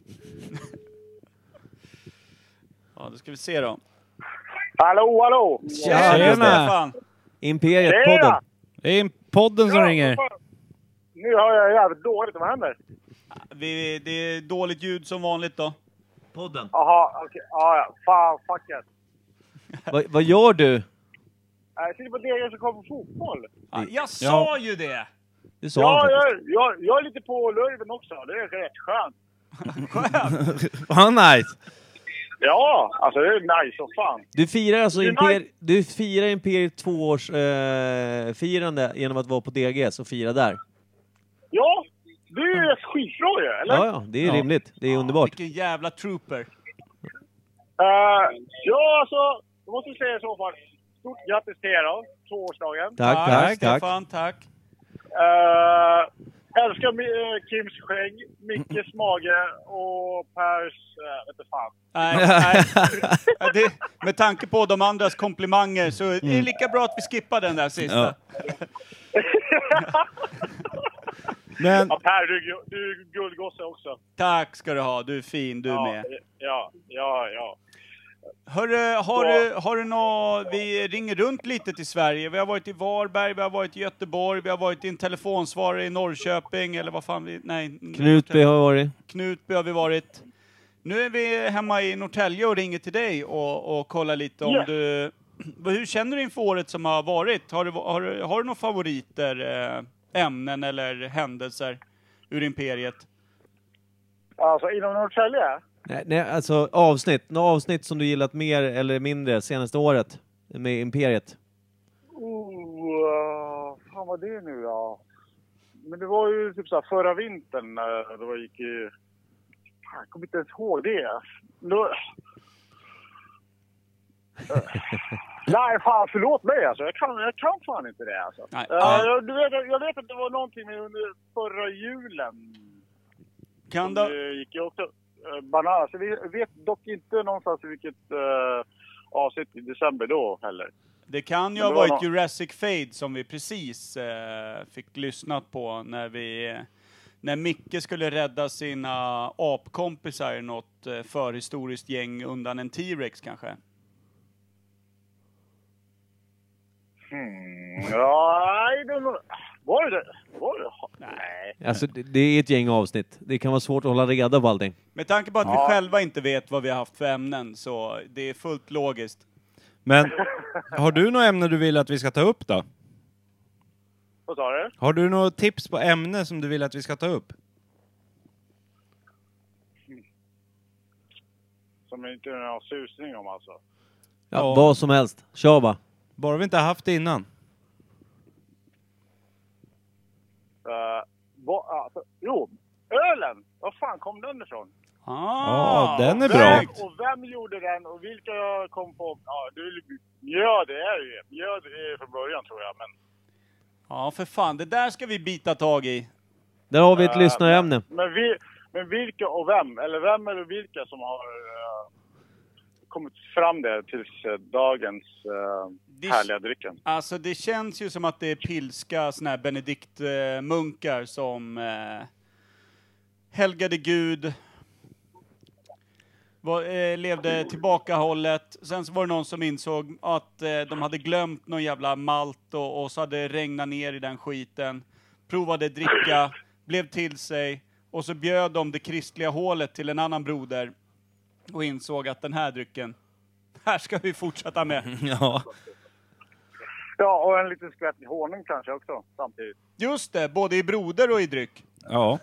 Ja, då ska vi se då. Hallå, hallå! Tjena, Tjena. Stefan! Imperiet-podden. Det är podden som Ja, ringer. vad fan. Nu hör jag jävligt dåligt. Vad händer? Vi, det är dåligt ljud som vanligt då. Podden. Jaha, okej. Ja, ja. Fan, fuck it. Va, vad gör du? Jag sitter på D G som kommer på fotboll. Ja, jag sa ju det! Det sa Ja, han jag, faktiskt. jag, jag är lite på lurven också. Det är rätt skönt. Vad nice! Ja, alltså det är nice som fan. Du firar alltså Det är imper- nice. du firar Imperiet tvåårs eh, firande genom att vara på D G, så fira där. Ja, Det är ju ett skitbra ju, eller? Ja, ja, det är rimligt. Det är underbart. Vilken jävla trooper. Uh, ja, alltså, jag måste säga i så fall. Stort grattis till er då, tvåårsdagen. Tack, tack, tack. Stefan, tack. Uh, älskar uh, Kims skägg, Mickes mage och Pers, uh, vet du fan. Nej, nej. Det, med tanke på de andras komplimanger så är det lika bra att vi skippar den där sista. Ja. Men... Ja, Per, du, du är guldgosse också. Tack ska du ha, du är fin, du ja, med. Ja, ja, ja. Hörru, har, Så. du, har du nå, vi ringer runt lite till Sverige. Vi har varit i Varberg, vi har varit i Göteborg, vi har varit i en telefonsvarare i Norrköping, eller vad fan vi... Nej. Knutby har varit. Knutby har vi varit. Nu är vi hemma i Norrtälje och ringer till dig och, och kollar lite om yes. du... Hur känner du inför året som har varit? Har du, har, du, har du några favoriter, eh, ämnen eller händelser ur Imperiet? Alltså inom Norrtälje? Nej, nej, alltså avsnitt. Några avsnitt som du gillat mer eller mindre senaste året med Imperiet? Oh, uh, fan vad det är nu ja. Men det var ju typ så här förra vintern när det var gick i... Jag kommer inte ens ihåg det. Nå... Nej, fan förlåt mig alltså. Jag kan, jag kan fan inte det alltså. Nej. Uh, jag, du vet, jag vet att det var någonting med under förra julen. Kan det du... gick ju också uh, bananas. Jag vet dock inte någonstans i vilket uh, avsnitt i december då heller. Det kan ju ha varit Jurassic Fade som vi precis eh, fick lyssna på när vi... Eh, när Micke skulle rädda sina apkompisar i något eh, förhistoriskt gäng undan en T-Rex kanske. Hmm, ja, I don't know. Var det var det? Nej. Alltså det, det är ett gäng avsnitt. Det kan vara svårt att hålla reda på allting. Med tanke på att Ja. vi själva inte vet vad vi har haft för ämnen så det är fullt logiskt. Men har du några ämnen du vill att vi ska ta upp då? Vad sa du? Har du några tips på ämnen som du vill att vi ska ta upp? Som jag inte har någon susning om alltså. Ja, Ja. vad som helst. Kör bara. Bara vi inte har haft det innan. Uh, bo, alltså, jo, ölen! Var fan kom den ifrån? Ah, Ja, den är bra. Vem, och vem gjorde den och vilka jag kom på? Ja, det är mjöd, det är ju. Mjöd är från början tror jag, men... Ja, för fan. Det där ska vi bita tag i. Där har vi ett Uh, lyssnarämne. Men, men, vi, men vilka och vem? Eller vem eller vilka som har uh, kommit fram där tills uh, dagens uh, Det- härliga drycken? Alltså det känns ju som att det är pilska såna här Benediktmunkar som eh, helgade Gud, var, eh, levde tillbakahållet. Sen så var det någon som insåg att eh, de hade glömt någon jävla malt och, och så hade det regnat ner i den skiten. Provade dricka, blev till sig och så bjöd de det kristliga hålet till en annan broder och insåg att den här drycken, här ska vi fortsätta med. Ja. Ja, och en liten skvätt honung kanske också samtidigt. Just det, både i broder och i dryck. Ja.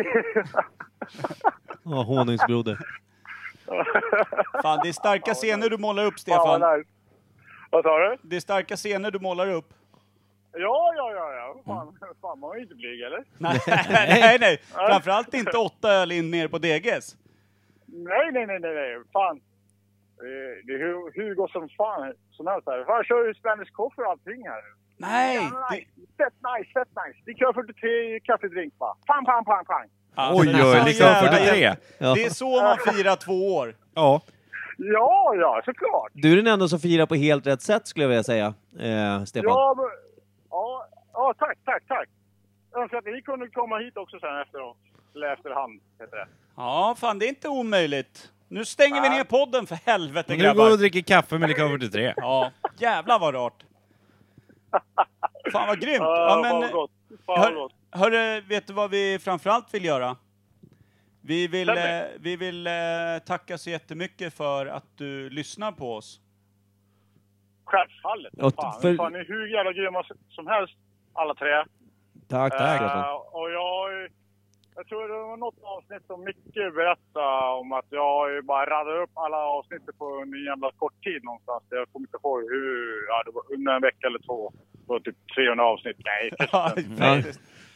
Ja, honungsbroder. Fan, det är starka scener du målar upp, Stefan. Ja, vad sa du? Det är starka scener du målar upp. Ja, ja, ja, ja. Fan, fan man är ju inte blyg, eller? Nej, nej, nej. Framförallt inte åtta öl in ner på Deges. Nej, nej, nej, nej, nej. Fan. Det- Det är hur, hur gott som fan som helst här. Fan, jag kör ju Spanish coffee och allting här. Nej! Ja, nej. Fett nice, fett nice. Det kör fyrtiotre kaffedrink, va? Pang, pang, pang, pang. Alltså, Oj, det är oj, så liksom jävla- fyrtiotre. Ja. Det är så man firar två år. Ja. Ja, ja, såklart. Du är den enda som firar på helt rätt sätt skulle jag vilja säga, eh, Stefan. Ja, men, ja, ja, tack, tack, tack. Jag önskar att ni kunde komma hit också sen efteråt. Eller efterhand, heter det. Ja, fan, det är inte omöjligt. Nu stänger vi ner podden för helvete, Och nu går vi och grabbar. dricker kaffe med likör fyrtiotre. Ja, jävlar vad rart. Fan vad grymt. Ja, Ja, fan men, vad gott. Fan vad hör, gott. hörru, vet du vad vi framförallt vill göra? Vi vill, Stäm eh, mig. vi vill eh, tacka så jättemycket för att du lyssnar på oss. Självfallet. Och Fan, för- fan, ni är hur jävla grymma som helst, alla tre. Tack, tack. Eh, Stefan. och jag, jag tror det var något avsnitt som Micke berättade om att jag har ju bara radat upp alla avsnitt på en jävla kort tid någonstans. Jag kommer inte ihåg hur, ja det var under en vecka eller två. Det var typ trehundra avsnitt. Nej, Ja, förresten. faktiskt.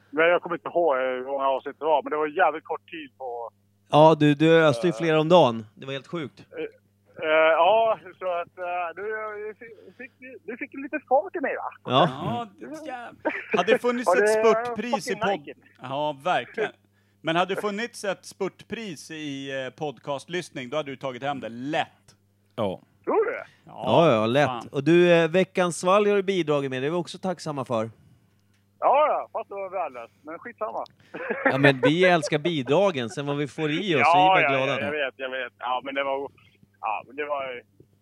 Men jag kommer inte ihåg hur många avsnitt det var, men det var jävligt kort tid på... Ja, du, du öste ju flera om dagen. Det var helt sjukt. Uh, uh, ja, så att uh, du, du, fick, du fick lite fart i mig, va? Ja. Ja, det, hade det funnits ett spurtpris i podd... Ja, verkligen. Men hade det funnits ett spurtpris i eh, podcastlyssning, då hade du tagit hem det lätt. Ja. Tror du det? Ja, ja, lätt. fan. Och du, eh, veckans svalg har du bidragit med. Det är vi också tacksamma för. Ja, ja, fast det var värdelöst. Men skitsamma. Ja, men vi älskar bidragen. Sen vad vi får i oss, ja, så är vi ja, glada. Ja, jag vet, jag vet. Ja, men det var... Ja, men det var...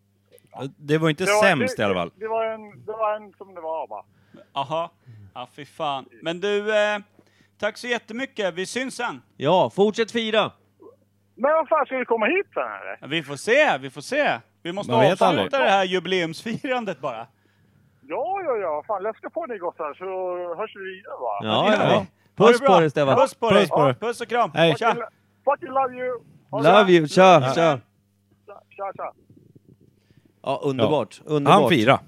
Det var inte det var, sämst det, i alla fall. Det, det, var en, det var en som det var, va? Aha. Ja, fy fan. Men du, eh, tack så jättemycket. Vi syns sen. Ja, fortsätt fira. Men vad fan, ska vi komma hit sen, eller? Ja, vi får se, vi får se. Vi måste Man vet aldrig. avsluta det här jubileumsfirandet bara. Ja, ja, ja. Fan, läska på ni gossar, så hörs vi vidare, va? Ja, ja, ja. Ha Puss det bra. på dig, Stefan. Puss på dig. Puss på dig. Puss och kram. Hej. Tja. Fucking love you. Ha det Love bra. you. Tja, tja. Tja, tja. Ja, underbart. Ja. Underbart. Han fira.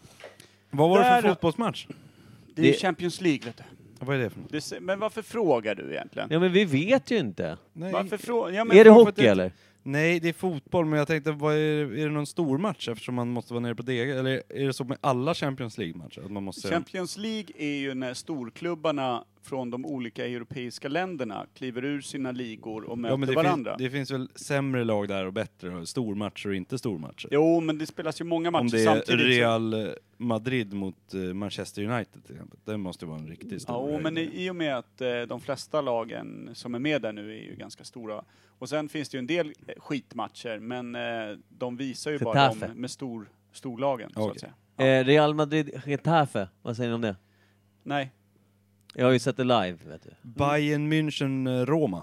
Vad var det Där- för fotbollsmatch? Det är ju Det- Champions League, vet du. Vad är det för något? Det, se- men varför frågar du egentligen? Ja, men vi vet ju inte. Nej. Varför frågar... Ja, men Är det för att hockey det- eller? Nej, det är fotboll, men jag tänkte, vad är, det, är det någon stor match eftersom man måste vara nere på det? Eller är det så med alla Champions League-matcher? Att man måste se dem? Champions League är ju när storklubbarna från de olika europeiska länderna kliver ur sina ligor och möter Ja, men det, varandra. finns, det finns väl sämre lag där och bättre, och stormatcher och inte stormatcher? Jo, men det spelas ju många matcher Om det är samtidigt. så- Real Madrid mot eh, Manchester United till exempel, det måste vara en riktigt stor Ja, grej. men i, i och med att eh, de flesta lagen som är med där nu är ju ganska stora. Och sen finns det ju en del eh, skitmatcher, men eh, de visar ju bara Getafe. dem med stor, storlagen, så att Okej. säga. Eh, Real Madrid, Getafe. Vad säger ni om det? Nej. Jag har ju sett det live, vet du. Bayern München, eh, Roma.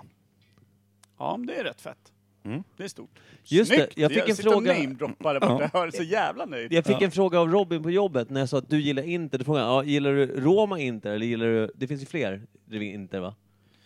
Ja, men det är rätt fett. Mm. Det är stort. Just det, Snyggt! jag fick en sitter fråga- och namedroppar där borta. Jag är så jävla nöjd. Jag fick Ja. en fråga av Robin på jobbet när jag sa att du gillar Inter. Då frågade han, ja, gillar du Roma Inter eller gillar du... Det finns ju fler Inter, va?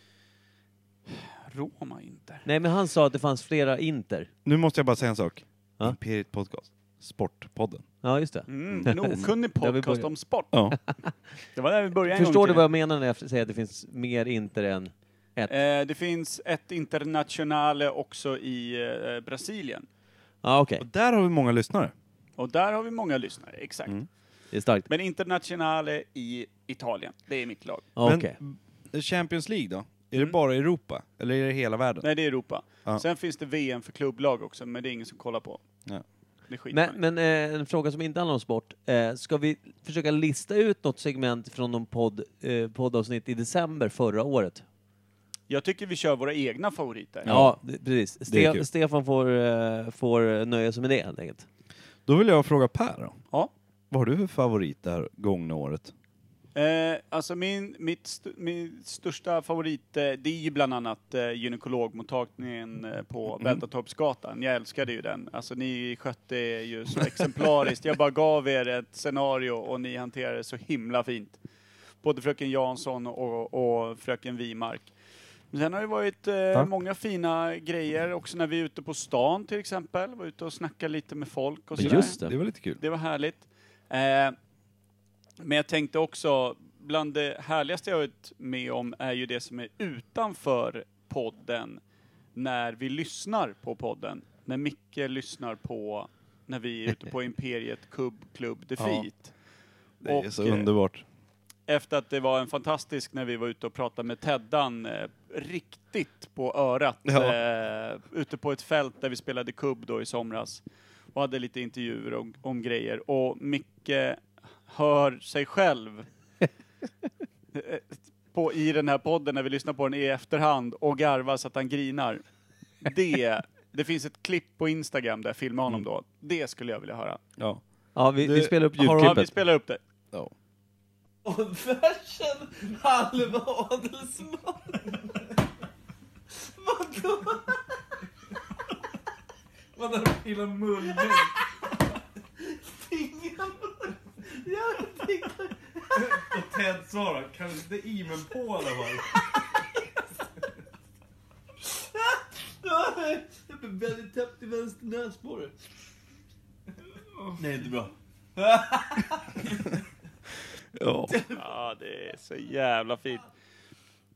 Roma Inter. Nej, men han sa att det fanns flera Inter. Nu måste jag bara säga en sak. Ja? Imperiet Podcast. Sportpodden. Ja, just det. Mm, en okunnig Där vi podcast börjar. om sport. Ja. Det var där vi började en Förstår gång du till. vad jag menar när jag säger att det finns mer Inter än ett? Eh, det finns ett internationale också i eh, Brasilien. Ja, okej. Och där har vi många lyssnare. Och där har vi många lyssnare, exakt. Mm. Det är starkt. Men internationale i Italien, det är mitt lag. Ja, okej. Men Champions League då? Är Mm. det bara Europa? Eller är det hela världen? Nej, det är Europa. Ja. Sen finns det V M för klubblag också, men det är ingen som kollar på. Ja. Det är skit. Men, men eh, en fråga som inte handlar om sport. Eh, ska vi försöka lista ut något segment från någon podd, eh, poddavsnitt i december förra året? Jag tycker vi kör våra egna favoriter. Ja, det, precis. det är Ste- kul. Stefan får, eh, får nöja sig med det helt enkelt. Då vill jag fråga Per då. Ja. Vad har du för favorit det här gångna året? Eh, alltså min, mitt st- min största favorit, eh, det är ju bland annat eh, gynekologmottagningen eh, på Mm. Bältatorpsgatan. Jag älskade ju den. Alltså ni skötte er ju så exemplariskt. Jag bara gav er ett scenario och ni hanterade det så himla fint. Både fröken Jansson och, och fröken Wimark. Men sen har det varit eh, Tack. många fina grejer också när vi är ute på stan till exempel. Var ute och snackade lite med folk och Ja, sådär. just det. Det var lite kul. Det var härligt. Eh, men jag tänkte också, bland det härligaste jag har varit med om är ju det som är utanför podden. När vi lyssnar på podden. När Micke lyssnar på, när vi är ute på Imperiet Cub Club Defeat. Det är Och, så eh, underbart. Efter att det var en fantastisk när vi var ute och pratade med Teddan eh, riktigt på örat. Ja. Eh, ute på ett fält där vi spelade kubb då i somras. Och hade lite intervjuer om, om grejer. Och Micke hör sig själv eh, på, i den här podden när vi lyssnar på den i efterhand och garvar så att han grinar. Det, det finns ett klipp på Instagram där jag filmar honom då. Det skulle jag vilja höra. Ja. Ja, vi, Det- vi spelar upp har- Ja, vi ljudklippet. spelar upp det. Ja. Och versen halva adelsman. Vadå? Vadå hela munnen? Fingrar. Jag tänkte... Och Ted svarar, kan du inte i men på alla fall? Jag blev väldigt täppt i vänster näsborre. Nej, inte bra. Ja. Ja, det är så jävla fint.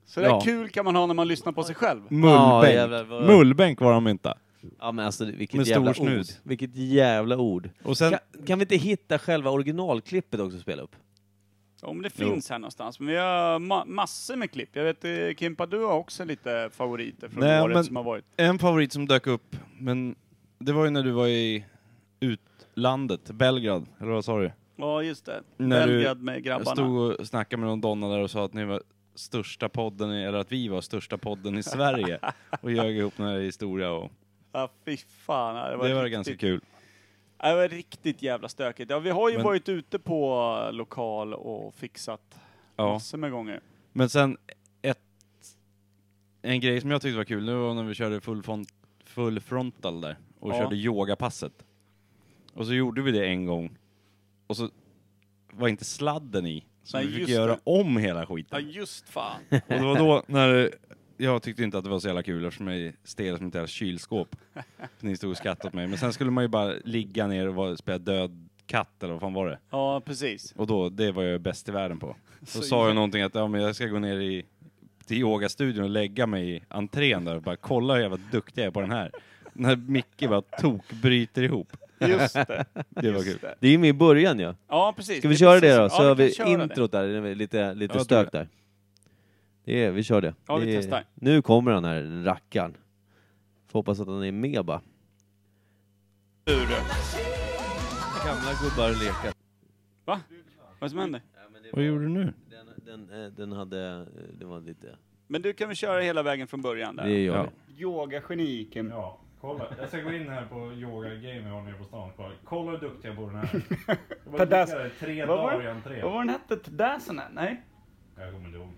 Så det är Ja. kul kan man ha när man lyssnar på sig själv. Mullbänk. Ja, jävlar, vad- Mullbänk var de inte. Ja men alltså vilket Med jävla stor snus. ord. Vilket jävla ord. Och sen, Kan, kan vi inte hitta själva originalklippet också att spela upp? Om det finns här någonstans. Men vi har ma- massor med klipp. Jag vet, eh, Kimpa, du har också lite favoriter från Nej, året men- som har varit. en favorit som dök upp, men det var ju när du var i utlandet, Belgrad, eller vad sa du? Ja, just det. När du- Belgrad med Jag grabbarna. stod och snackade med någon donna där och sa att ni var största podden, i, eller att vi var största podden i Sverige. Och ljög ihop den här historia och Ja, fy fan. Det var, det var riktigt, ganska kul. Ja, det var riktigt jävla stökigt. Ja, vi har ju Men- varit ute på lokal och fixat Ja. massor med gånger. Men sen ett, en grej som jag tyckte var kul, nu var när vi körde full, front, full frontal där och Ja. körde yogapasset. Och så gjorde vi det en gång och så var inte sladden i. Så Nej, vi fick just göra det. om hela Ja, skiten. just fan. Och det var då när jag tyckte inte att det var så jävla kul eftersom jag är stel som ett jävla kylskåp. För ni stod och skrattade åt mig. Men sen skulle man ju bara ligga ner och vara- spela död katt eller vad fan var det? Ja, precis. Och då, det var jag bäst i världen på. Så Så sa jag jävla- någonting att ja, men jag ska gå ner i, till yogastudion och lägga mig i entrén där och bara kolla hur jävla duktig jag är på den här. När Micke bara tok bryter ihop. Just det. Det var Just kul. det. Det är ju med i början ja. Ja, precis. Ska vi är köra precis- det då? Så ja, har vi vi kan köra introt där, det är lite, lite Ja, jag stök tror där. Det är, vi kör det. Ja, vi det är, testar. Nu kommer han här rackaren. Får hoppas att han är med bara. det. Ur. Gamla gubbar lekar. Va? Vad som händer? Vad gjorde du nu? Den, den, eh, den hade, eh, det var lite... Men du kan väl köra hela vägen från början där? Det gör Ja. vi. Yoga-geni, Kim. Ja, kolla. Jag ska gå in här på yoga-game jag har nere på stan. Kolla hur duktig jag är på den här. Jag var Tadas- bokade tre Vad var dagar i det? entré. Vad var den hette? Tadassarna? Nej? Jag kommer inte ihåg.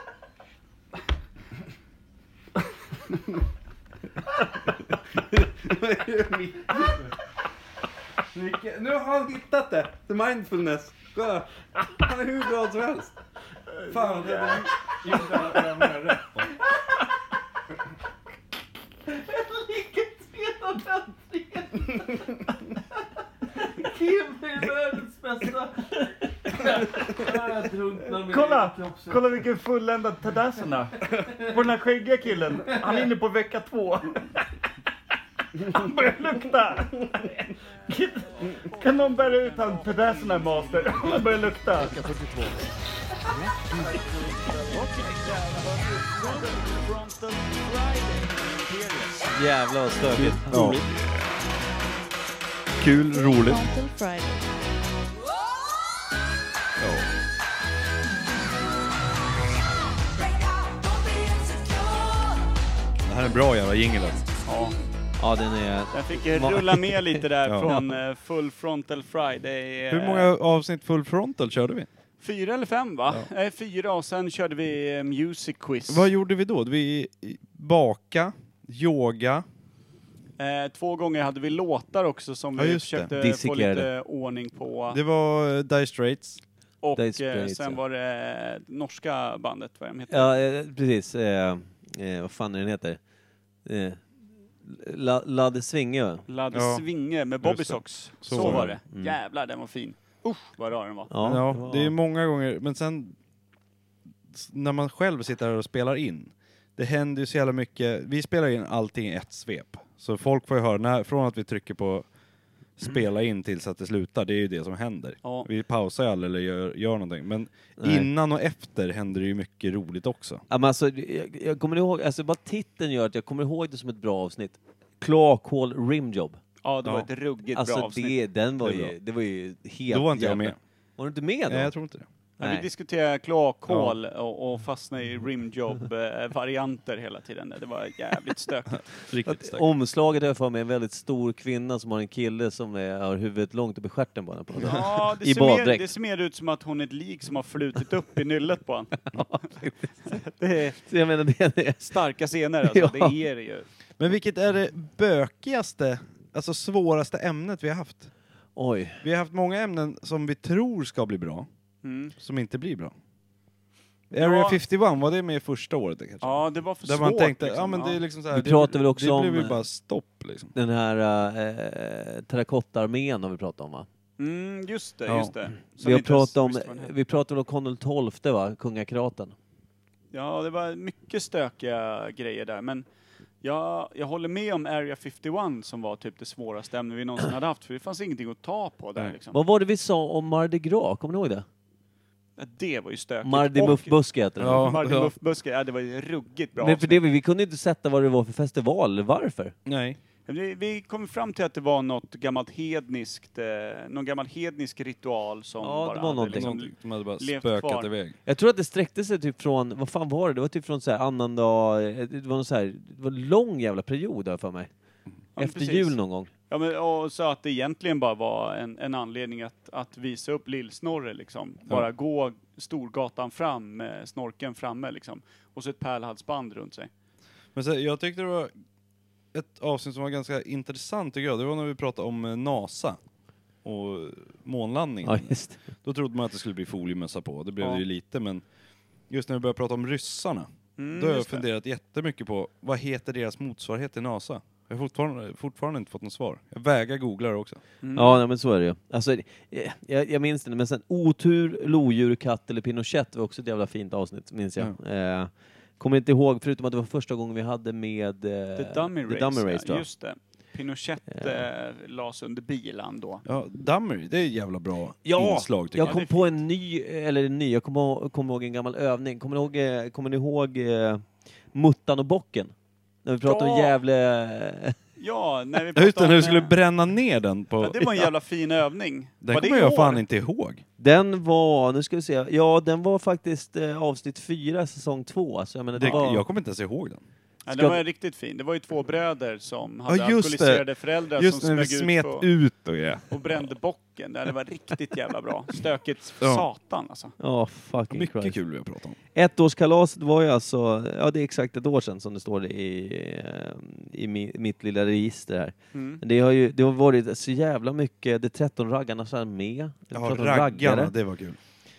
Nu har han hittat det. The mindfulness. Kolla. Han är hur glad som helst. Fan, det är Just det, jag har rätt på. Kim är världens bästa. Kolla! Kolla vilken fulländad Tadassarna. På den här skäggiga killen. Han är inne på vecka två. Han börjar lukta. Kan någon bära ut han Tadassarna master? Han börjar lukta. Jävlar vad stökigt. Ja. Kul, roligt. Frontal Friday. Ja. Det här är en bra jävla jingel alltså. Ja. Ja, den är... Den fick ju rulla med lite där Ja. från eh, Full Frontal Friday. eh, Hur många avsnitt full frontal körde vi? Fyra eller fem va? Eh, fyra och sen körde vi eh, music quiz. Vad gjorde vi då? Vi baka, yoga. Eh, två gånger hade vi låtar också som Ja, vi just det. försökte få Dissekerade. lite ordning på. Det var uh, Dire Straits. Och Dire eh, Straits, sen ja. var det eh, norska bandet, vad de heter. Ja, eh, precis. Eh, eh, vad fan är den heter? Eh, La, Ladde Svinge va? Ladde Ja. Svinge med Bobby Just det. Socks. Så, Så var var det. det. Mm. Jävlar, den var fin. Usch, vad rar den var. Ja, Ja, det var- det är många gånger, men sen s- när man själv sitter här och spelar in, det händer ju så jävla mycket. Vi spelar in allting i ett svep. Så folk får ju höra, när, från att vi trycker på spela in tills att det slutar, det är ju det som händer. Ja. Vi pausar ju aldrig eller gör, gör någonting. Men Nej. innan och efter händer det ju mycket roligt också. Ja, men alltså, jag, jag kommer ihåg, alltså bara titeln gör att jag kommer ihåg det som ett bra avsnitt. Kloakhål Rimjob. Ja, det var Ja. ett ruggigt Alltså bra avsnitt. det, den var Det är bra. ju, det var ju helt Då var inte jag jävla- med. Var du inte med då? Nej, jag tror inte det. Ja, Nej. vi diskuterade kloakhål och, och fastnade i rimjob-varianter hela tiden. Det var jävligt stökigt. Riktigt Att starkt. omslaget är för mig en väldigt stor kvinna som har en kille som är, har huvudet långt upp i stjärten på henne. På något sätt. Ja, det I ser, mer, baddräkt. det ser mer ut som att hon är ett lik som har flutit upp i nyllet på honom. Det är Så jag menar, det är... starka scener alltså, Ja. det är det ju. Men vilket är det bökigaste, alltså svåraste ämnet vi har haft? Oj. Vi har haft många ämnen som vi tror ska bli bra, Mm. som inte blir bra. Area Ja. femtioett, var det med första året kanske? Ja, det var för Där svårt. man tänkte, liksom. ja men det är liksom så här, Vi det, pratar väl också det om- blev ju bara stopp liksom. Den här äh, terrakottaarmén har vi pratat om va? Mm, just det, Ja. just det. Som Vi har inte ens pratat om, visste vad den hette. vi pratade om Karl den tolfte va? Kungakuraten. Ja, det var mycket stökiga grejer där, men jag, jag håller med om Area femtioett som var typ det svåraste ämne vi någonsin hade haft, för det fanns ingenting att ta på där liksom. Vad var det vi sa om Mardi Gras? Kommer ni ihåg det? Ja, det var ju stökigt. Mardi Och- Muffbuske heter det. Ja, Mardi Muffbuske, ja det var ju ruggigt bra. Men för det, vi kunde inte sätta vad det var för festival. Varför? Nej. Vi, vi kom fram till att det var något gammalt hedniskt, eh, någon gammal hednisk ritual som Ja, bara det var hade någonting. liksom Någonting som hade bara levt spökat kvar. iväg. Jag tror att det sträckte sig typ från, vad fan var det? Det var typ från så här annandag, det var någon så här, det var en lång jävla period här för mig. Ja, Efter precis. jul någon gång. Ja, men och så att det egentligen bara var en, en anledning att, att visa upp Lillsnorre liksom. Bara gå Storgatan fram med snorken framme liksom. Och så ett pärlhalsband runt sig. Men så, jag tyckte det var ett avsnitt som var ganska intressant tycker jag. Det var när vi pratade om eh, NASA och månlandningen. Ja, just det. Då trodde man att det skulle bli foliemössa på. Det blev Ja. det ju lite, men just när vi började prata om ryssarna, Mm, då har jag just det. funderat jättemycket på vad heter deras motsvarighet till NASA? Jag har fortfarande, fortfarande inte fått något svar. Jag vägar googla det också. Mm. Ja, nej, men så är det ju. Alltså, eh, jag, jag minns det, men sen otur, lodjur, katt eller Pinochet var också ett jävla fint avsnitt, minns jag. Eh, kommer inte ihåg, förutom att det var första gången vi hade med eh, The Dummy Race, Dummy Race ja, tror jag. just det. Pinochet Ja. eh, lades under bilan då. Ja, Dummy, det är ett jävla bra Ja, inslag tycker jag jag. kom på en ny, eller en ny, jag kommer ihåg, kom ihåg en gammal övning. Kommer ni ihåg, eh, kommer ni ihåg eh, Muttan och bocken? När vi pratade om Ja. Gävle... Ja, när vi Just pratade det, om... när du skulle eh, bränna ner den på... ja, det var en jävla fin övning. Den Var det kommer i jag år? fan inte ihåg. Den var, nu ska vi se, ja den var faktiskt eh, avsnitt fyra, säsong två. Alltså, jag menar, det Det, var... Jag kommer inte ens ihåg den. Ja, Ska- den var riktigt fin. Det var ju två bröder som hade Ja, just det. alkoholiserade föräldrar Just som när vi smög smet ut, på, ut och ja. och brände bocken. Det var riktigt jävla bra. Stökigt Ja. satan alltså. Ja, fucking Mycket Christ. kul vi har pratat om. Ettårskalaset var ju alltså, ja det är exakt ett år sedan som det står i, eh, i mi, mitt lilla register här. Mm. Men det har ju det har varit så jävla mycket, det är tretton raggarna så här med. Ja, tretton raggarna, det var kul.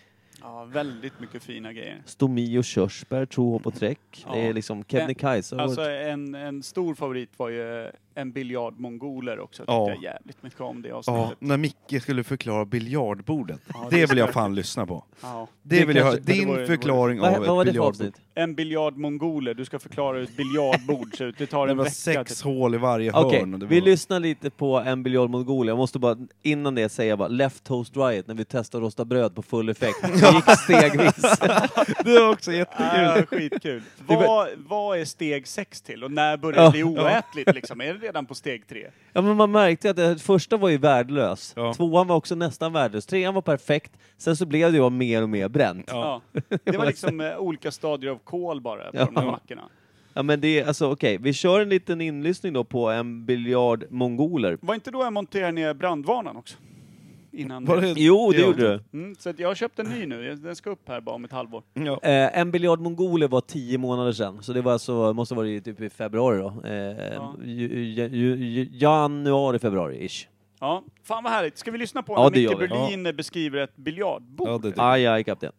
Ja, väldigt mycket fina grejer. Stomi och körsbär, tro, hopp och träck. Ja. Det är liksom Kebnekaise. har Alltså varit- en, en stor favorit var ju en biljardmongoler också. Tyckte Ja. jag jävligt mycket om det Ja, avsnittet. när Micke skulle förklara biljardbordet. Ja, det det är vill jag stökigt. fan lyssna på. Ja. Det vill jag ha. kanske- det Din var ju- det var ju- förklaring Vad, av vad var ett det för biljardbord. avsnitt? En biljardmongoler. Du ska förklara hur ett biljardbord ser ut. Det tar Det en var vecka. sex typ. hål i varje Okej, hörn. Och det vi var... lyssnar lite på en biljard mongol. Jag måste bara innan det säga bara Left Toast Riot när vi testade att rosta bröd på full effekt. Det gick stegvis. Det var också jättekul. Ja, skitkul. Det var- Vad, vad är steg sex till? Och när börjar Ja. det bli oätligt? Liksom? Är det redan på steg tre? Ja, men man märkte att det första var ju värdelös. Ja. Tvåan var också nästan värdelös. Trean var perfekt. Sen så blev det ju mer och mer bränt. Ja. Det var liksom eh, olika stadier av kol bara på Ja. de här mackorna. Ja, men det är alltså okej. Vi kör en liten inlyssning då på en biljard mongoler. Var inte då jag monterade ner brandvarnaren också? Innan Var det- Jo, det Ja. gjorde du. Mm, så att jag har köpt en ny nu. Den ska upp här bara om ett halvår. Ja. Eh, en biljard mongoler var tio månader sedan. Så det var alltså, måste vara i typ i februari då. Eh, Ja. ju, ju, ju, januari, februari-ish. Ja, fan vad härligt. Ska vi lyssna på Ja, när det Micke gör vi. Berlin beskriver ett biljardbord? Ja, det tycker Aj, aj, kapten.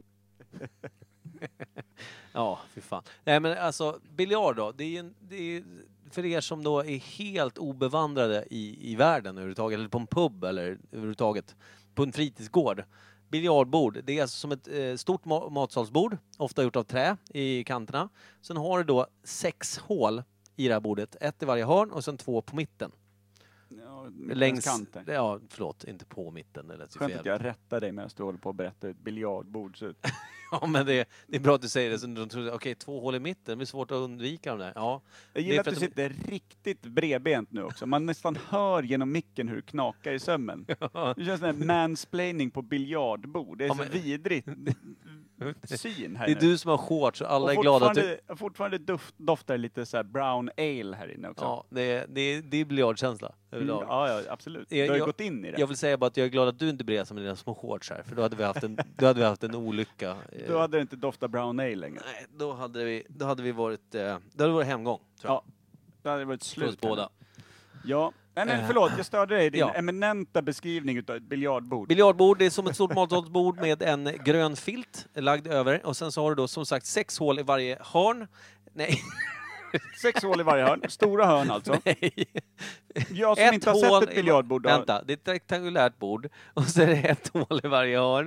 Ja, fy fan. Nej, men alltså, biljard då. Det är, ju en, det är för er som då är helt obevandrade i, i världen överhuvudtaget, eller på en pub eller överhuvudtaget, på en fritidsgård. Biljardbord, det är alltså som ett eh, stort ma- matsalsbord, ofta gjort av trä i kanterna. Sen har det då sex hål i det här bordet, ett i varje hörn och sen två på mitten. Ja, Längs, kanter. ja, förlåt, inte på mitten. Det lät ju Skönt att fel. jag rättar dig medan du håller på att berätta hur ett biljardbord ser ut. Ja, men det, det är bra att du säger det. Så de tror, okej, två hål i mitten, det blir svårt att undvika de där. Ja. Jag Det är gillar för att du att de- sitter riktigt bredbent nu också. Man nästan hör genom micken hur det knakar i sömmen. Det känns som en mansplaining på biljardbord. Det är Ja, så men- vidrigt syn här Det är nu. du som har shorts och alla Och är glada att fortfarande, du... fortfarande doft, doftar lite så här brown ale här inne också. Ja, det är, det är, det är biljardkänsla Mm, överlag. ja, ja, absolut. Du Jag- har ju jag- gått in i det. Jag vill säga bara att jag är glad att du inte bred som med dina små shorts här, för då hade vi haft en, då hade vi haft en olycka. Eh, Då hade det inte doftat brown ale längre. Nej, då hade vi, då hade vi varit, eh, då hade det varit hemgång, tror jag. Ja, då hade det varit För oss slut. här båda. nu. Ja, nej, men Eh. förlåt, jag störde dig i din Ja. eminenta beskrivning utav ett biljardbord. Biljardbord, det är som ett stort matsalsbord med en grön filt lagd över. Och sen så har du då som sagt sex hål i varje hörn. Nej. Sex hål i varje hörn. Stora hörn alltså. Nej. Jag som Ett inte har hål sett ett i- biljardbord. har- Vänta, det är ett rektangulärt bord. Och så är det ett hål i varje hörn.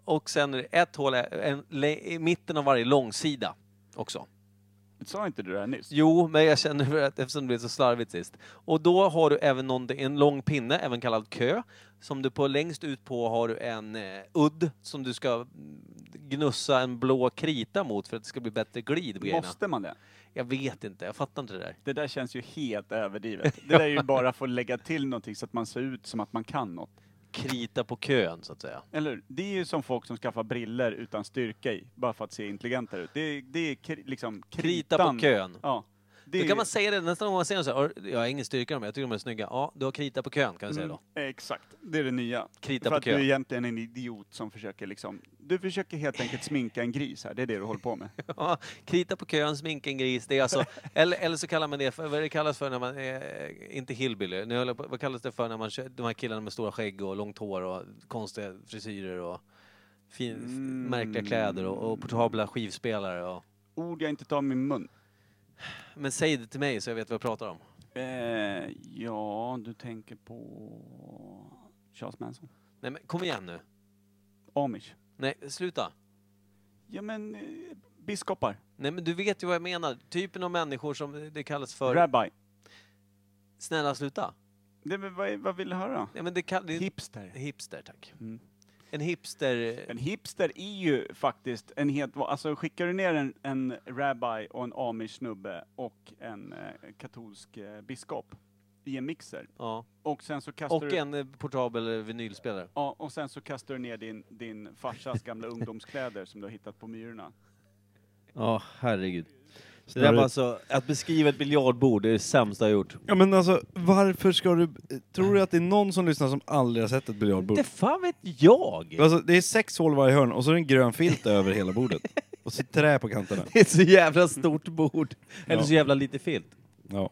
och sen är det ett hål en, i mitten av varje långsida också. Sa inte du det här nyss? Jo, men jag känner att eftersom det blev så slarvigt sist. Och då har du även någon, en lång pinne, även kallad kö, som du på längst ut på har du en eh, udd som du ska gnussa en blå krita mot för att det ska bli bättre glid på grejerna. Måste man det? Jag vet inte, jag fattar inte det där. Det där känns ju helt överdrivet. Det där är ju bara för att lägga till någonting så att man ser ut som att man kan något. Krita på kön, så att säga. Eller det är ju som folk som skaffar briller utan styrka i, bara för att se intelligentare ut. Det är, det är kri, liksom krita på kön. Ja. Det då är... kan man säga det nästan om man säger så här, jag har ingen styrka men jag tycker de är snygga. Ja, du har krita på kön kan jag säga då. Mm, exakt, det är det nya. Krita för på att kön. du är egentligen en idiot som försöker liksom, du försöker helt enkelt sminka en gris här, det är det du håller på med. Ja, krita på kön, sminka en gris, det är alltså, eller, eller så kallar man det för, vad det kallas för när man är, inte hillbilly, nu håller på, vad kallas det för när man kör, de här killarna med stora skägg och långt hår och konstiga frisyrer och fin, mm. märkliga kläder och, och portabla skivspelare och... Ord jag inte tar i min mun. Men säg det till mig så jag vet vad jag pratar om. Eh, ja, du tänker på Charles Manson. Nej men kom igen nu. Amish. Nej, sluta. Ja men, eh, biskopar. Nej men du vet ju vad jag menar. Typen av människor som det kallas för... Rabbi. Snälla sluta. Det, vad, vad vill du höra? Ja, men det kall... Hipster. Hipster, tack. Mm. En hipster... En hipster är ju faktiskt en helt... Alltså skickar du ner en, en rabbi och en amish-snubbe och en eh, katolsk eh, biskop i en mixer. Ja. Och sen så kastar och du... en eh, portabel vinylspelare. Ja, och sen så kastar du ner din, din farsas gamla ungdomskläder som du har hittat på myrorna. Ja, oh, herregud. Det där var alltså, att beskriva ett biljardbord, det är det sämsta jag gjort. Ja men alltså, varför ska du... Tror du att det är någon som lyssnar som aldrig har sett ett biljardbord? Det fan vet jag! Alltså, det är sex hål varje hörn och så är det en grön filt över hela bordet. Och så trä på kanterna. Det är så jävla stort bord. Eller så jävla lite filt. Ja.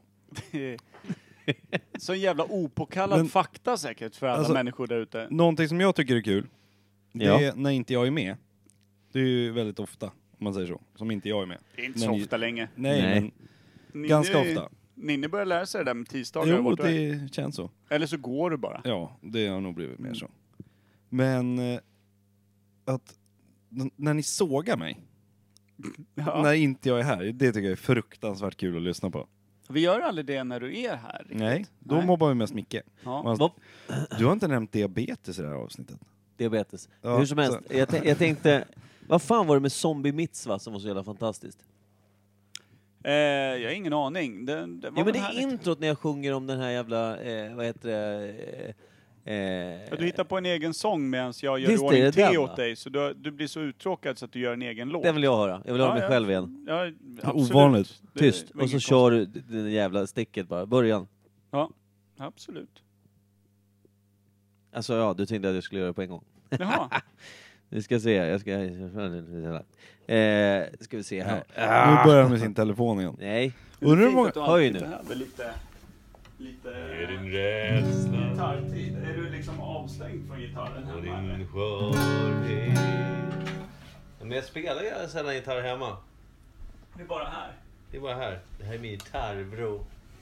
Så jävla opåkallad men, fakta säkert för alla alltså, människor där ute. Någonting som jag tycker är kul, det ja. är när inte jag är med. Det är ju väldigt ofta, om man säger så, som inte jag är med. Det är inte så ni, ofta länge. Nej, nej. men Ninni, ganska ofta. Ninni börjar lära sig det där med tisdagar. Jo, det känns så. Eller så går du bara. Ja, det har nog blivit mer så. Men eh, att n- när ni sågar mig, ja. när inte jag är här, det tycker jag är fruktansvärt kul att lyssna på. Vi gör aldrig det när du är här. Riktigt. Nej, då Nej. mobbar vi mest Micke. Ja. Man, du har inte nämnt diabetes i det här avsnittet. Diabetes. Ja, hur som helst, jag, t- jag tänkte, vad fan var det med Zombie Mitzvah som var så jävla fantastiskt? Eh, jag har ingen aning. Det, det var ja, men det är härligt. introt när jag sjunger om den här jävla, eh, vad heter det? Eh, ja, du hittar på en egen sång medan jag gör ordning det, te den, åt dig. Så du, du blir så uttråkad så att du gör en egen låt. Det vill jag höra. Jag vill ja, höra mig ja. själv igen. Ja, absolut. Ovanligt. Tyst. Och så kör du det jävla sticket bara. Början. Ja, absolut. Alltså ja, du tänkte att jag skulle göra det på en gång. Jaha. Vi ska se, jag ska... Eh, ska vi se här. Ja. Nu börjar han med sin telefon igen. Nej. Undrar hur många... Höj nu. Lite... Lite... Är din rädsla... Gitarrtid. Är du liksom avstängd från gitarren hemma? Din skörhet. Men jag spelar ju sällan gitarr hemma. Det är bara här. Det är bara här. Det här är min gitarr, bro.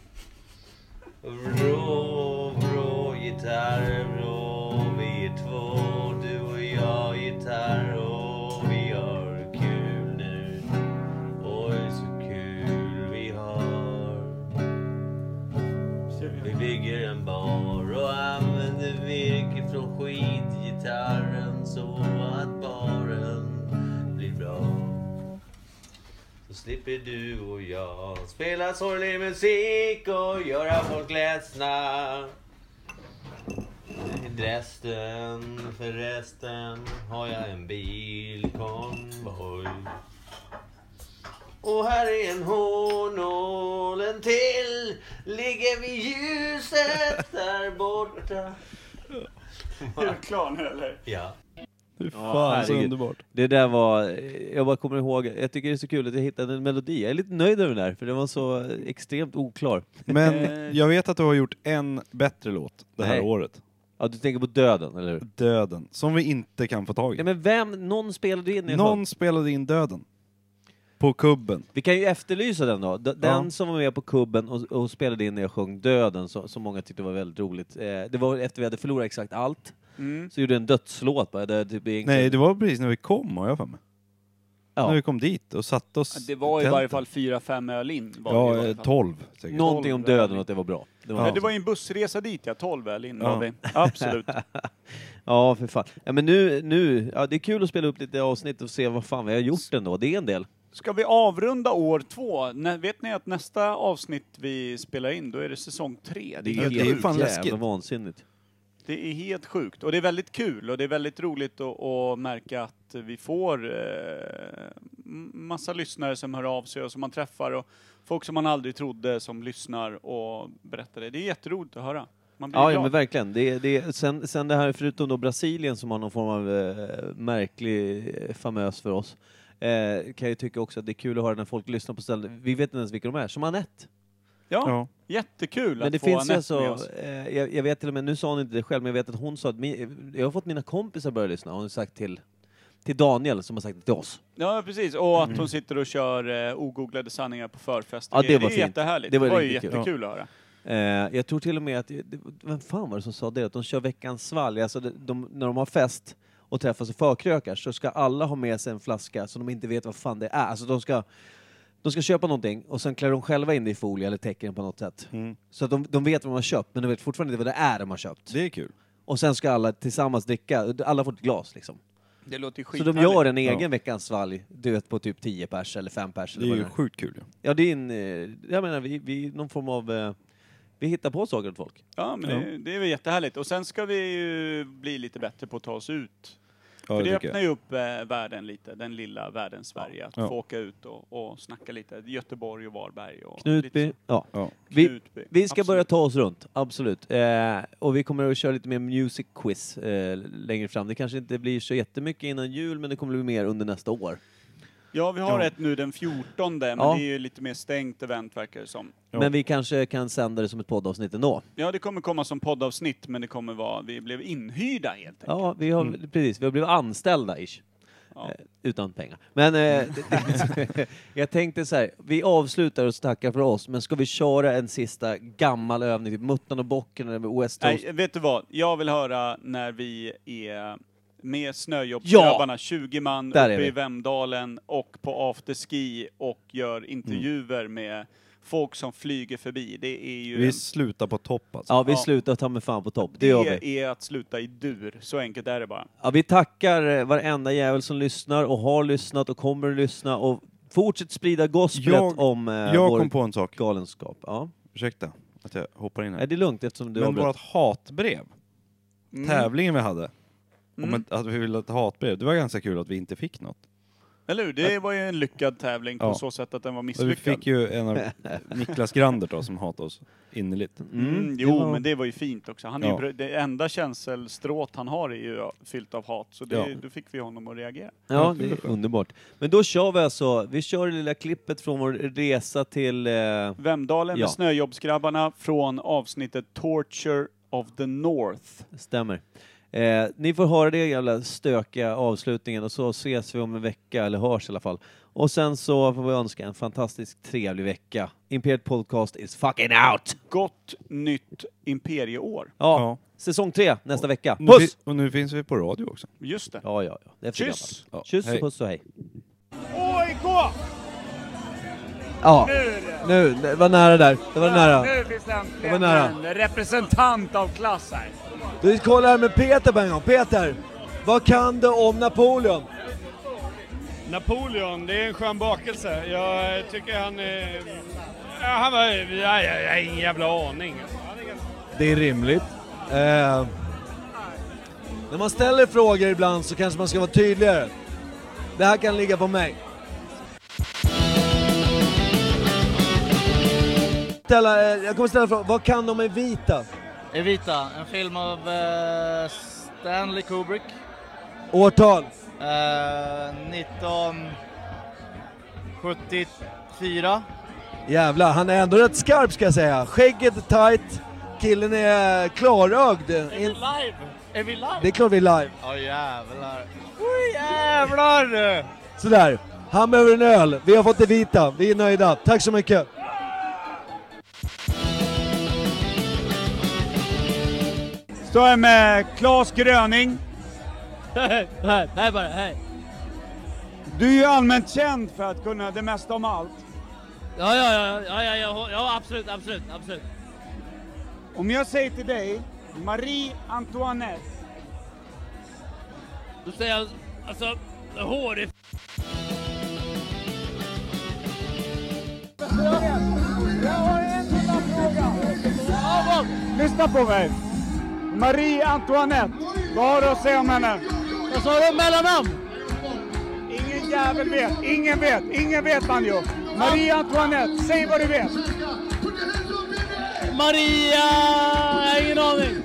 Bro, bro, gitarr, bro. Vi är två, du och jag, gitarr. Och vi har kul nu. Oj, så kul vi har. Vi bygger en bar och använder virke från skitgitarren så att baren blir bra. Så slipper du och jag spela sorglig musik och göra folk ledsna. I Dresden förresten har jag en bilkonvoj. Och här är en hornål, en till ligger vid ljuset där borta. Är du klar nu eller? Ja. Hur fan, ja, så underbart. Det där var, jag bara kommer ihåg, jag tycker det är så kul att jag hittade en melodi. Jag är lite nöjd över den där, för det var så extremt oklar. Men jag vet att du har gjort en bättre låt det här Nej. året. Ja, du tänker på Döden, eller hur? Döden, som vi inte kan få tag i. Ja, men vem, någon spelade in i Någon fall. spelade in Döden. På kubben. Vi kan ju efterlysa den då. D- den Ja. som var med på kubben och, och spelade in när jag sjöng Döden, så, som många tyckte var väldigt roligt. Eh, det var efter vi hade förlorat exakt allt. Mm. Så gjorde en dödslåt bara. Där typ egentligen... Nej, det var precis när vi kom, har jag för mig. Ja. När vi kom dit och satt oss... Ja, det var i tältet. varje fall fyra, fem öl in. Var Ja, det i varje fall. tolv säkert. Någonting om döden och att det var bra. Det var, Ja, det var ju en bussresa dit, ja. tolv öl in Ja. var vi. Absolut. Ja, för fan. Ja, men nu, nu, ja, det är kul att spela upp lite avsnitt och se vad fan vi har gjort ändå. Det är en del. Ska vi avrunda år två? Nä, vet ni att nästa avsnitt vi spelar in, då är det säsong tre? Det är, helt helt det är fan jävla läskigt. vansinnigt. Det är helt sjukt. Och det är väldigt kul och det är väldigt roligt att, att märka att vi får eh, massa lyssnare som hör av sig och som man träffar och folk som man aldrig trodde som lyssnar och berättar det. Det är jätteroligt att höra. Man blir Ja, glad. ja, men verkligen. Det, det, sen, sen det här, förutom då Brasilien som har någon form av eh, märklig eh, famös för oss, eh, kan jag tycka också att det är kul att höra när folk lyssnar på ställen. Vi vet inte ens vilka de är. Som Anette. Ja, Ja. jättekul Men att det få finns Anette alltså, med oss. eh, jag, jag vet till och med, nu sa hon inte det själv, men jag vet att hon sa att min, jag har fått mina kompisar börja lyssna. Hon har sagt till, till Daniel som har sagt det till oss. Ja, precis. Och att hon sitter och kör eh, ogooglade sanningar på förfest. Ja, det var är fint. jättehärligt. Det Det var var, ju riktigt kul. jättekul att höra. Eh, jag tror till och med att, det, vem fan var det som sa det? Att de kör veckans svalg. Alltså de, de, när de har fest och träffas och förkrökar så ska alla ha med sig en flaska så de inte vet vad fan det är. Alltså de ska, de ska köpa någonting och sen klär de själva in det i folie eller tecken på något sätt. Mm. Så att de, de vet vad de har köpt, men de vet fortfarande inte vad det är de har köpt. Det är kul. Och sen ska alla tillsammans dricka. Alla får ett glas liksom. Det låter ju Så skithärligt. de gör en egen Ja. veckans svalg, du vet, på typ tio pers eller fem pers. Det Eller är vad ju det är. sjukt kul. Ja. Ja, det är en, eh, jag menar, vi, vi någon form av, eh, vi hittar på saker åt folk. Ja, men Ja. Det, det är väl jättehärligt. Och sen ska vi ju bli lite bättre på att ta oss ut. Ja, För det tycker öppnar jag. ju upp eh, världen lite, den lilla världen Sverige. Att Ja. få åka ut och, och snacka lite. Göteborg och Varberg. Och Knutby, lite ja. Ja. Vi, Knutby. vi ska Absolut. börja ta oss runt, absolut. Eh, och vi kommer att köra lite mer music quiz eh, längre fram. Det kanske inte blir så jättemycket innan jul, men det kommer bli mer under nästa år. Ja, vi har Ja. ett nu den fjortonde, men Ja. det är ju lite mer stängt event verkar det som. Ja. Men vi kanske kan sända det som ett poddavsnitt ändå. Ja, det kommer komma som poddavsnitt, men det kommer vara, vi blev inhyrda helt enkelt. Ja, vi har, precis. Vi har blivit anställda, ish. Ja. Eh, utan pengar. Men eh, jag tänkte så här, vi avslutar och tackar för oss, men ska vi köra en sista gammal övning, typ Muttan och bocken eller West Coast? Nej, vet du vad? Jag vill höra när vi är med Snöjobbsgrabbarna, tjugo man Där är uppe vi. i Vemdalen och på afterski och gör intervjuer med folk som flyger förbi. Det är ju Vi en, slutar på topp alltså. Ja, vi Ja. slutar ta med fan på topp. Det det gör vi. är att sluta i dur. Så enkelt är det bara. Ja, vi tackar eh, varenda jävel som lyssnar och har lyssnat och kommer att lyssna och fortsätt sprida gospelet Jag- om eh, Jag vår kom på en sak. galenskap. Ja. Ursäkta att jag hoppar in Är här. det lugnt eftersom du Men avbröt? vårt hatbrev, Mm. tävlingen vi hade, om Mm. ett, att vi ville ha ett hatbrev, det var ganska kul att vi inte fick något. Eller hur? Det var ju en lyckad tävling på Ja. så sätt att den var Så vi misslyckad. fick ju en av Niklas Grander då, som hatar oss innerligt. Mm, Mm, jo, det var- men det var ju fint också. Han är Ja. ju, bra- det enda känselstråt han har är ju fyllt av hat, så det, Ja. då fick vi honom att reagera. Ja, det är underbart. Men då kör vi alltså, vi kör det lilla klippet från vår resa till... Eh, Vemdalen Ja. med Snöjobbsgrabbarna från avsnittet Torture of the North. stämmer. Eh, ni får höra det jävla stökiga avslutningen och så ses vi om en vecka, eller hörs i alla fall. Och sen så får vi önska en fantastiskt trevlig vecka. Imperiet Podcast is fucking out! Gott nytt imperieår. Ja, Ja. säsong tre nästa vecka. Nu Puss! fi- och nu finns vi på radio också. Just det. Ja, ja, ja. Det är för Kyss! gammalt. Ja, Kyss hej. och puss och hej. O I K! Ja, Nu är det! nu, det var nära där. Det var nära. Nu finns det Det var äntligen nära. en representant av klass här. Du kollar här med Peter på en gång. Peter, vad kan du om Napoleon? Napoleon, det är en skön bakelse. Jag tycker han är... Ja, han var... Jag, jag, jag har ingen jävla aning. Han är ganska... Det är rimligt. Eh, när man ställer frågor ibland så kanske man ska vara tydligare. Det här kan ligga på mig. Ställa, eh, jag kommer ställa frågan, vad kan de med vita? Evita, en film av eh, Stanley Kubrick. Årtal? Eh, nitton sjuttiofyra. Jävlar, han är ändå rätt skarp ska jag säga. Skägget är tight, killen är klarögd. Är vi live? Är vi live? Det är klart vi är live. Ja jävlar. Oj jävlar! Sådär, han behöver en öl. Vi har fått det vita, vi är nöjda. Tack så mycket. Står jag med Claes Gröning. Hej, hej, hej bara, hej. Du är ju allmänt känd för att kunna det mesta om allt. Ja, ja, ja, ja, ja, ja, ja absolut, absolut, absolut. Om jag säger till dig, Marie Antoinette. Då säger jag, alltså, hår i... Jag har en enda fråga. Lyssna på mig. Marie Antoinette. Vad har du att säga om henne? Vad sa du? Mellannamn? Ingen jävel vet. Ingen vet. Ingen vet, Banjo. Marie Antoinette. Säg vad du vet. Maria... Jag har ingen aning.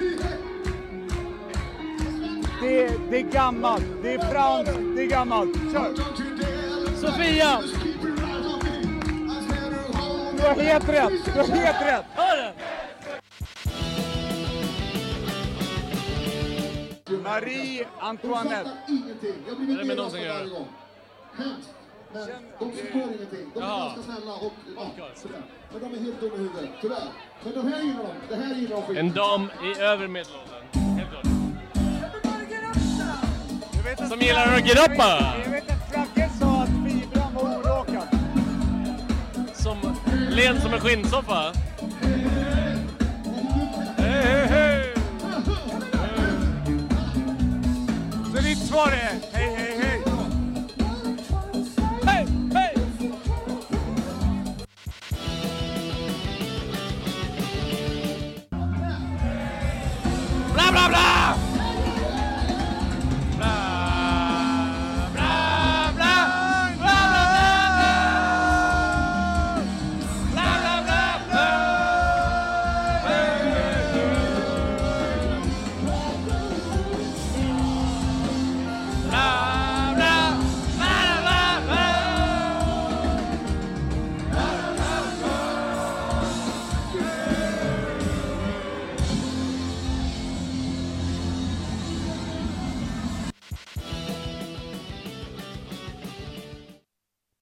Det, det är gammalt. Det är franskt. Det är gammalt. Kör. Sofia. Du har helt rätt. Du har helt rätt. Hör det? Marie Antoinette. Är det med någonsin gör det? De förstår ingenting. De är Jaha. ganska snälla och ja, sådär. Men de är helt dumma i huvudet, tyvärr. Men de här gillar de. Det här gillar de skit. En dam i övre medelåldern. Helt klart. Som gillar att grappa. Jag vet att Fragge sa att fibran var oråkad. Som len som en skinnsoffa. Hej, hej, hej! Så ditt svar är hej, hej, hej! Hej, hej! Bla, bla, bla!